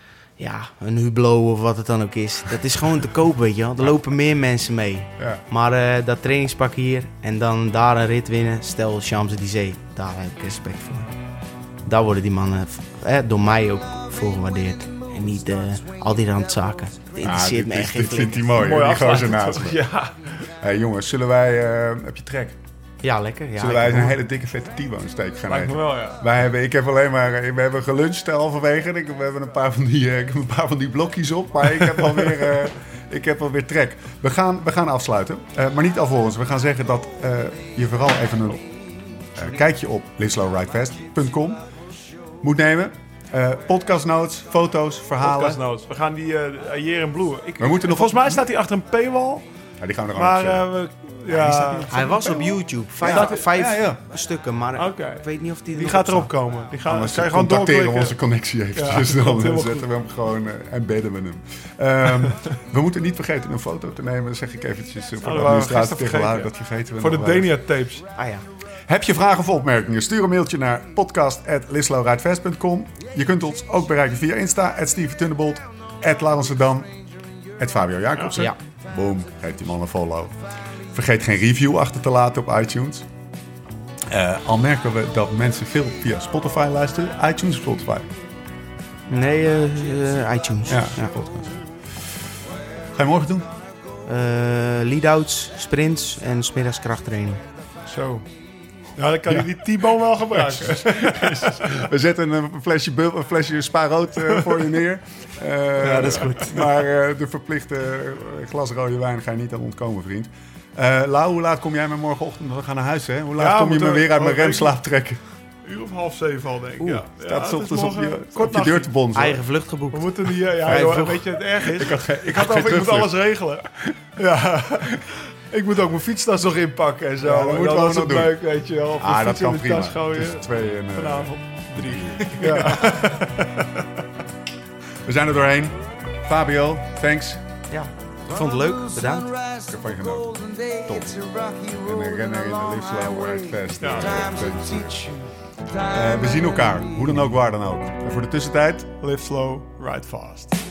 ja, een Hublot of wat het dan ook is. Dat is gewoon te koop, weet je wel. Er lopen meer mensen mee. Ja. Maar eh, dat trainingspak hier en dan daar een rit winnen, stel Champs-Élysées, daar heb ik respect voor. Daar worden die mannen eh, door mij ook voor gewaardeerd. En niet eh, al die randzaken. Het interesseert Ah, me dit, echt dit, geen dit vindt flikker. hij mooi, Mooi hoor, die gozer afsluiten, naast me. toch? Ja. Hey, jongens, zullen wij... eh, heb je trek? Ja, lekker. Ja, zullen ik wij heb eens een hoor. hele dikke vette T-bone steak gaan Lijkt me eten? wel, ja. Wij hebben, ik heb alleen maar, we hebben geluncht halverwege. Ik, we hebben een paar van die, eh, ik heb een paar van die blokjes op, maar ik heb alweer, eh, ik heb alweer trek. We gaan, we gaan afsluiten, uh, maar niet alvorens. We gaan zeggen dat uh, je vooral even een uh, kijkje op lislowridefest punt com moet nemen. Uh, podcast notes, foto's, verhalen. Podcast notes. We gaan die uh, Jeren Blue. Ik, We moeten nog volgens mij staat hij achter een paywall. Ja, die gaan we er gewoon Maar opzetten. uh, we, ja, Hij was op YouTube. Vijf, Ja, vijf ja, ja. stukken, maar Oké. ik weet niet of die er die nog gaat op erop staat. komen. Die gaan, Anders kan je gewoon contacteren we doorklikken. onze connectie eventjes. Ja, dan komt helemaal zetten goed. we hem gewoon uh, embedden we hem. Um, we moeten niet vergeten een foto te nemen. Dat zeg ik eventjes uh, voor Oh, de dat waren we administratie gisteren tegen Lara. vergeten, Dat vergeten we Voor de nog wel eens. Denia tapes. Ah ja. Heb je vragen of opmerkingen? Stuur een mailtje naar podcast at lislowridefest punt com. Je kunt ons ook bereiken via Insta, at Steven Tunnebolt, at Larensedam, at Fabio Jacobsen. Ja. Boom, geef die man een follow. Vergeet geen review achter te laten op iTunes. Uh, al merken we dat mensen veel via Spotify luisteren. iTunes of Spotify? Nee, uh, uh, iTunes. Ja, Ja. podcast. Ga je morgen doen? Uh, lead-outs, sprints en 's middags krachttraining. Zo. Nou, dan kan je die T-bone wel gebruiken. We zetten een flesje, bub, een flesje Spa-rood uh, voor je neer. Uh, Ja, dat is goed. Maar uh, de verplichte uh, glas rode wijn ga je niet aan ontkomen, vriend. Uh, Lau, hoe laat kom jij me morgenochtend? We gaan naar huis, hè? Hoe laat Ja, kom je moeten me we- weer uit mijn oh, remslaap trekken? Een uur of half zeven al, denk ik. Oeh, Ja. staat Ja, s het is ochtends op morgen je, een op kort je deur nachtje. te bonzen. Eigen vlucht geboekt. We moeten die... Ja, ja Vrij joh, vroeg. weet je, het erg is? Ik had, geen, ik Ik had had geen over, ik moet terugvlucht. alles regelen. Ja. Ik moet ook mijn fietstas nog inpakken en zo. Ja, dat En moeten we dan ook is nog het doen. leuk, weet je wel. Of Ah, mijn dat fiets in kan de prima. tas gooien. Tussen twee en... Uh, Vanavond drie. Ja. we zijn er doorheen. Fabio, thanks. Ja, ik vond het leuk. Bedankt. Ik heb van je genoten. Top. En een renner in de Live Slow Ride Fast. Ja. Uh, we zien elkaar, hoe dan ook, waar dan ook. En voor de tussentijd... Live slow, ride fast.